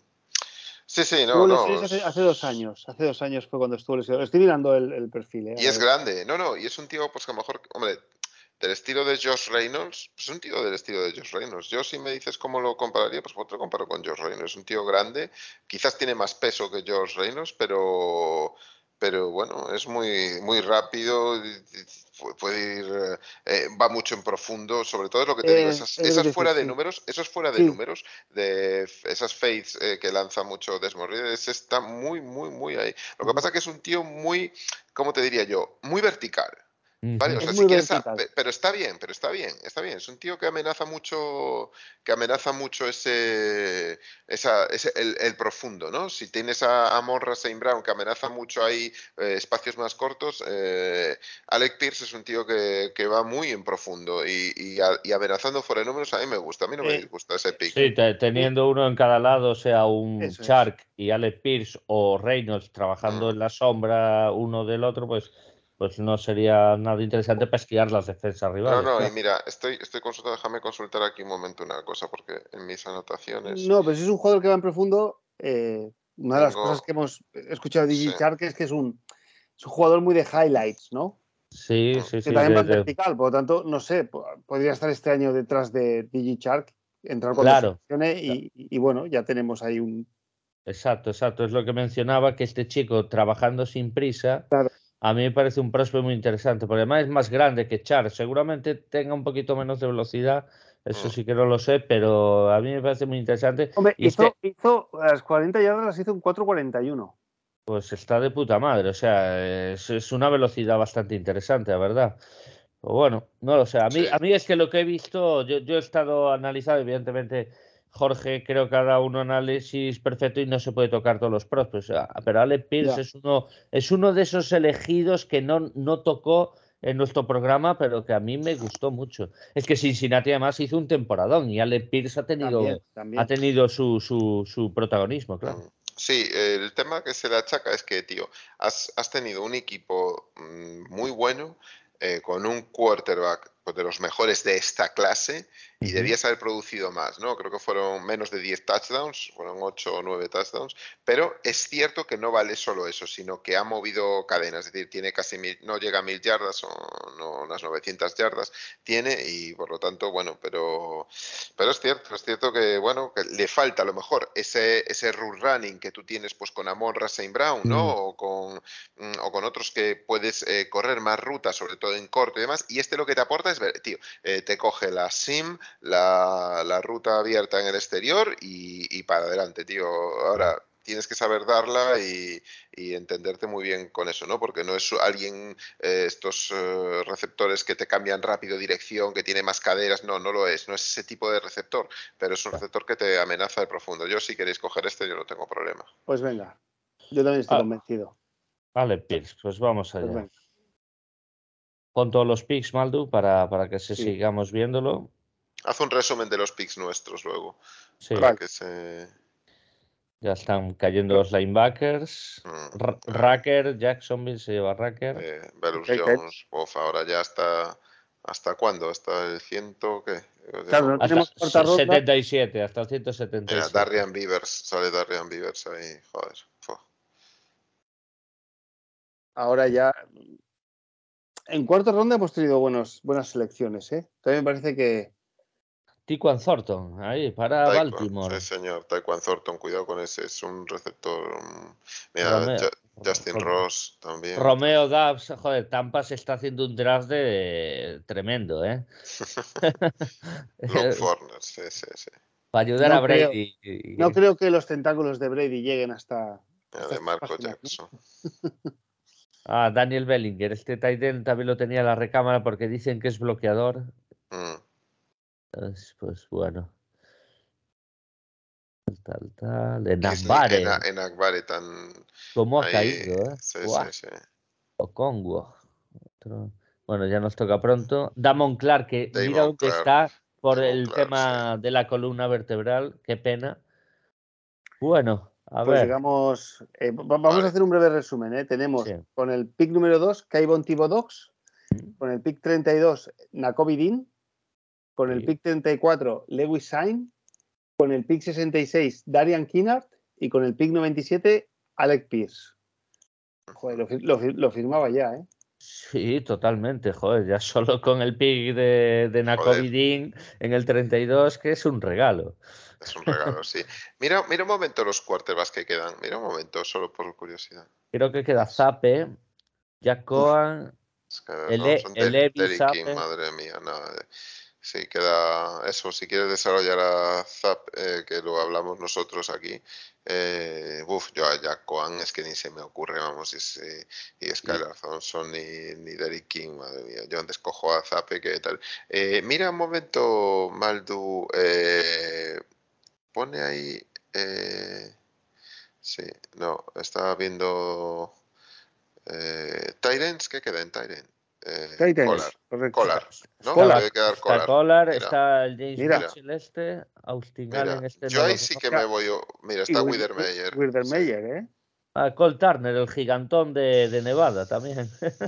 Sí, sí, no, Tuvo no. lesiones hace, hace dos es- años. Hace dos años fue cuando estuvo lesionado. Estoy mirando el, el perfil, ¿eh? Y Ahora es mismo. grande, no, no, y es un tío, pues que a lo mejor, hombre, del estilo de Josh Reynolds, pues un tío del estilo de Josh Reynolds. Yo, si me dices cómo lo compararía, pues te lo comparo con Josh Reynolds. Es un tío grande, quizás tiene más peso que Josh Reynolds, pero, pero bueno, es muy, muy rápido, y- y pu- puede ir, eh, eh, va mucho en profundo, sobre todo es lo que te digo, Eh, esas, es lo que esas te decía, fuera de sí. números, esos fuera de Sí. números, de f- esas fades eh, que lanza mucho Desmond Ridder, ese está muy, muy, muy ahí. Lo que Ujú. pasa es que es un tío muy, ¿cómo te diría yo? Muy vertical. Vale, o Ujú. Es sea, si muy quieres, a- vertical. pe- pero está bien, pero está bien, está bien. Es un tío que amenaza mucho, que amenaza mucho ese, esa, ese el, el profundo, ¿no? Si tienes a, a Monra Saint Brown que amenaza mucho ahí eh, espacios más cortos, eh, Alec Pierce es un tío que, que va muy en profundo y, y, a- y amenazando fuera de números a mí me gusta, a mí no me Eh, disgusta ese pick, Sí, ¿eh? te- eh, teniendo uno en cada lado, sea un eso es. Chark y Alec Pierce o Reynolds trabajando Mm. en la sombra uno del otro, pues, pues no sería nada interesante para esquiar las defensas No, rivales, no, y claro. mira, estoy, estoy consultando, déjame consultar aquí un momento una cosa, porque en mis anotaciones No, pero si es un jugador que va en profundo, eh, una de las tengo, cosas que hemos escuchado de sí, Digi Chark es que es un, es un jugador muy de highlights, ¿no? Sí, mm, sí, Que sí, también va de- en de- vertical, por lo tanto, no sé, po- podría estar este año detrás de Digi Chark, entrar cuando se claro. lesione y, y bueno, ya tenemos ahí un. Exacto, exacto. Es lo que mencionaba, que este chico trabajando sin prisa, Claro. a mí me parece un prospecto muy interesante, porque además es más grande que Char. Seguramente tenga un poquito menos de velocidad, eso mm. sí que no lo sé, pero a mí me parece muy interesante. Hombre, Y hizo, este, hizo las cuarenta yardas, las hizo en cuatro cuarenta y uno. pues está de puta madre, o sea, es, es una velocidad bastante interesante, la verdad. Pero bueno, no lo sé. A Sí, mí, a mí es que lo que he visto, yo, yo he estado analizando, evidentemente, Jorge, creo que ha dado un análisis perfecto y no se puede tocar todos los pros, pues, ah, pero Ale Pierce Ya, es uno, es uno de esos elegidos que no, no tocó en nuestro programa, pero que a mí me gustó mucho. Es que Cincinnati además hizo un temporadón y Ale Pierce ha también, tenido, ha también. tenido su, su, su protagonismo, claro. mm. Sí, el tema que se le achaca es que, tío, has, has tenido un equipo mm, muy bueno, eh, con un quarterback pues, de los mejores de esta clase y Ujú. debías haber producido más, ¿no? Creo que fueron menos de diez touchdowns, fueron ocho o nueve touchdowns, pero es cierto que no vale solo eso, sino que ha movido cadenas, es decir, tiene casi mil, no llega a mil yardas o no, unas novecientas yardas, tiene y por lo tanto, bueno, pero pero es cierto, es cierto que, bueno, que le falta a lo mejor ese, ese run running que tú tienes pues con Amon-Ra Saint Brown, ¿no? Mm. O con, mm, o con otros que puedes eh, correr más rutas, sobre todo en corto y demás. Y este lo que te aporta es, ver, tío, eh, te coge la sim, la, la ruta abierta en el exterior y, y para adelante, tío. Ahora, tienes que saber darla y, y entenderte muy bien con eso, ¿no? Porque no es alguien, eh, estos eh, receptores que te cambian rápido dirección, que tiene más caderas, no, no lo es, no es ese tipo de receptor, pero es un receptor que te amenaza de profundo. Yo si queréis coger este, yo no tengo problema. Pues venga, yo también estoy Ah, convencido. Ale Pierce, pues vamos Pues allá. venga, Pon todos los pics, Maldu, para, para que se sí. sigamos viéndolo. Haz un resumen de los picks nuestros luego, para Sí, Vale. que se... ya están cayendo los linebackers. Mm, R- ah, Racker, Jacksonville se lleva Racker. eh, Velus Ok, ok. Jones, uf, ahora ya hasta... ¿Hasta cuándo? ¿Hasta el ciento qué? Yo Claro, tengo- no Hasta tenemos cuarta se- ronda. setenta y siete, hasta el Mira, ciento setenta y siete. Darrian Beavers, sale Darrian Beavers ahí, joder. Fu. ahora ya... En cuarta ronda hemos tenido buenos, buenas selecciones, ¿eh? También me parece que... Tyquan Thornton, ahí, para Taekwon, Baltimore. sí señor, Taekwon Thornton, cuidado con ese, es un receptor. Mira, Romeo, Justin Rom- Ross también. Romeo Doubs, joder, Tampa se está haciendo un draft de tremendo, ¿eh? Luke Forner, sí, sí, sí. Para ayudar no a creo, Brady. y- no creo que los tentáculos de Brady lleguen hasta... Mira, hasta de estas Marco páginas, ¿no? Jackson. Ah, Daniel Bellinger, este tight end también lo tenía en la recámara porque dicen que es bloqueador. Mm. Pues, pues bueno. Tal, tal. En Disney, en, Akbare, en Akbare tan ¿cómo ha ahí. caído, eh? Sí, Buah, sí, sí. Okongo. Otro. Bueno, ya nos toca pronto. Damon Clark, que mira Damon dónde Clark. está por Damon el Clark, sí. tema de la columna vertebral. Qué pena. Bueno, a Pues ver. digamos, eh, va- vamos Vale. a hacer un breve resumen, ¿eh? Tenemos Sí. con el pick número dos, Kayvon Thibodeaux, con el pick treinta y dos, Nakobe Dean, con el Sí. pick treinta y cuatro, Lewis Sain, con el pick sesenta y seis, Darian Kinnard, y con el pick noventa y siete, Alec Pierce. Joder, lo, fir- lo fir- lo firmaba ya, ¿eh? Sí, totalmente. Joder, ya solo con el pick de, de Nakobe Joder. Dean en el treinta y dos, que es un regalo. Es un regalo, sí. Mira, mira un momento los quarterbacks que quedan. Mira un momento, solo por curiosidad. Creo que queda Es- Zappe, Jack Cohen, es que el, no, E- son el Del- Levi Derrick King, Zappe. madre mía. No, eh, sí, queda eso. Si quieres desarrollar a Zap, eh, que lo hablamos nosotros aquí, eh, uf, yo a Jack Cohen es que ni se me ocurre, vamos, y, es, eh, y Skylar Thompson ni, ni Derrick King, madre mía. Yo antes cojo a Zappe, que tal. Eh, mira un momento, Maldu, eh, pone ahí. Eh, sí, no, estaba viendo. Eh, Tyrants, ¿qué queda en Tyrant? Eh, Titans, Collar. correcto. Collar, ¿no? Collar. Debe quedar Está Collar. Collar, Mira, está el James Mira. Mitchell este, Austin mira. Allen este Yo no ahí lo sí conozco. que me voy. o- Mira, Y está Wil- Widermeyer. Sí. Widermeyer, ¿eh? Ah, Cole Turner, el gigantón de, de Nevada también.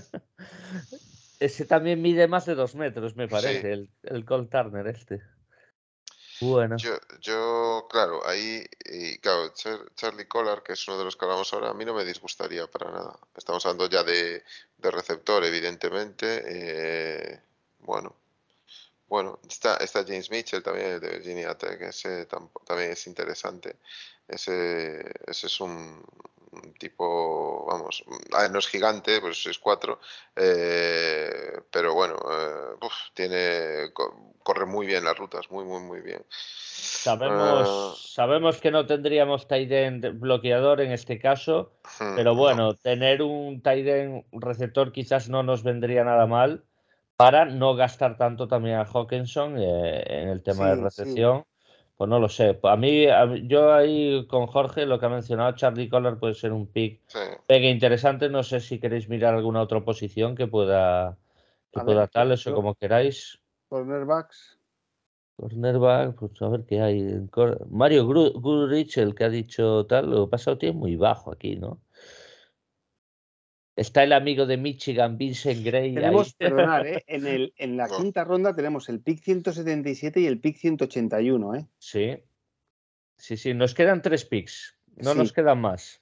Ese también mide más de dos metros, me Sí. parece, el, el Cole Turner este. Bueno, Yo, yo, claro, ahí, y claro, Char- Charlie Collar, que es uno de los que hablamos ahora, a mí no me disgustaría para nada. Estamos hablando ya de, de receptor, evidentemente. eh, bueno, bueno, está, está James Mitchell también, el de Virginia Tech, ese tam- también es interesante. Ese, ese es un, un tipo, vamos, a ver, no es gigante, pues es cuatro, eh, pero bueno, eh, uf, tiene, co- corre muy bien las rutas, muy, muy, muy bien. Eh, sabemos, sabemos que no tendríamos tight end bloqueador en este caso, hmm, pero no, bueno, tener un tight end receptor quizás no nos vendría nada mal para no gastar tanto también a Hawkinson eh, en el tema de Sí, sí. recepción. Pues no lo sé. A mí, a mí- yo ahí con Jorge, lo que ha mencionado Charlie Collar puede ser un pick sí. pegue interesante. No sé si queréis mirar alguna otra posición que pueda, que A pueda ver, tal, yo- eso yo- como queráis. cornerbacks. Cornerback, pues a ver qué hay. en cor- Mario Gru- Goodrich, el que ha dicho tal, lo que pasa es que tiene muy bajo aquí, ¿no? Está el amigo de Michigan, Vincent Gray, Tenemos, ahí. perdonar, ¿eh? En, el, en la No. quinta ronda tenemos el pick ciento setenta y siete y el pick ciento ochenta y uno, ¿eh? Sí, sí, sí, nos quedan tres picks, no nos Sí. quedan más.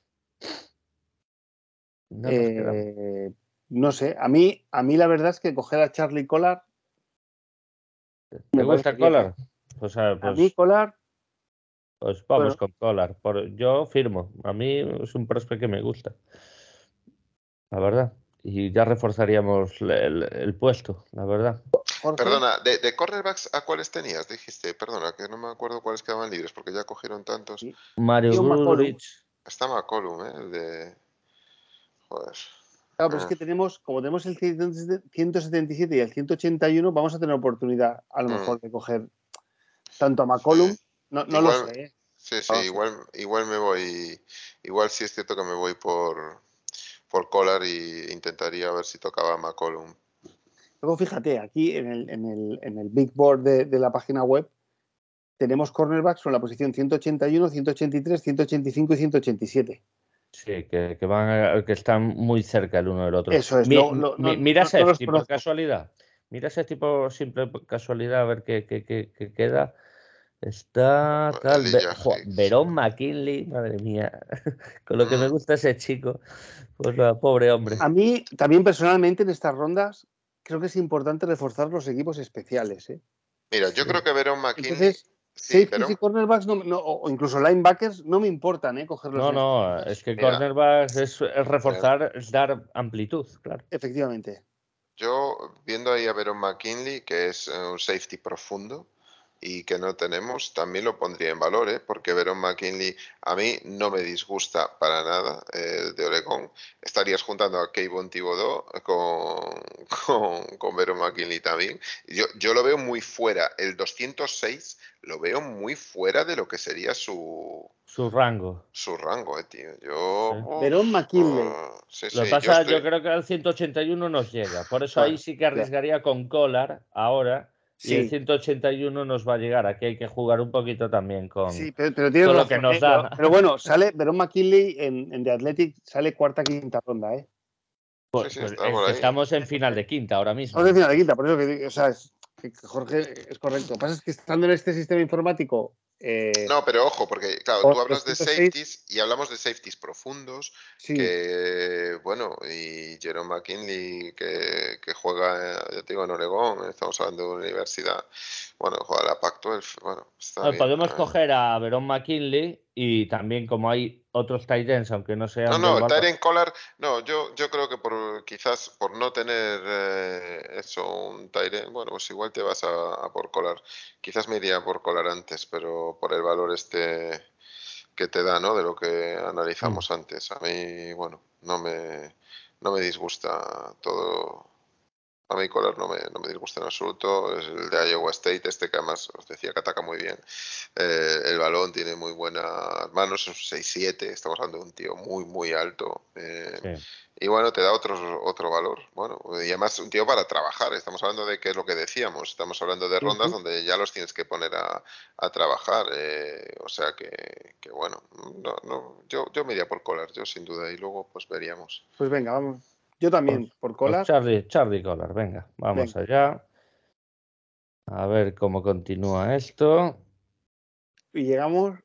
No nos quedan. Eh, no sé, a mí, a mí la verdad es que coger a Charlie Collar ¿Te me gusta parece bien, ¿eh? Collar? Pues, a, A pues, mí Collar, pues vamos bueno, con Collar. Por, yo firmo. A mí es un prospect que me gusta, la verdad. Y ya reforzaríamos el, el- el puesto, la verdad. Jorge, Perdona, de, de cornerbacks, ¿a cuáles tenías? Dijiste, perdona, que no me acuerdo cuáles quedaban libres, porque ya cogieron tantos. y- Mario Ian McCollum. Goodrich. Está McCollum, ¿eh? El de. Joder. Claro, pero es Ah, que tenemos, como tenemos el ciento setenta y siete y el ciento ochenta y uno, vamos a tener oportunidad a lo mm, mejor de coger tanto a sí. McCollum, no, no lo Igual, sé, ¿eh? sí, sí, No lo sé. igual, igual me voy. Igual sí es cierto que me voy por, por Collar y intentaría ver si tocaba a McCollum. Luego fíjate, aquí en el, en el, en el Big Board de, de la página web tenemos cornerbacks con la posición ciento ochenta y uno, ciento ochenta y tres, ciento ochenta y cinco y ciento ochenta y siete. Sí, que, que van a- que están muy cerca el uno del otro. Eso es, Mi- lo, lo- mi- no, mira no, no los Safety por conozco. casualidad. Mira Safety por simple casualidad a ver qué, qué, qué- qué queda. Está tal. Be jo, Hicks. Verón McKinley, madre mía. Con lo que me Mm. gusta ese chico. Pues la pobre hombre. A mí, también personalmente, en estas rondas, creo que es importante reforzar los equipos especiales, ¿eh? Mira, yo Sí. creo que Verón McKinley. Entonces, Sí, safeties Verón. y cornerbacks, no, no, o incluso linebackers, no me importan, ¿eh? Cogerlos No, en estas no, rondas. es que Mira, cornerbacks es, es mira, reforzar, es dar amplitud, claro. Efectivamente. yo viendo ahí a Verón McKinley, que es eh, un safety profundo y que no tenemos, también lo pondría en valor, ¿eh? Porque Verón McKinley a mí no me disgusta para nada, eh, de Oregón. Estarías juntando a Kayvon Thibodeau con, con, con Verón McKinley también. Yo, yo lo veo muy fuera, el doscientos seis lo veo muy fuera de lo que sería su, Su rango. su rango, eh, tío. Sí. Yo, Verón uf, McKinley. uh, sí, Lo que sí, yo pasa, yo estoy. creo que al ciento ochenta y uno nos llega. Por eso ahí Claro, sí que ya. arriesgaría con Collar ahora. Y el Sí, ciento ochenta y uno nos va a llegar. Aquí hay que jugar un poquito también con, sí, pero, pero tienes con lo que razón, nos ¿eh? Pero, da. pero bueno, sale Verón McKinley en, en The Athletic, sale cuarta, quinta ronda, ¿eh? Sí, Pues, sí, pues está es por que ahí. estamos en final de quinta ahora mismo. Estamos en final de quinta, por eso que digo, o sea, es, que Jorge es correcto. Lo que pasa es que estando en este sistema informático, eh, No, pero ojo, porque claro, por tú hablas de doscientos seis, safeties y hablamos de safeties profundos, sí, que bueno, y Jerome McKinley que, que juega, eh, ya te digo, en Oregón, estamos hablando de una universidad, bueno, juega la Pac doce, bueno, está No, bien. podemos eh. coger a Verón McKinley y también como hay otros tight ends, aunque no No, sean del no, valor. Tyrion Collar, no, yo, yo creo que por quizás por no tener eh, eso, un Tyrion, bueno, pues igual te vas a, a por Collar. Quizás me iría por Collar antes, pero por el valor este que te da, ¿no? De lo que Mm. analizamos antes. A mí, bueno, no me, no me disgusta todo. A mí Collar no me, no me disgusta en absoluto. Es el de Iowa State, este que además os decía que ataca muy bien. Eh, el balón tiene muy buenas manos, es un seis siete. Estamos hablando de un tío muy, muy alto. Eh, Sí. y bueno, te da otro, otro valor. Bueno, y además un tío para trabajar. Estamos hablando de qué es lo que decíamos. Estamos hablando de rondas ujú. donde ya los tienes que poner a, a trabajar. eh, o sea que, que bueno, no, no, yo, yo me iría por Collar, yo sin duda. Y luego pues veríamos. Pues venga, vamos. Yo también, por Pues Collar, Charlie, Charlie Collar, venga, vamos venga. allá. A ver cómo continúa esto. Y llegamos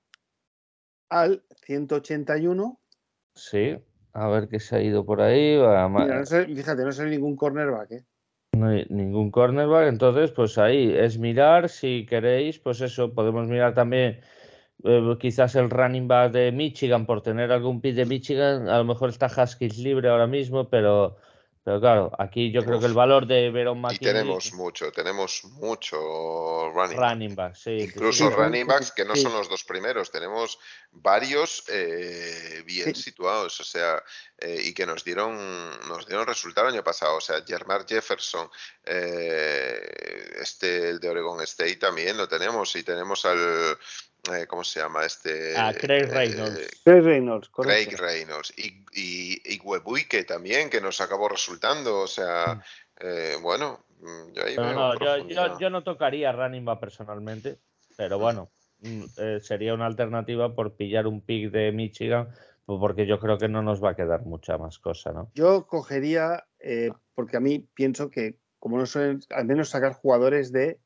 al ciento ochenta y uno. Sí, a ver qué se ha ido por ahí. Va, ma- Mira, no sale- fíjate, no sale ningún cornerback, ¿eh? no hay ningún cornerback, entonces pues ahí es mirar, si queréis, pues eso, podemos mirar también eh, quizás el running back de Michigan por tener algún pick de Michigan, a lo mejor está Haskins libre ahora mismo, pero, pero claro, aquí yo creo que el Uf. valor de Verón Y McKinley, tenemos mucho, tenemos mucho running back. running back, sí, sí, sí, Incluso Sí, sí. running sí, backs que no sí. son los dos primeros, tenemos varios eh, bien Sí. situados, o sea, eh, y que nos dieron, nos dieron resultado el año pasado, o sea, Jermar Jefferson, eh, este, el de Oregon State también lo tenemos, y tenemos al, eh, ¿cómo se llama? Este, A Craig eh, Reynolds. Craig Reynolds, Craig correcto. Reynolds, y, y, y Webuike también, que nos acabó resultando, o sea, eh, bueno, mm, yo ahí No, veo no, yo, yo, profundidad. yo no tocaría running back personalmente, pero bueno, mm, eh, sería una alternativa por pillar un pick de Michigan, pues porque yo creo que no nos va a quedar mucha más cosa, ¿no? Yo cogería, eh, porque a mí pienso que, como no suelen, al menos sacar jugadores de,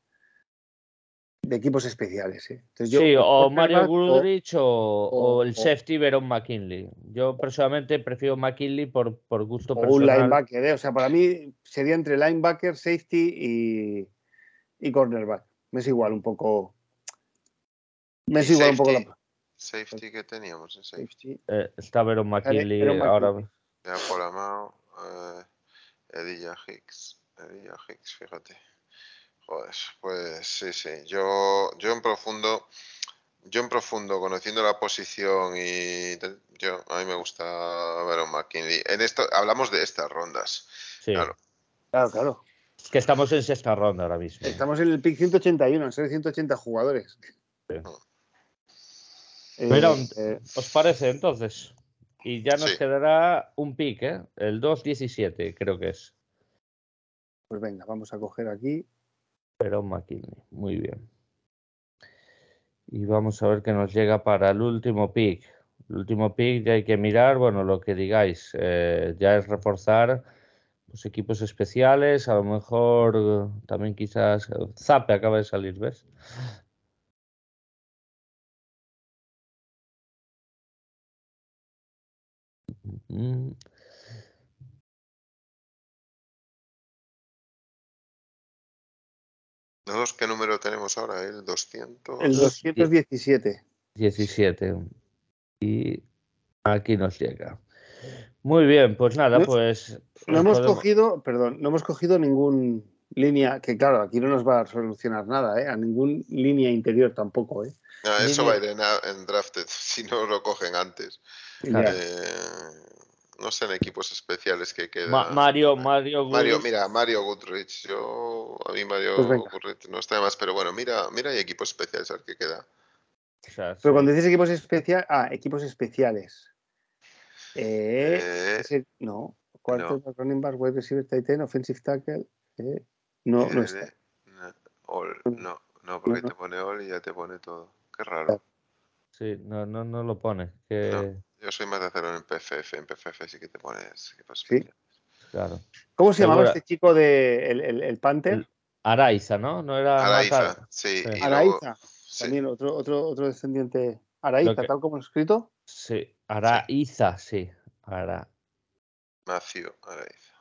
de equipos especiales, ¿eh? Entonces yo, Sí, o o Mario cornerback o, Goodrich o, o o, el o- safety Verón McKinley. Yo personalmente prefiero McKinley por, por gusto o un personal. linebacker, ¿eh? O sea, para mí sería entre linebacker, safety y, y cornerback. Me es igual un poco. Me Y es igual un poco safety, la. safety que teníamos en safety. Safety. Eh, está Verón Dejaré McKinley Verón ahora. McKinley. Ya por la mano, eh, Edilla Hicks, Edilla Hicks, fíjate. Joder, pues sí, sí. Yo, yo en profundo, yo en profundo, conociendo la posición y te- yo, a mí me gusta ver a McKinley. En esto, hablamos de estas rondas. Sí, Claro. Claro, claro. es que estamos en sexta ronda ahora mismo. Estamos en el pick ciento ochenta y uno, en ser ciento ochenta jugadores. Sí. Eh, Pero, eh, ¿os parece entonces? Y ya nos Sí. quedará un pick, ¿eh? El dos diecisiete, creo que es. pues venga, vamos a coger aquí. Verón McKinley, muy bien. Y vamos a ver qué nos llega para el último pick. El último pick ya hay que mirar, bueno, lo que digáis. Eh, ya es reforzar los equipos especiales. A lo mejor eh, también quizás. eh, Zappe acaba de salir, ¿ves? mm. ¿Nosotros qué número tenemos ahora? ¿El doscientos? El doscientos diecisiete. diecisiete. Y aquí nos llega. Muy bien, pues nada, No, pues... no hemos podemos... cogido, perdón, no hemos cogido ningún línea, que claro, aquí no nos va a solucionar nada, ¿eh? A ningún línea interior tampoco, ¿eh? No, eso Línea... va a ir en, en drafted, si no lo cogen antes. Claro. Eh, no sé en equipos especiales que queda. Ma Mario, Mario, Mario, Goodrich. mira, Mario Goodrich. Yo, a mí Mario Pues venga. Goodrich no está de más, pero bueno, mira, mira, hay equipos especiales al que queda. O sea, Pero sí. cuando dices equipos especiales, ah, equipos especiales. Eh, Eh, ese, no, quarterback, no. running back, wide receiver, tight end, offensive tackle. Eh, no, no está. No, all, no, no, No, porque no. te pone all y ya te pone todo. Qué raro. Sí, no, no, no lo pone. Que... No, yo soy más de hacerlo en P F F. En P F F sí que te pones equipos Sí. especiales. Claro. ¿Cómo se llamaba Segura... este chico de el, el, el Panther? El... Araiza, ¿no? No era Araiza, Matar. sí, Sí. y luego. Araiza. Sí, También otro, otro, otro descendiente. Lo Araiza, que... tal como escrito. Sí, sí, Araiza, sí. Ara... Matthew Araiza.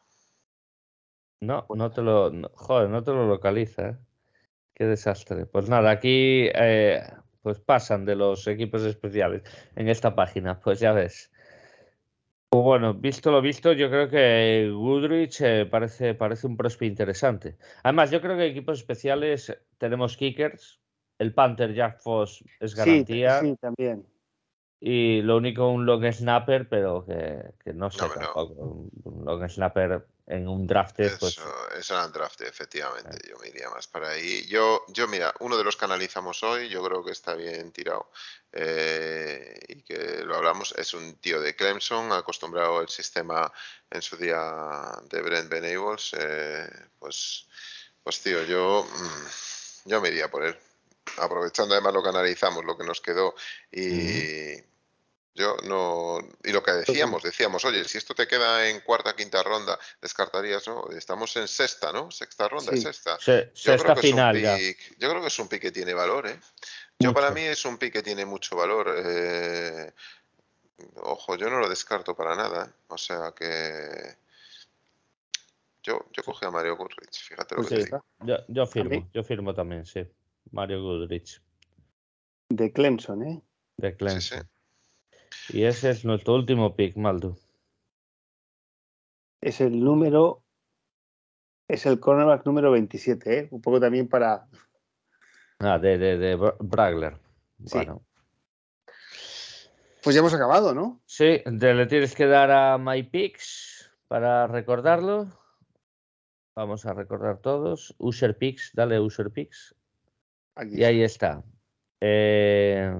No, no te lo... no- Joder, no te lo localiza, ¿eh? Qué desastre. Pues nada, aquí eh, pues pasan de los equipos especiales en esta página, pues ya ves. Pues bueno, visto lo visto, yo creo que Goodrich eh, parece, parece un prospect interesante. Además, yo creo que equipos especiales tenemos kickers. El Panther Jack Foss es Sí, t- garantía. sí, también. Y lo único, un long snapper, pero que, que no sé No, no. tampoco. Un, un long snapper en un drafted, pues. Eso, eso era un draft, efectivamente. eh, Yo me iría más para ahí. Yo, yo, mira, uno de los que analizamos hoy, yo creo que está bien tirado eh, y que lo hablamos, es un tío de Clemson, acostumbrado al sistema en su día de Brent Venables. Eh, pues, pues, tío, yo, mm, yo me iría por él. Aprovechando además lo que analizamos, lo que nos quedó mm, y. Yo no. Y lo que Pues bueno, decíamos, decíamos, oye, si esto te queda en cuarta, quinta ronda, descartarías, ¿no? Estamos en sexta, ¿no? Sexta ronda, sí. sexta. se- Yo creo sexta que es un final ya. pick, yo creo que es un pick que tiene valor, ¿eh? Yo para Mucho. mí es un pick que tiene mucho valor. eh, ojo, yo no lo descarto para nada, ¿eh? O sea que yo, yo cogí a Mario Goodrich, fíjate lo Pues que ya te Sí, digo. está. yo, yo A mí, firmo, yo firmo también, sí. Mario Goodrich, de Clemson, ¿eh? de Sí, sí. Clemson. Y ese es nuestro último pick, Maldu. Es el número. Es el cornerback número veintisiete, ¿eh? Un poco también para. Ah, de, de, de Bra- Bragler. Sí. Bueno. Pues ya hemos acabado, ¿no? Sí, te le tienes que dar a My Picks para recordarlo. Vamos a recordar todos. User Picks, dale User Picks. Aquí Y ahí está. Eh,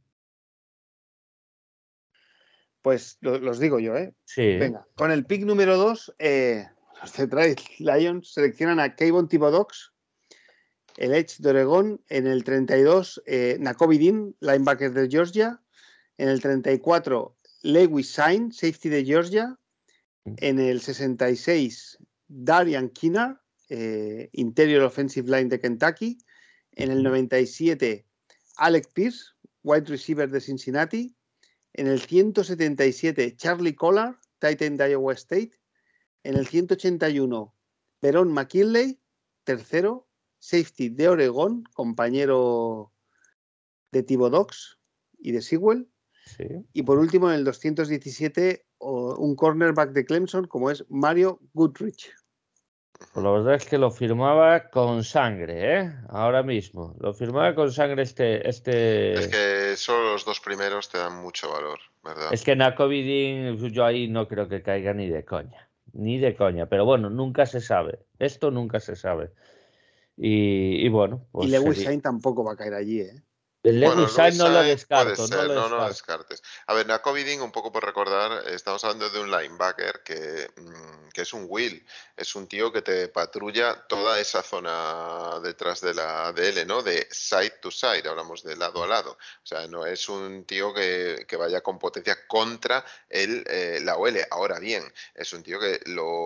Pues lo- los digo yo, ¿eh? sí, Venga, con el pick número dos, eh, los Detroit Lions seleccionan a Kayvon Thibodeaux, el Edge de Oregón. En el treinta y dos, eh, Nakobe Dean, linebacker de Georgia. En el treinta y cuatro, Lewis Sain, safety de Georgia. En el sesenta y seis, Darian Kinnard, eh, interior offensive line de Kentucky. En el noventa y siete, Alec Pierce, wide receiver de Cincinnati. En el ciento setenta y siete, Charlie Collard, tight end de Iowa State. En el ciento ochenta y uno, Verón McKinley, tercero, safety de Oregón, compañero de Thibodeaux y de Sewell. sí. Y por último, en el doscientos diecisiete, un cornerback de Clemson, como es Mario Goodrich. Pues la verdad es que lo firmaba con sangre, ¿eh? Ahora mismo. Lo firmaba con sangre este. este... Es que solo los dos primeros te dan mucho valor, ¿verdad? Es que Nakovidin, yo ahí no creo que caiga ni de coña. Ni de coña. Pero bueno, nunca se sabe. Esto nunca se sabe. Y, y bueno, Y pues Lewis sería. Sain tampoco va a caer allí, ¿eh? El Bueno, Lewis Sainz Luis no lo Sainz puede descarto, no ser, lo no, no lo descarto. descartes. A ver, Nakovidin, un poco por recordar, estamos hablando de un linebacker que, mm, que es un Will, es un tío que te patrulla toda esa zona detrás de la D L, ¿no? De side to side, hablamos de lado a lado. O sea, no es un tío que, que vaya con potencia contra el, eh, la O L. Ahora bien, es un tío que lo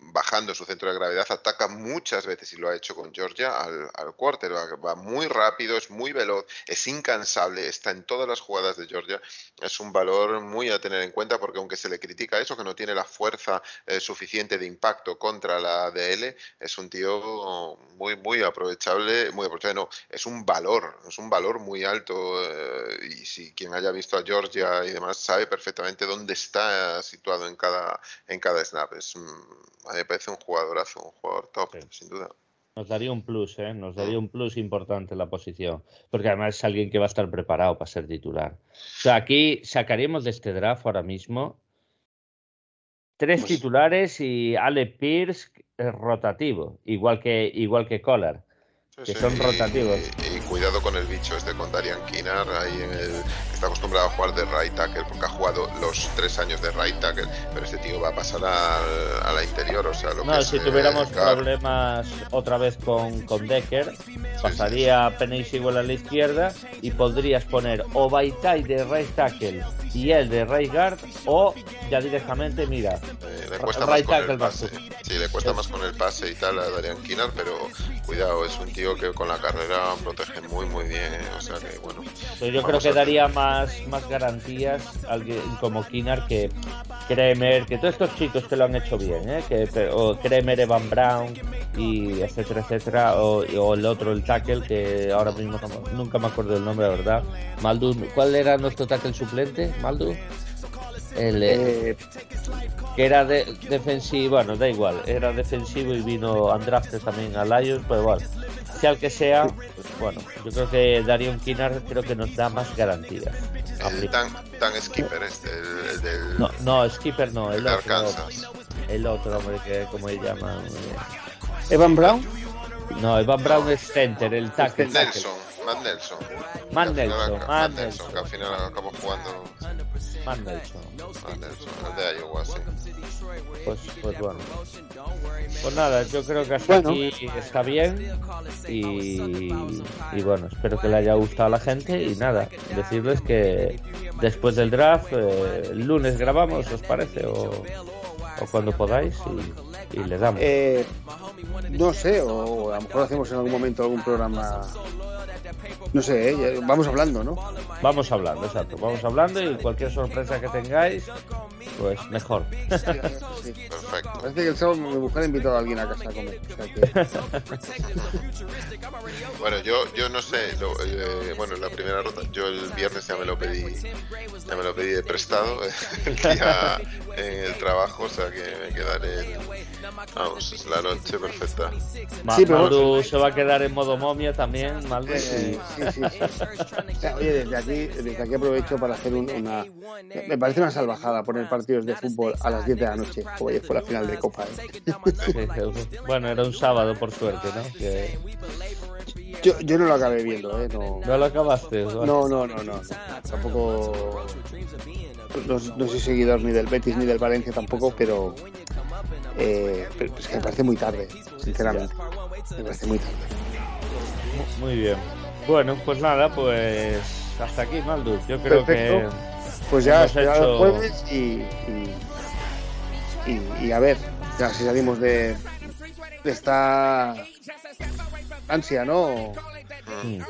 bajando su centro de gravedad, ataca muchas veces, y lo ha hecho con Georgia, al, al quarterback. Va muy rápido, es muy veloz, es incansable, está en todas las jugadas de Georgia. Es un valor muy a tener en cuenta, porque aunque se le critica eso, que no tiene la fuerza eh, suficiente de impacto contra la A D L, es un tío muy, muy aprovechable, muy aprovechable, no, es un valor, es un valor muy alto, eh, y si quien haya visto a Georgia y demás sabe perfectamente dónde está situado en cada, en cada snap. Es, a mí me parece un jugadorazo, un jugador top, sí, sin duda. Nos daría un plus, ¿eh? Nos daría un plus importante en la posición, porque además es alguien que va a estar preparado para ser titular. O sea, aquí sacaríamos de este draft ahora mismo tres pues, titulares y Alec Pierce es rotativo, igual que igual que Collar, sí, que sí, son rotativos. Y, y cuidado con el bicho este, con Darian Kinnard, ahí en el, está acostumbrado a jugar de right tackle, porque ha jugado los tres años de right tackle, pero este tío va a pasar a, a la interior, o sea, lo no, que si es, tuviéramos eh, problemas otra vez con, con Decker, sí, pasaría sí, sí. Penny Sewell a la izquierda y podrías poner o Baitai de right tackle y él de right guard, o ya directamente, mira, eh, le cuesta right más con el pase. Sí, le cuesta es. más con el pase y tal a Darian Kinnard, pero cuidado, es un tío que con la carrera protege muy muy bien, ¿eh? O sea que bueno. Pero yo creo que daría más, más garantías a alguien como Kinnard que Kremer, que todos estos chicos que lo han hecho bien, ¿eh? Que, o Kremer, Evan Brown y etcétera, etcétera, o, o el otro, el tackle, que ahora mismo no, nunca me acuerdo del nombre, la verdad. Maldu, ¿cuál era nuestro tackle suplente, Maldu? El, eh, que era de, defensivo, bueno, da igual, era defensivo y vino Andrafted también a Lions, pues igual, sea el que sea, pues bueno, yo creo que Darian Kinnard creo que nos da más garantías. El Dan, Dan Skipper este, el, el del... No, no, Skipper no, el, el de otro, Arkansas. El otro hombre, que como se llama... ¿Evan Brown? No, Evan Brown es center, el tackle. Nelson, Matt Nelson. Matt Nelson, Matt Nelson, que al final acabó jugando... Matt Nelson. Matt Nelson, el de Iowa, sí. Pues, pues bueno. Pues nada, yo creo que hasta bueno. aquí está bien. Y, y bueno, espero que le haya gustado a la gente. Y nada, decirles que después del draft, eh, el lunes grabamos, ¿os parece? O, o cuando podáis y, y le damos. Eh, no sé, o a lo mejor hacemos en algún momento algún programa. No sé, ¿eh? Vamos hablando, ¿no? Vamos hablando, exacto. Vamos hablando y cualquier sorpresa que tengáis, pues mejor. Sí, sí. Perfecto. Parece que el sábado mi mujer ha invitado a alguien a casa a comer. O sea que... Bueno, yo, yo no sé, lo, eh, bueno, la primera ruta, yo el viernes ya me lo pedí, ya me lo pedí de prestado el día en el trabajo, o sea que me quedaré, vamos, es la noche perfecta. Ma- sí, pero Maldu se va a quedar en modo momia también, Maldu. Sí, sí, sí, sí. O sea, oye, desde aquí, desde aquí aprovecho para hacer un, una... Me parece una salvajada poner partidos de fútbol a las diez de la noche, como ayer fue la final de Copa. ¿eh? Sí, bueno, era un sábado, por suerte, ¿no? Que... Yo, yo no lo acabé viendo, ¿eh? No, ¿No lo acabaste? ¿Vale? No, no, no, no. Tampoco... No, no soy seguidor ni del Betis ni del Valencia tampoco, pero... Eh, pero es que me parece muy tarde, sinceramente. Me parece muy tarde. Muy bien. Bueno, pues nada, pues hasta aquí, Maldu. Yo creo Perfecto. que pues ya, ya hecho... el jueves y, y, y, y a ver, ya si salimos de, de esta ansia, ¿no? Mm.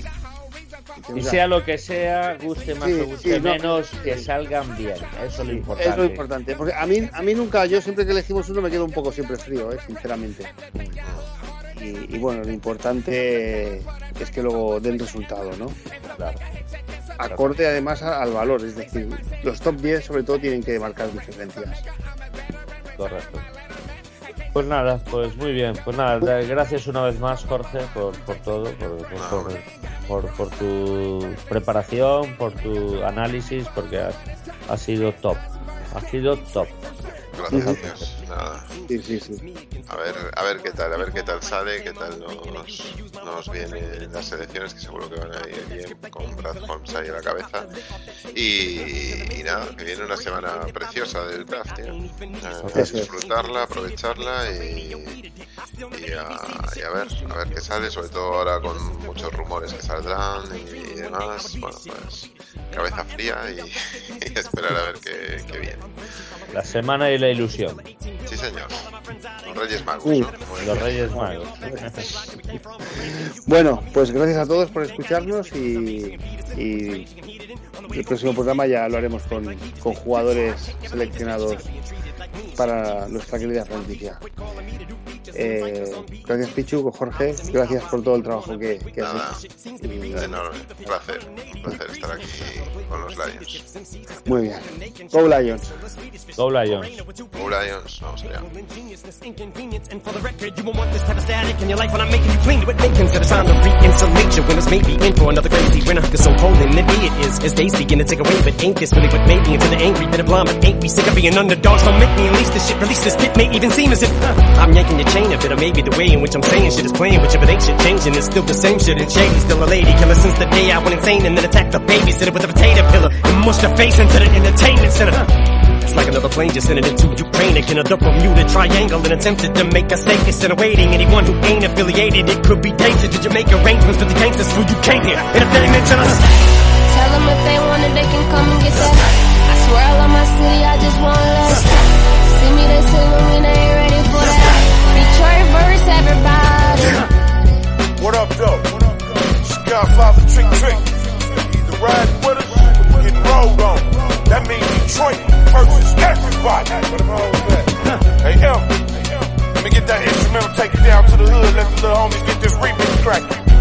Y sea lo que sea, guste más sí, o guste sí, menos, no, que sí. salgan bien. Eso es lo importante. Es lo importante, porque a mí, a mí nunca, yo siempre que elegimos uno me quedo un poco siempre frío, ¿eh? Sinceramente. Y, y bueno, lo importante es que luego den resultado, ¿no? Claro. Acorde además al valor, es decir, los top diez sobre todo tienen que marcar diferencias. Correcto. Pues nada, pues muy bien. Pues nada, gracias una vez más, Jorge, por, por todo, por, por, por, por, por tu preparación, por tu análisis, porque ha, ha sido top. Ha sido top. Gracias, nada. Sí, sí, sí. A ver, a ver qué tal, a ver qué tal sale, qué tal nos, nos vienen las selecciones, que seguro que van a ir bien con Brad Holmes ahí a la cabeza. Y, y nada, que viene una semana preciosa del draft, tío. A disfrutarla, aprovecharla y, y, a, y a ver, a ver qué sale, sobre todo ahora con muchos rumores que saldrán y, y demás. Bueno, pues cabeza fría y, y esperar a ver qué, qué viene. La semana y la ilusión. Sí, señor. Los Reyes Magos, Uh, ¿no? Los Reyes Magos. Bueno, pues gracias a todos por escucharnos y, y el próximo programa ya lo haremos con, con jugadores seleccionados para nuestra querida franquicia. Eh, gracias Pichu, Jorge, gracias por todo el trabajo que, que Nada, has hecho. Y, enorme, un placer, un placer estar aquí con los Lions. muy bien. Go Lions. Go Lions. Go Lions, vamos allá. And for the record, you won't want this type of static in your life when I'm making you clean to it. Make consider time to re-insulate your winners. Maybe in for another crazy winner. Cause so cold in the day it is, as they seeking to take away. But ain't this really what made me into the angry bit of blonde? But ain't we sick of being underdogs? Don't make me unleash this shit. Release this pit may even seem as if uh, I'm yanking your chain a bit. Or maybe the way in which I'm saying shit is playing with you. But ain't shit changing, it's still the same shit. And Shady's still a lady killer since the day I went insane. And then attacked the babysitter with a potato pillar. And mushed her face into the entertainment center. It's like another plane just sending into Ukraine. Again, a Bermuda Triangle and attempted to make a safe. Instead of waiting, anyone who ain't affiliated, it could be dangerous. Did you make arrangements with the gangsters who you came here? And if they mention us, tell them if they want it, they can come and get that. I swear I love my city, I just want less. See me, they salute, they ain't ready for that. Detroit verse, everybody. What up, though? Godfather Trick Trick. Either riding with us or getting rolled on. That means Detroit versus everybody. What wrong with that? Hey, M, let me get that instrumental, take it down to the hood, let the little homies get this remix cracking.